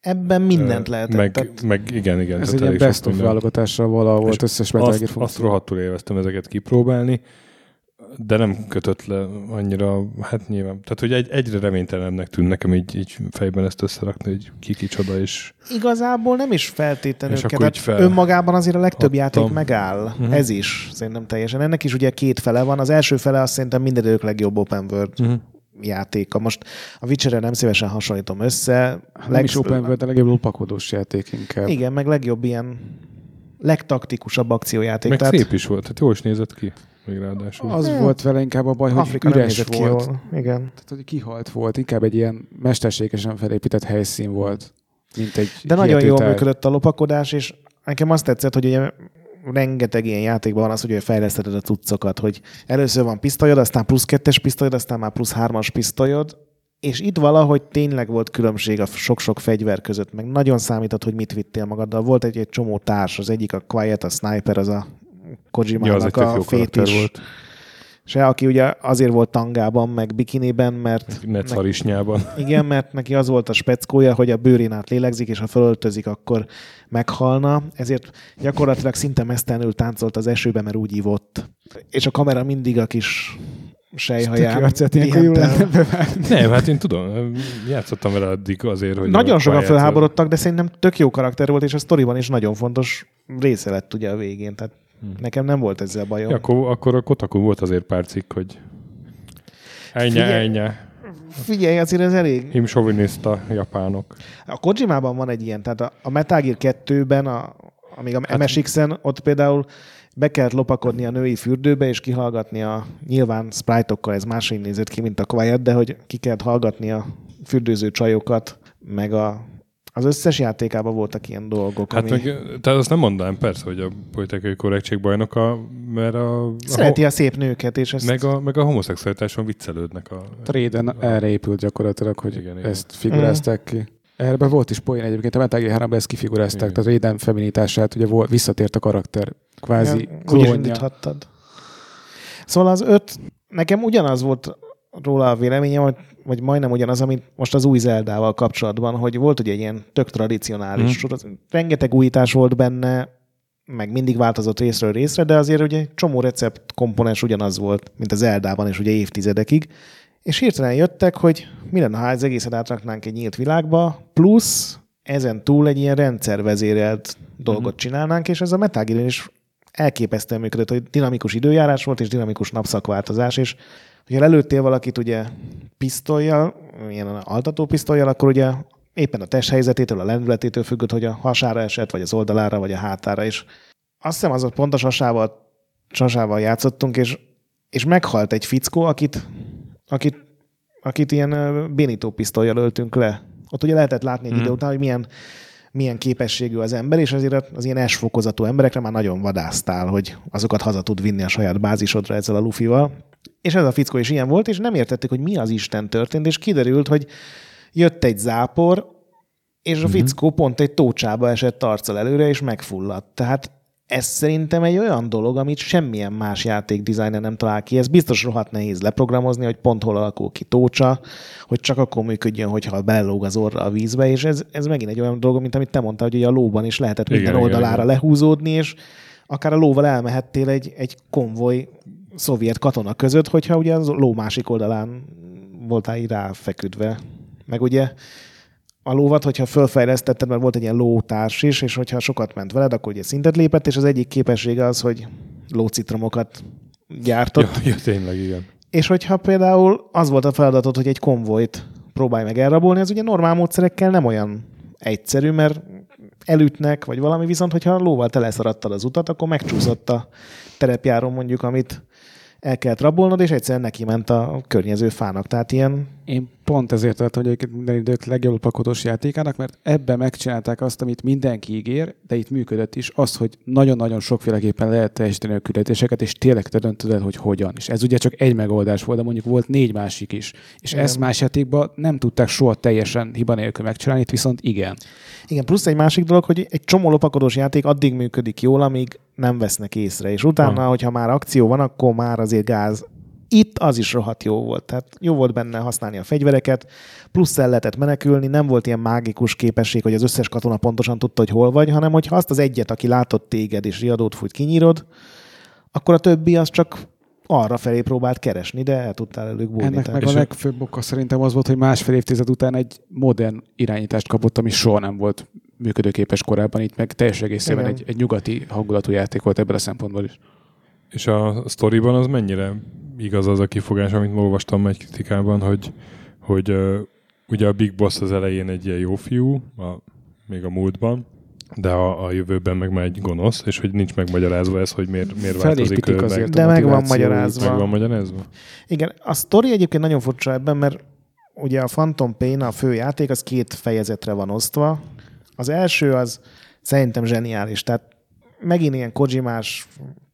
ebben mindent lehetett. Meg, tehát... meg igen, igen. Ez egy ilyen best of válogatással valahol volt összes Metal Gear funkció. Azt rohadtul élveztem ezeket kipróbálni, de nem kötött le annyira, hát nyilván. Tehát, hogy egy, egyre reménytelenebbnek tűn nekem így, így fejben ezt összerakni, hogy ki kicsoda is. Igazából nem is feltétlenül kell. Fel... Önmagában azért a legtöbb Hattam. játék megáll. Uh-huh. Ez is szerintem teljesen. Ennek is ugye két fele van. Az első fele azt szerintem minden idők legjobb open world uh-huh. játéka. Most a Witcherre nem szívesen hasonlítom össze. Nem Leg... is open world, de legjobb lopakodós játék inkább. Igen, meg legjobb ilyen legtaktikusabb akciójáték. Meg tehát... szép is volt, hát jól is nézett ki. Még ráadásul. Az hmm. volt vele inkább a baj, hogy Afrika üres volt. Jól. Igen. Tehát, hogy kihalt volt. Inkább egy ilyen mesterségesen felépített helyszín volt, mint egy De nagyon jól tár. működött a lopakodás, és nekem azt tetszett, hogy ugye rengeteg ilyen játékban van az, hogy fejleszteted a cuccokat, hogy először van pisztolyod, aztán plusz kettes pisztolyod, aztán már plusz hármas pisztolyod, és itt valahogy tényleg volt különbség a sok-sok fegyver között, meg nagyon számított, hogy mit vittél magaddal. Volt egy, egy csomó társ, az egyik a Quiet, a Sniper, az a Kojimának ja, a fétis. Volt. Se, aki ugye azért volt tangában, meg bikiniben, mert... Netharisnyában. Igen, mert neki az volt a speckója, hogy a bőrén át lélegzik, és ha fölöltözik, akkor meghalna. Ezért gyakorlatilag szinte mesztelenül táncolt az esőbe, mert úgy ívott. És a kamera mindig a kis sejhaján. Nem, hát én tudom, játszottam vele addig azért, hogy... Nagyon sokan felháborodtak, de szerintem tök jó karakter volt, és a sztoriban is nagyon fontos része lett ugye a végén. Tehát hmm. nekem nem volt ezzel bajom. Ja, akkor, akkor a Kotakun volt azért pár cikk, hogy ennyi, ennyi. Figyelj, azért ez elég... Himsoviniszta japánok. A Kojimában van egy ilyen, tehát a, a Metal Gear kettőben, a, amíg a hát, em es iksen, ott például be kellett lopakodni a női fürdőbe, és kihallgatni a nyilván sprite-okkal, ez máshogy nézett ki, mint a Quiet, de hogy ki kellett hallgatni a fürdőző csajokat, meg a, az összes játékában voltak ilyen dolgok. Hát ami... meg, tehát azt nem mondanám persze, hogy a politikai korrektség bajnoka, mert a... Szereti a, a szép nőket, és ezt... Meg a, meg a homoszexualitáson viccelődnek. A, Tréden a... erre épült gyakorlatilag, hogy igen, ezt igen. figurázták mm. ki. Erben volt is poén egyébként, a Metal Gear háromban ezt kifigurázták, igen. tehát Raiden feminitását, ugye volt, visszatért a karakter, kvázi ja, klónja. Szóval az öt, nekem ugyanaz volt róla a véleményem, vagy, vagy majdnem ugyanaz, amit most az új Zeldával kapcsolatban, hogy volt ugye egy ilyen tök tradicionális mm. sorozat. Rengeteg újítás volt benne, meg mindig változott részről részre, de azért ugye csomó recept komponens ugyanaz volt, mint a Zeldában, és ugye évtizedekig. És hirtelen jöttek, hogy mi lenne, ha az egészet átraknánk egy nyílt világba, plusz ezen túl egy ilyen rendszervezérelt dolgot uh-huh. csinálnánk, és ez a Metal Gear is elképesztően működött, hogy dinamikus időjárás volt, és dinamikus napszakváltozás, és hogyha lelőttél valakit ugye pisztollyal, ilyen altató pisztollyal, akkor ugye éppen a testhelyzetétől, a lendületétől függött, hogy a hasára esett, vagy az oldalára, vagy a hátára, és azt hiszem az a pontos hasával, sasával játszottunk, és, és meghalt egy fickó, akit Akit, akit ilyen bénító pisztollyal öltünk le. Ott ugye lehetett látni egy mm. idő után, hogy milyen, milyen képességű az ember, és azért az ilyen S-fokozatú emberekre már nagyon vadásztál, hogy azokat haza tud vinni a saját bázisodra ezzel a lufival. És ez a fickó is ilyen volt, és nem értették, hogy mi az Isten történt, és kiderült, hogy jött egy zápor, és a fickó mm. pont egy tócsába esett arccal előre, és megfulladt. Tehát ez szerintem egy olyan dolog, amit semmilyen más játékdesigner nem talál ki. Ez biztos rohadt nehéz leprogramozni, hogy pont hol alakul ki tócsa, hogy csak akkor működjön, hogyha belelóg az orra a vízbe, és ez, ez megint egy olyan dolog, mint amit te mondtál, hogy a lóban is lehetett igen, minden oldalára igen, lehúzódni, és akár a lóval elmehettél egy, egy konvoj szovjet katona között, hogyha ugye a ló másik oldalán voltál így ráfeküdve. Meg ugye a lóvat, hogyha fölfejlesztetted, mert volt egy ilyen lótárs is, és hogyha sokat ment veled, akkor ugye szintet lépett, és az egyik képessége az, hogy lócitromokat gyártott. Ja, ja, tényleg, igen. És hogyha például az volt a feladatod, hogy egy konvojt próbálj meg elrabolni, az ugye normál módszerekkel nem olyan egyszerű, mert elütnek, vagy valami, viszont hogyha a lóval teleszaradtad az utat, akkor megcsúszott a terepjáron mondjuk, amit el kellett rabolnod, és egyszerűen neki ment a környező fának. Tehát ilyen... Én pont ezért tartom, hogy minden idők legjobb pakodós játékának, mert ebben megcsinálták azt, amit mindenki ígér, de itt működött is, az, hogy nagyon-nagyon sokféleképpen lehet teljesíteni a küldetéseket, és tényleg te döntöd el, hogy hogyan. És ez ugye csak egy megoldás volt, de mondjuk volt négy másik is. És igen. Ezt más játékban nem tudták soha teljesen hiba nélkül megcsinálni, itt viszont igen. Igen, plusz egy másik dolog, hogy egy csomó lopakodós játék addig működik jól, amíg nem vesznek észre. És utána, ha. hogyha már akció van, akkor már azért gáz. itt az is rohadt jó volt. Tehát jó volt benne használni a fegyvereket, plusz el lehetett menekülni, nem volt ilyen mágikus képesség, hogy az összes katona pontosan tudta, hogy hol vagy, hanem hogyha azt az egyet, aki látott téged és riadót fújt, kinyírod, akkor a többi az csak arra felé próbált keresni, de el tudtál elők bújni. Ennek meg a legfőbb oka szerintem az volt, hogy másfél évtized után egy modern irányítást kapott, ami soha nem volt működőképes korábban, itt meg teljes egészében egy, egy nyugati hangulatú játék volt ebből a szempontból is. És a sztoriban az mennyire igaz az a kifogás, amit olvastam egy kritikában, hogy, hogy uh, ugye a Big Boss az elején egy ilyen jó fiú, a, még a múltban, de a, a jövőben meg már egy gonosz, és hogy nincs megmagyarázva ez, hogy miért, miért változik ő meg. De meg van magyarázva. Meg van magyarázva? Igen, a sztori egyébként nagyon furcsa ebben, mert ugye a Phantom Pain, a fő játék, az két fejezetre van osztva. Az első az szerintem zseniális, tehát megint ilyen Kojimás,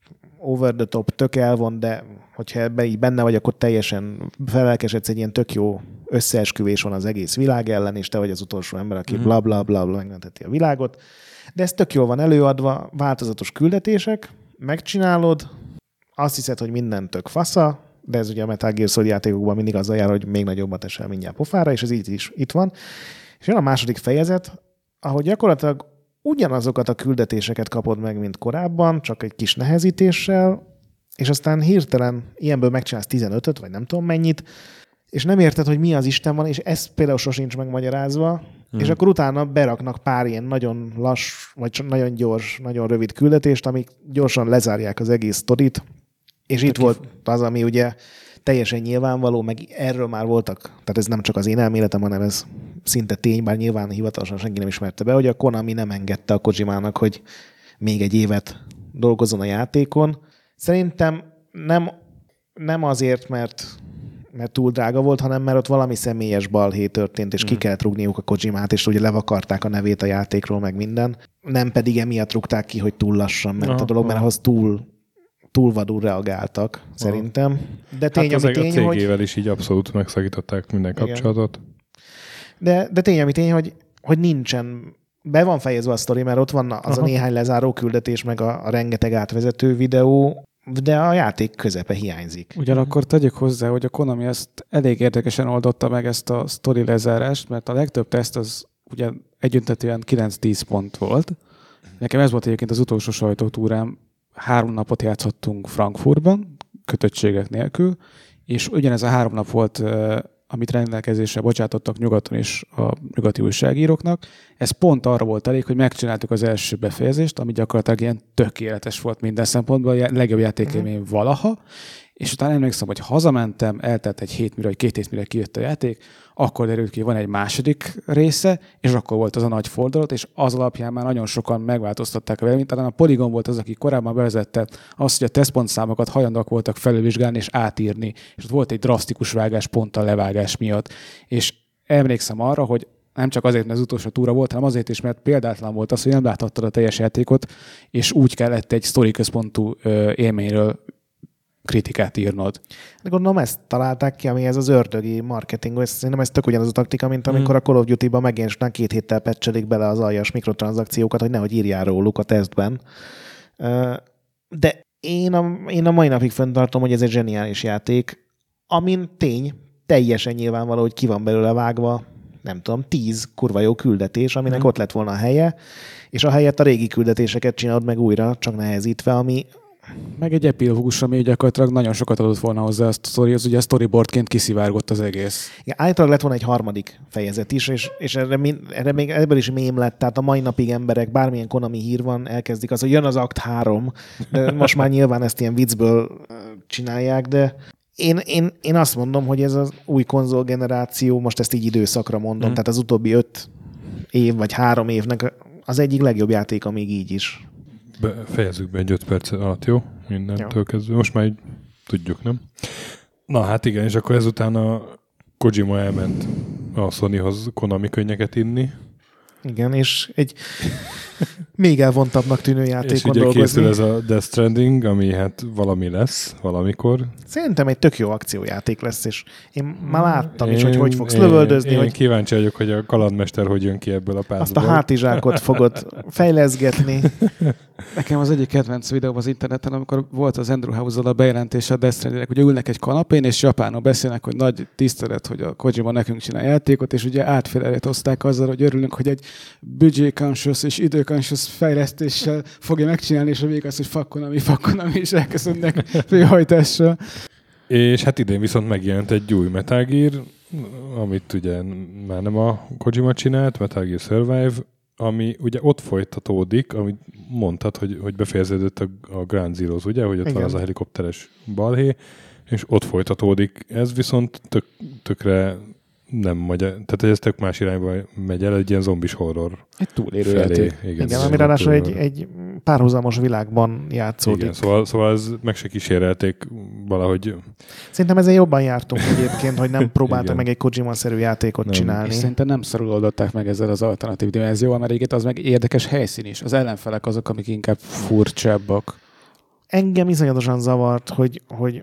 over the top, tök elvon, de hogyha ebben így benne vagy, akkor teljesen felelkesedsz, egy ilyen tök jó összeesküvés van az egész világ ellen, és te vagy az utolsó ember, aki mm. bla bla bla bla megmenteti a világot. De ez tök jól van előadva, változatos küldetések, megcsinálod, azt hiszed, hogy minden tök fasza, de ez ugye a Metal Gear Solid játékokban mindig azzal jár, hogy még nagyobbat esel mindjárt pofára, és ez így is itt van. És jön a második fejezet, ahogy gyakorlatilag ugyanazokat a küldetéseket kapod meg, mint korábban, csak egy kis nehezítéssel, és aztán hirtelen ilyenből megcsinálsz tizenötöt, vagy nem tudom mennyit, és nem érted, hogy mi az Isten van, és ez például sosincs megmagyarázva, hmm. és akkor utána beraknak pár ilyen nagyon lass, vagy nagyon gyors, nagyon rövid küldetést, amik gyorsan lezárják az egész sztorit, és itt volt az, ami ugye teljesen nyilvánvaló, meg erről már voltak, tehát ez nem csak az én elméletem, hanem ez szinte tény, bár nyilván hivatalosan senki nem ismerte be, hogy a Konami nem engedte a Kojimának, hogy még egy évet dolgozzon a játékon. Szerintem nem, nem azért, mert, mert túl drága volt, hanem mert ott valami személyes balhé történt, és mm. ki kellett rúgniuk a Kojimát, és ugye levakarták a nevét a játékról, meg minden. Nem pedig emiatt rúgták ki, hogy túl lassan ment aha, a dolog, mert ahhoz túl túl vadul reagáltak, aha. szerintem. De tény, hát ami tény, a cégével hogy... is így abszolút megszakították minden igen. kapcsolatot. De, de tény, ami tény, hogy, hogy nincsen, be van fejezve a sztori, mert ott van az aha. a néhány lezáró küldetés, meg a, a rengeteg átvezető videó, de a játék közepe hiányzik. Ugyanakkor tegyük hozzá, hogy a Konami ezt elég érdekesen oldotta meg ezt a sztori lezárást, mert a legtöbb teszt az ugye egyöntetően kilenc-tíz pont volt. Nekem ez volt egyébként az utolsó sajtótúrám, három napot játszottunk Frankfurtban, kötöttségek nélkül, és ugyanez a három nap volt, amit rendelkezésre bocsátottak nyugaton is a nyugati újságíróknak. Ez pont arra volt elég, hogy megcsináltuk az első befejezést, ami gyakorlatilag ilyen tökéletes volt minden szempontból, a legjobb játékélmény uh-huh. valaha, és utána emlékszem, hogy hazamentem, eltelt egy hét mire, vagy két hét mire kijött a játék, akkor derült ki, van egy második része, és akkor volt az a nagy fordulat, és az alapján már nagyon sokan megváltoztatták a véleményt. Talán a Polygon volt az, aki korábban bevezette azt, hogy a tesztpontszámokat hajlandóak voltak felülvizsgálni és átírni, és ott volt egy drasztikus vágás pont a levágás miatt. És emlékszem arra, hogy nem csak azért, mert az utolsó túra volt, hanem azért is, mert példátlan volt az, hogy nem láthattad a teljes játékot, és úgy kellett egy sztori központú élményről kritikát írnod. De gondolom ezt találták ki, ami ez az ördögi marketing, és szerintem ez tök ugyanaz a taktika, mint amikor mm. a Call of Duty-ban megint két héttel patchelik bele az aljas mikrotranszakciókat, hogy nehogy írjál róluk a tesztben. De én a, én a mai napig fenntartom, hogy ez egy zseniális játék, amin tény, teljesen nyilvánvaló, hogy ki van belőle vágva, nem tudom, tíz kurva jó küldetés, aminek mm. ott lett volna a helye, és a helyett a régi küldetéseket csinálod meg újra, csak nehezítve, ami meg egy epilógus, ami gyakorlatilag nagyon sokat adott volna hozzá a sztori, az ugye a storyboardként kiszivárgott az egész. Igen, állítólag lett volna egy harmadik fejezet is, és, és erre, erre még ebből is mém lett, tehát a mai napig emberek, bármilyen Konami hír van, elkezdik az, hogy jön az akt három, de most már nyilván ezt ilyen viccből csinálják, de én, én, én azt mondom, hogy ez az új konzolgeneráció, most ezt így időszakra mondom, mm. tehát az utóbbi öt év vagy három évnek az egyik legjobb játék, még így is. Be, fejezzük be egy öt perc alatt, jó? Mindentől kezdve. Most már így tudjuk, nem? Na hát igen, és akkor ezután a Kojima elment a Sonyhoz Konami könnyeket inni. Igen, és egy még elvontabbnak tűnő játékon és dolgozni. És ugye készül ez a Death Stranding, ami hát valami lesz valamikor. Szerintem egy tök jó akciójáték lesz, és én már láttam én, is, hogy hogy fogsz én, lövöldözni. Én hogy kíváncsi vagyok, hogy a kalandmester hogy jön ki ebből a pázból. Azt a hátizsákot fogod fejleszgetni. Nekem az egyik kedvenc videó az interneten, amikor volt az Andrew House-zal a bejelentése a Death Stranding-nek, ugye ülnek egy kanapén, és japánul beszélnek, hogy nagy tisztelet, hogy a Kojima nekünk csinál játékot, és ugye átfélreletozták azzal, hogy örülünk, hogy egy budget-conscious és idő-conscious fejlesztéssel fogja megcsinálni, és a végig az, hogy fakkonami, fakkonami, és elköszönnek főhajtással. És hát idén viszont megjelent egy új Metal Gear, amit ugye már nem a Kojima csinált, Metal Gear Survive, ami ugye ott folytatódik, amit mondtad, hogy, hogy befejeződött a, a Ground Zeroes, ugye, hogy ott Igen. van az a helikopteres balhé, és ott folytatódik. Ez viszont tök, tökre nem magyar, tehát ez tök más irányba megy el, egy ilyen zombis horror. Egy túlélő játék. Igen, Igen ami ráadásul egy, egy párhuzamos világban játszódik. Igen, szóval, szóval ez meg se kísérelték valahogy. Szerintem ezen jobban jártunk egyébként, hogy nem próbáltak meg egy Kojima-szerű játékot nem. csinálni. És szerintem nem szarul oldották meg ezzel az alternatív dimenzióval, mert egyébként az meg érdekes helyszín is. Az ellenfelek azok, amik inkább furcsábbak. Engem iszonyatosan zavart, hogy, hogy,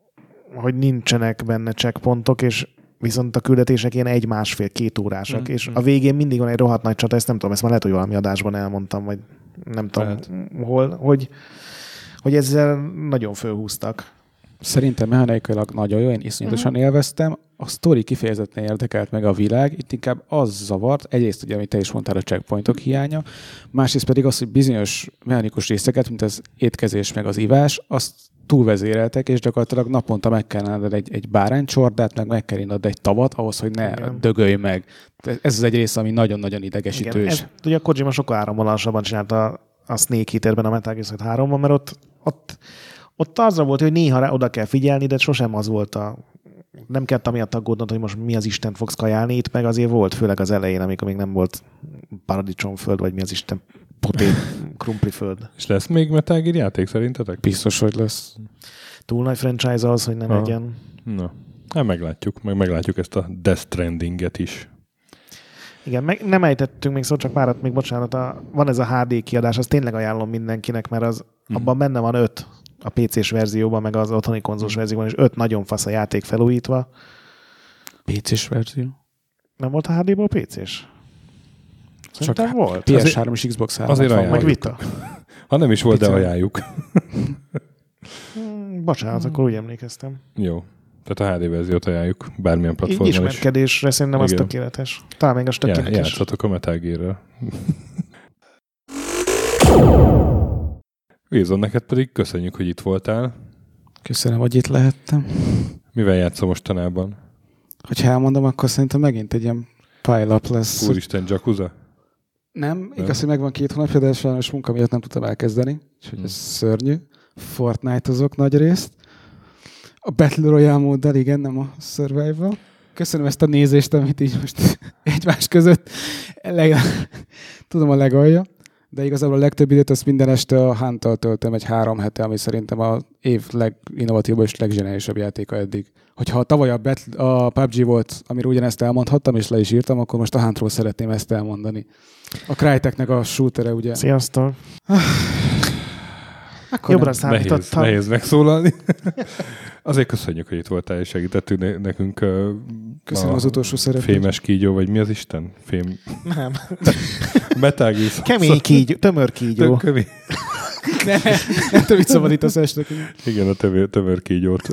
hogy nincsenek benne checkpontok, és viszont a küldetések ilyen egy-másfél-két órásak, mm, és mm. a végén mindig van egy rohadt nagy csata, ezt nem tudom, ezt már lehet, hogy valami adásban elmondtam, vagy nem tudom lehet. hol, hogy, hogy ezzel nagyon fölhúztak. Szerintem mechanikailag nagyon jó, én iszonyatosan mm. élveztem. A sztori kifejezetten érdekelt meg a világ, itt inkább az zavart, egyrészt ugye, amit te is mondtál, a checkpointok hiánya, másrészt pedig az, hogy bizonyos mechanikus részeket, mint az étkezés meg az ivás, azt túlvezéreltek, és gyakorlatilag naponta meg kell innod egy, egy báránycsordát, meg meg kell innod egy tavat, ahhoz, hogy ne Igen. dögölj meg. Ez az egy része, ami nagyon-nagyon idegesítő. Igen, ez, ugye a Kojima sokkal áramvonalasabban csinálta a Snake Eaterben a Metal Gear Solid háromban, mert ott, ott, ott azra volt, hogy néha oda kell figyelni, de sosem az volt a... Nem kellett amiatt aggódnod, hogy most mi az Isten fogsz kajálni, itt meg azért volt, főleg az elején, amikor még nem volt paradicsomföld, vagy mi az Isten potét krumpliföld. És lesz még Metal Gear játék szerintetek? Biztos, hogy lesz. Túl nagy franchise az, hogy nem ha. legyen. Na, hát meglátjuk. Meg meglátjuk ezt a Death Strandinget is. Igen, meg nem ejtettünk még szó, csak párat még, bocsánat, a, van ez a há dé kiadás, azt tényleg ajánlom mindenkinek, mert az, hmm. abban benne van öt a pé cés verzióban, meg az otthoni konzolos hmm. verzióban, és öt nagyon fasz a játék felújítva. pé cés verzió? Nem volt a há dé-ból pé cés? Szerintem csak volt. pé es három és Xbox három. Azért ajánljuk. Meg vita. Ha nem is volt, Picel. De ajánljuk. Bocsánat, hmm. akkor úgy emlékeztem. Jó. Tehát a há dé verziót ajánljuk bármilyen platformon is. Ismerkedésre szerintem az tökéletes. Talán még az tökéletes. Ja, játszatok a Metal Gear-rel. Wilson, neked pedig köszönjük, hogy itt voltál. Köszönöm, hogy itt lehettem. Mivel játszol mostanában? Hogyha elmondom, akkor szerintem megint egy ilyen pile-up lesz. Úristen, Yakuza? Nem, nem, igaz, hogy megvan két hónapja, de sajnos munka miatt nem tudtam elkezdeni. Úgyhogy hmm. ez szörnyű. Fortnite-ozok nagy részt. A Battle Royale móddal, igen, nem a Survival. Köszönöm ezt a nézést, amit így most egymás között leg... tudom a legalja. De igazából a legtöbb időt azt minden este a Hunt-tal töltöm egy három hete, ami szerintem az év leginnovatívabb és legzseniálisabb játéka eddig. Hogyha tavaly a, Battle, a pé u bé gé volt, amiről ugyanezt elmondhattam, és le is írtam, akkor most a Huntról szeretném ezt elmondani. A Cryteknek a shootere, ugye. Sziasztok! Jobbra számítottam. Nehéz, nehéz megszólalni. Azért köszönjük, hogy itt voltál, és segítettünk nekünk. Köszönöm az utolsó szerepet. Fémes kígyó, vagy mi az Isten? Fém... Nem. Metal Gear. Kemény kígyó, tömör kígyó. Kemény. Ne, nem tudom, mit szabadítasz estek. Igen, a tömör, tömör kígyót.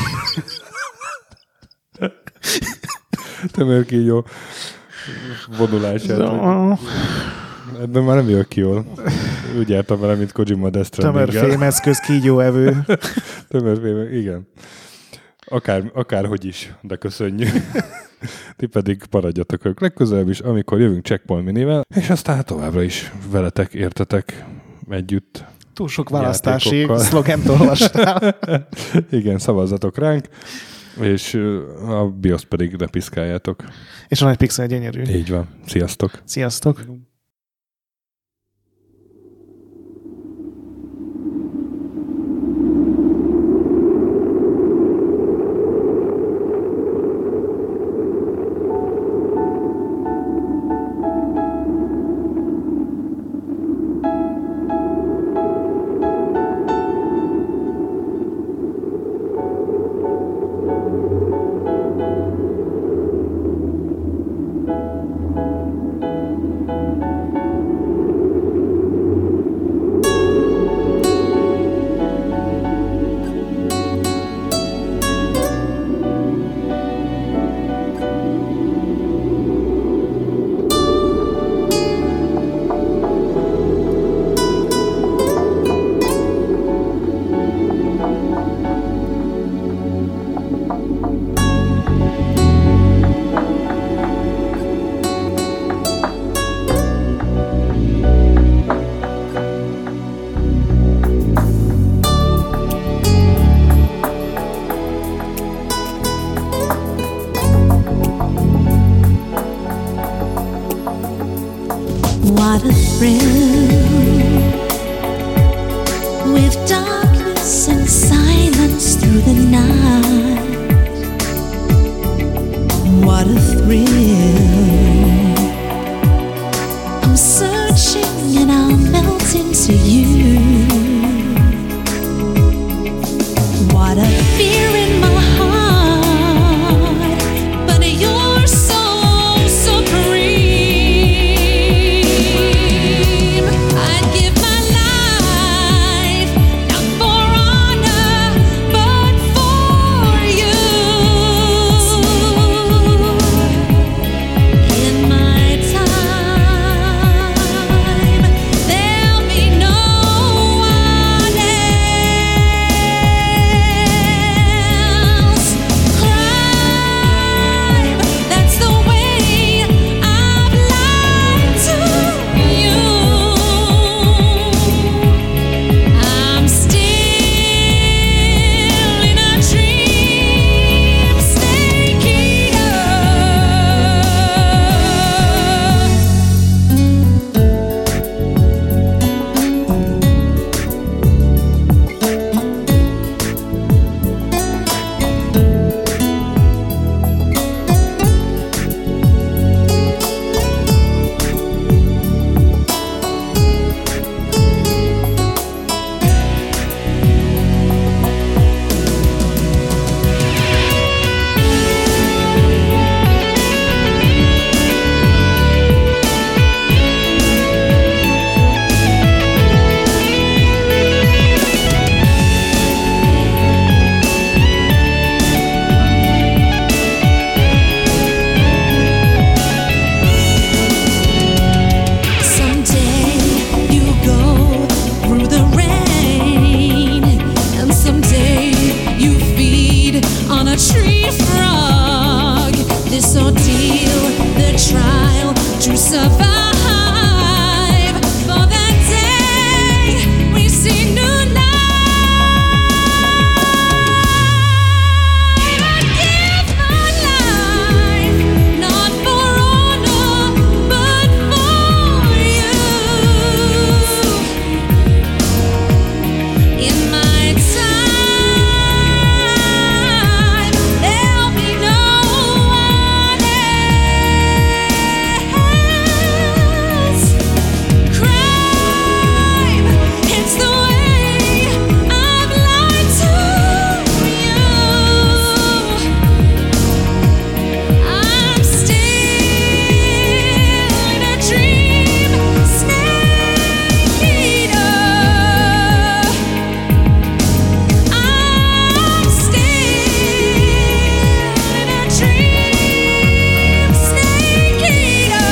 Tömör kígyó vonulását. No. Ebben már nem jön ki jól. Úgy jártam vele, mint Kojima Death Strandinggel. Tömör fémeszköz kígyóevő. Tömör fémeszköz, igen. Akár, akárhogy is, de köszönjük. Ti pedig maradjatok ők legközelebb is, amikor jövünk Checkpoint Minivel, és aztán továbbra is veletek, értetek együtt. Túl sok választási szlogent olvastál. Igen, szavazzatok ránk, és a BIOS pedig ne piszkáljátok. És a nagy pixel gyönyörű. Így van. Sziasztok. Sziasztok. What a thrill, with darkness and silence through the night. What a thrill, I'm searching and I'll melt into you. What a fear in my heart, but you're so supreme. I'd give my life, not for honor, but for you. In my time, there'll be no one else. Crime, that's the way I've lied to you. I'm still in a dream, snake eater. Someday you go through the rain, and someday you feed on a tree frog. This ordeal, the trial to survive, for that day we see new life. I'd give my life, not for honor, but for you. In my time, there'll be no one else. Crime, it's the way I've lied to you. I'm still in a dream, snake eater. I'm still in a dream, snake eater.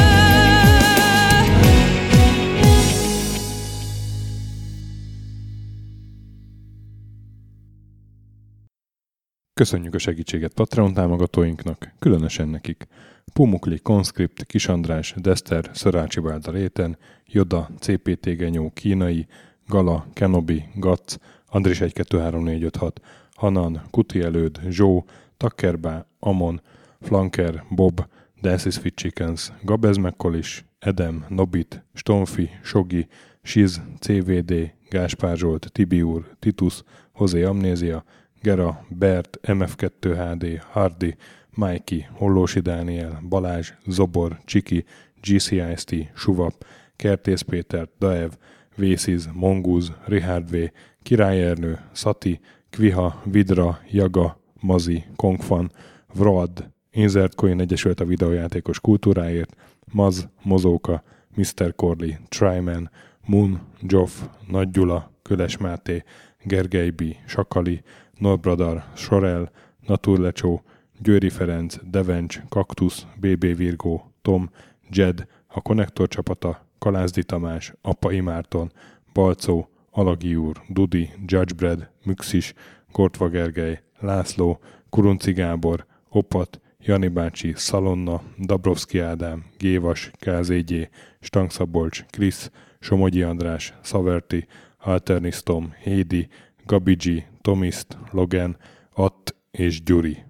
Köszönjük a segítséget Patreon támogatóinknak, különösen nekik. Pumukli, Conscript, Kis András, Dester, Szörácsi Bálda Réten, Joda, cé pé té Genyó, Kínai, Gala, Kenobi, Gac, Andris egy kettő három négy öt hat, Hanan, Kuti Előd, Zsó, Takkerbá, Amon, Flanker, Bob, The Assis Fit Chickens, Gabez Mekkolis, Edem, Nobit, Stonfi, Sogi, Siz, cé vé dé, Gáspár Zsolt, Tibiur, Titus, Hozé Amnézia, Gera, Bert, em ef kettő há dé, Hardy, Mikey, Hollósi Dániel, Balázs, Zobor, Csiki, gé cé i es té, Suvap, Kertész Péter, Daev, Vésziz, Mongúz, Richard V, Király Ernő, Szati, Kviha, Vidra, Jaga, Mazi, Kongfan, Vroad, Insert Coin Egyesült a videójátékos kultúráért, Maz, Mozóka, miszter Corley, Tryman, Moon, Joff, Nagy Gyula, Köles Máté, Gergely B, Sakali, Norbradar, Sorel, Naturlecsó, Győri Ferenc, Devencs, Kaktusz, bé bé Virgó, Tom, Jed, a Konnektor csapata, Kalázdi Tamás, Apa Imárton, Balcó, Alagi úr, Dudi, Judgebred, Müxis, Gortva Gergely, László, Kurunci Gábor, Opat, Jani bácsi, Szalonna, Dabrowski Ádám, Gévas, ká zé gyé, Stangszabolcs, Krisz, Somogyi András, Szaverti, Alternisztom, Hédi, Gabi G, Tomiszt, Logan, Att és Gyuri.